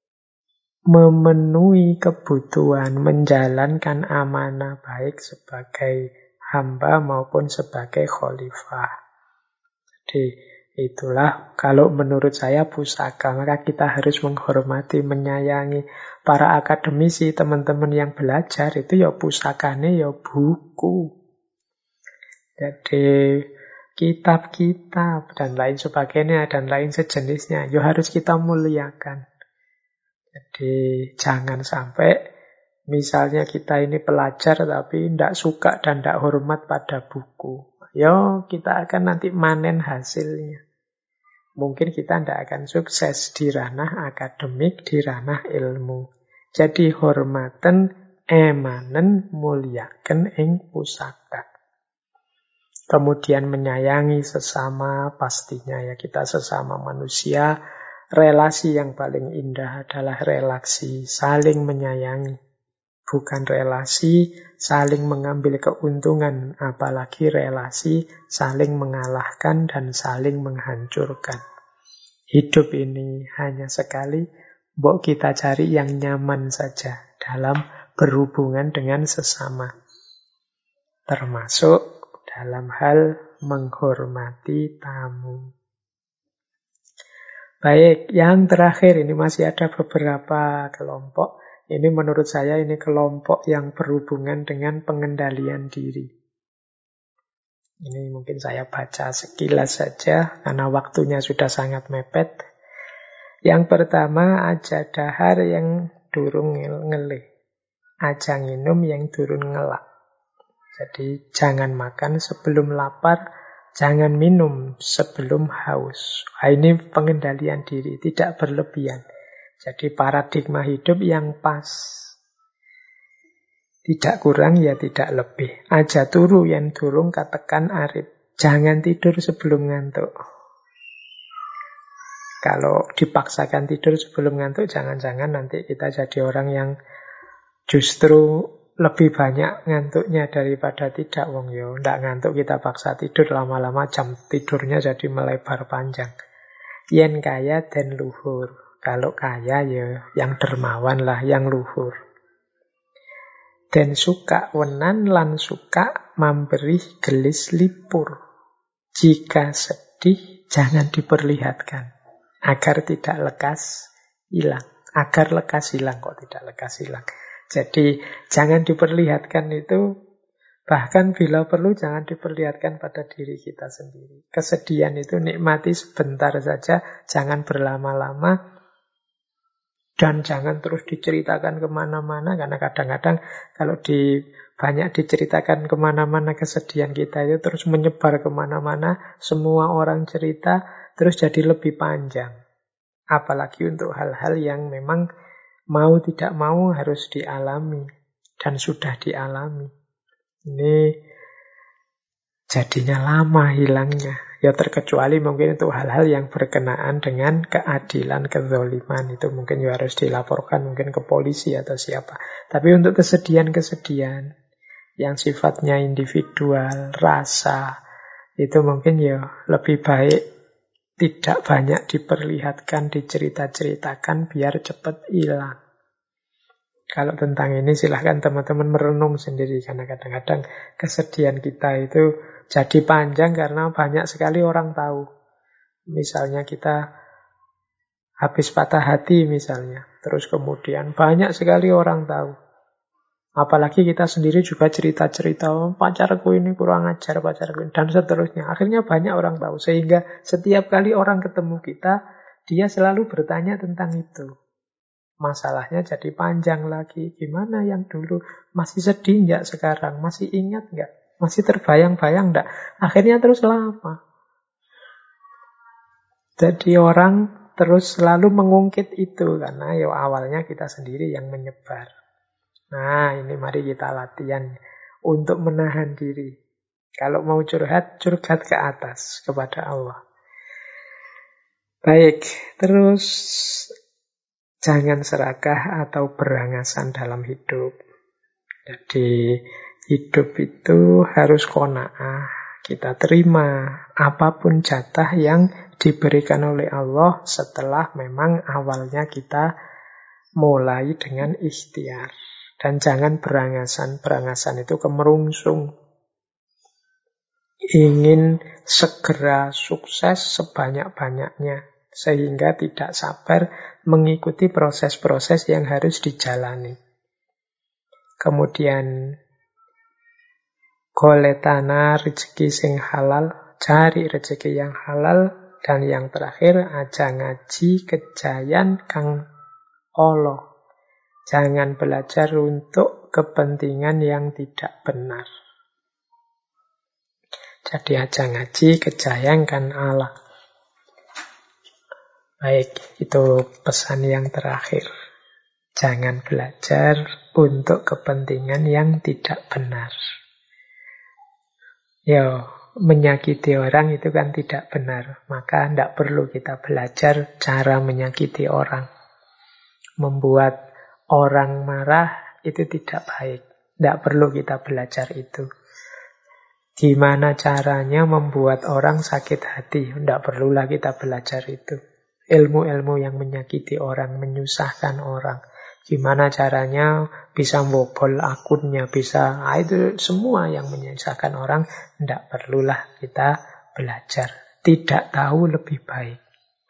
memenuhi kebutuhan, menjalankan amanah baik sebagai hamba maupun sebagai khalifah. Jadi itulah kalau menurut saya pusaka. Maka kita harus menghormati, menyayangi para akademisi, teman-teman yang belajar itu pusakanya buku. Jadi kitab-kitab, dan lain sebagainya, dan lain sejenisnya. Ya harus kita muliakan. Jadi jangan sampai misalnya kita ini pelajar tapi tidak suka dan tidak hormat pada buku. Ya kita akan nanti manen hasilnya. Mungkin kita tidak akan sukses di ranah akademik, di ranah ilmu. Jadi hormaten, emanen, muliaken ing pusaka. Kemudian menyayangi sesama, pastinya ya kita sesama manusia. Relasi yang paling indah adalah relasi saling menyayangi. Bukan relasi saling mengambil keuntungan, apalagi relasi saling mengalahkan dan saling menghancurkan. Hidup ini hanya sekali, mbok kita cari yang nyaman saja dalam berhubungan dengan sesama. Termasuk dalam hal menghormati tamu. Baik, yang terakhir ini masih ada beberapa kelompok. Ini menurut saya ini kelompok yang berhubungan dengan pengendalian diri. Ini mungkin saya baca sekilas saja karena waktunya sudah sangat mepet. Yang pertama, aja dahar yang durung ngelih. Aja nginum yang durung ngelak. Jadi jangan makan sebelum lapar, jangan minum sebelum haus. Ini pengendalian diri, tidak berlebihan. Jadi paradigma hidup yang pas. Tidak kurang ya tidak lebih. Aja turu yang durung katekan arip. Jangan tidur sebelum ngantuk. Kalau dipaksakan tidur sebelum ngantuk, jangan-jangan nanti kita jadi orang yang justru lebih banyak ngantuknya daripada tidak. Wong yo, ndak ngantuk kita paksa tidur, lama-lama jam tidurnya jadi melebar panjang. Yen kaya den luhur. Kalau kaya ya yang dermawan lah, yang luhur. Den suka wenan lan suka memberi gelis lipur. Jika sedih jangan diperlihatkan agar tidak lekas hilang. Agar lekas hilang kok tidak lekas hilang. Jadi jangan diperlihatkan itu, bahkan bila perlu jangan diperlihatkan pada diri kita sendiri. Kesedihan itu nikmati sebentar saja, jangan berlama-lama. Dan jangan terus diceritakan kemana-mana, karena kadang-kadang kalau banyak diceritakan kemana-mana kesedihan kita itu terus menyebar kemana-mana, semua orang cerita, terus jadi lebih panjang. Apalagi untuk hal-hal yang memang mau tidak mau harus dialami dan sudah dialami. Ini jadinya lama hilangnya. Ya terkecuali mungkin untuk hal-hal yang berkenaan dengan keadilan, kezaliman. Itu mungkin ya harus dilaporkan mungkin ke polisi atau siapa. Tapi untuk kesedihan-kesedihan yang sifatnya individual, rasa, itu mungkin ya lebih baik tidak banyak diperlihatkan, dicerita-ceritakan biar cepat hilang. Kalau tentang ini silahkan teman-teman merenung sendiri, karena kadang-kadang kesedihan kita itu jadi panjang karena banyak sekali orang tahu. Misalnya kita habis patah hati misalnya, terus kemudian banyak sekali orang tahu. Apalagi kita sendiri juga cerita-cerita, oh, pacarku ini kurang ajar, pacarku ini, dan seterusnya. Akhirnya banyak orang tahu, sehingga setiap kali orang ketemu kita, dia selalu bertanya tentang itu. Masalahnya jadi panjang lagi. Gimana yang dulu? Masih sedih nggak sekarang? Masih ingat nggak? Masih terbayang-bayang nggak? Akhirnya terus lama. Jadi orang terus selalu mengungkit itu. Karena ya awalnya kita sendiri yang menyebar. Nah ini mari kita latihan untuk menahan diri. Kalau mau curhat, curhat ke atas kepada Allah. Baik, terus jangan serakah atau berangasan dalam hidup. Jadi hidup itu harus qanaah. Kita terima apapun jatah yang diberikan oleh Allah setelah memang awalnya kita mulai dengan ikhtiar. Dan jangan berangasan. Berangasan itu kemerungsung. Ingin segera sukses sebanyak-banyaknya. Sehingga tidak sabar mengikuti proses-proses yang harus dijalani. Kemudian goletana rezeki sing halal, cari rezeki yang halal. Dan yang terakhir, aja ngaji kejayan kang Allah. Jangan belajar untuk kepentingan yang tidak benar. Jadi aja ngaji kejayan kan Allah. Baik, itu pesan yang terakhir. Jangan belajar untuk kepentingan yang tidak benar. Menyakiti orang itu kan tidak benar. Maka tidak perlu kita belajar cara menyakiti orang. Membuat orang marah itu tidak baik. Tidak perlu kita belajar itu. Gimana caranya membuat orang sakit hati? Tidak perlulah kita belajar itu. Ilmu-ilmu yang menyakiti orang, menyusahkan orang. Gimana caranya bisa membobol akunnya, itu semua yang menyusahkan orang, tidak perlulah kita belajar. Tidak tahu lebih baik.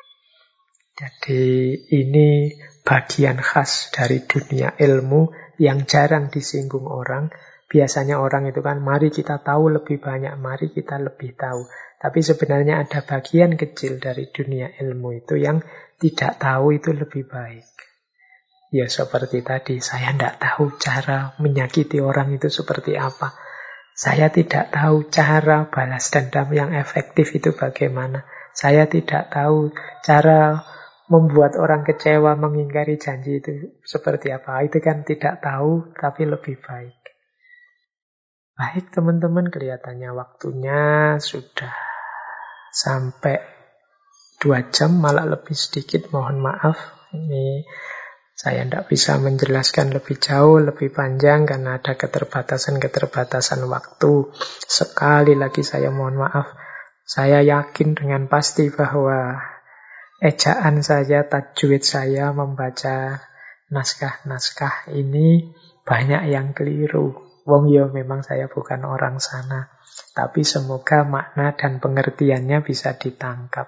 Jadi ini bagian khas dari dunia ilmu yang jarang disinggung orang. Biasanya orang itu kan, mari kita tahu lebih banyak, mari kita lebih tahu. Tapi sebenarnya ada bagian kecil dari dunia ilmu itu yang tidak tahu itu lebih baik. Ya seperti tadi, saya tidak tahu cara menyakiti orang itu seperti apa. Saya tidak tahu cara balas dendam yang efektif itu bagaimana. Saya tidak tahu cara membuat orang kecewa, mengingkari janji itu seperti apa. Itu kan tidak tahu, tapi lebih baik. Baik teman-teman, kelihatannya waktunya sudah sampai 2 jam, malah lebih sedikit, mohon maaf. Ini saya tidak bisa menjelaskan lebih jauh, lebih panjang karena ada keterbatasan-keterbatasan waktu. Sekali lagi saya mohon maaf. Saya yakin dengan pasti bahwa ejaan saya, tajwid saya membaca naskah-naskah ini banyak yang keliru. Memang saya bukan orang sana. Tapi semoga makna dan pengertiannya bisa ditangkap.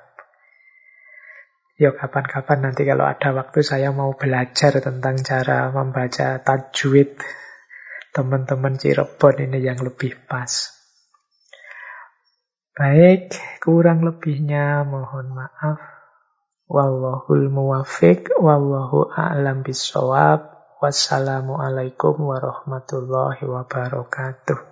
Kapan-kapan nanti kalau ada waktu saya mau belajar tentang cara membaca tajwid teman-teman Cirebon ini yang lebih pas. Baik, kurang lebihnya mohon maaf. Wallahul muwaffiq, wallahu a'lam bishawab. Wassalamualaikum warahmatullahi wabarakatuh.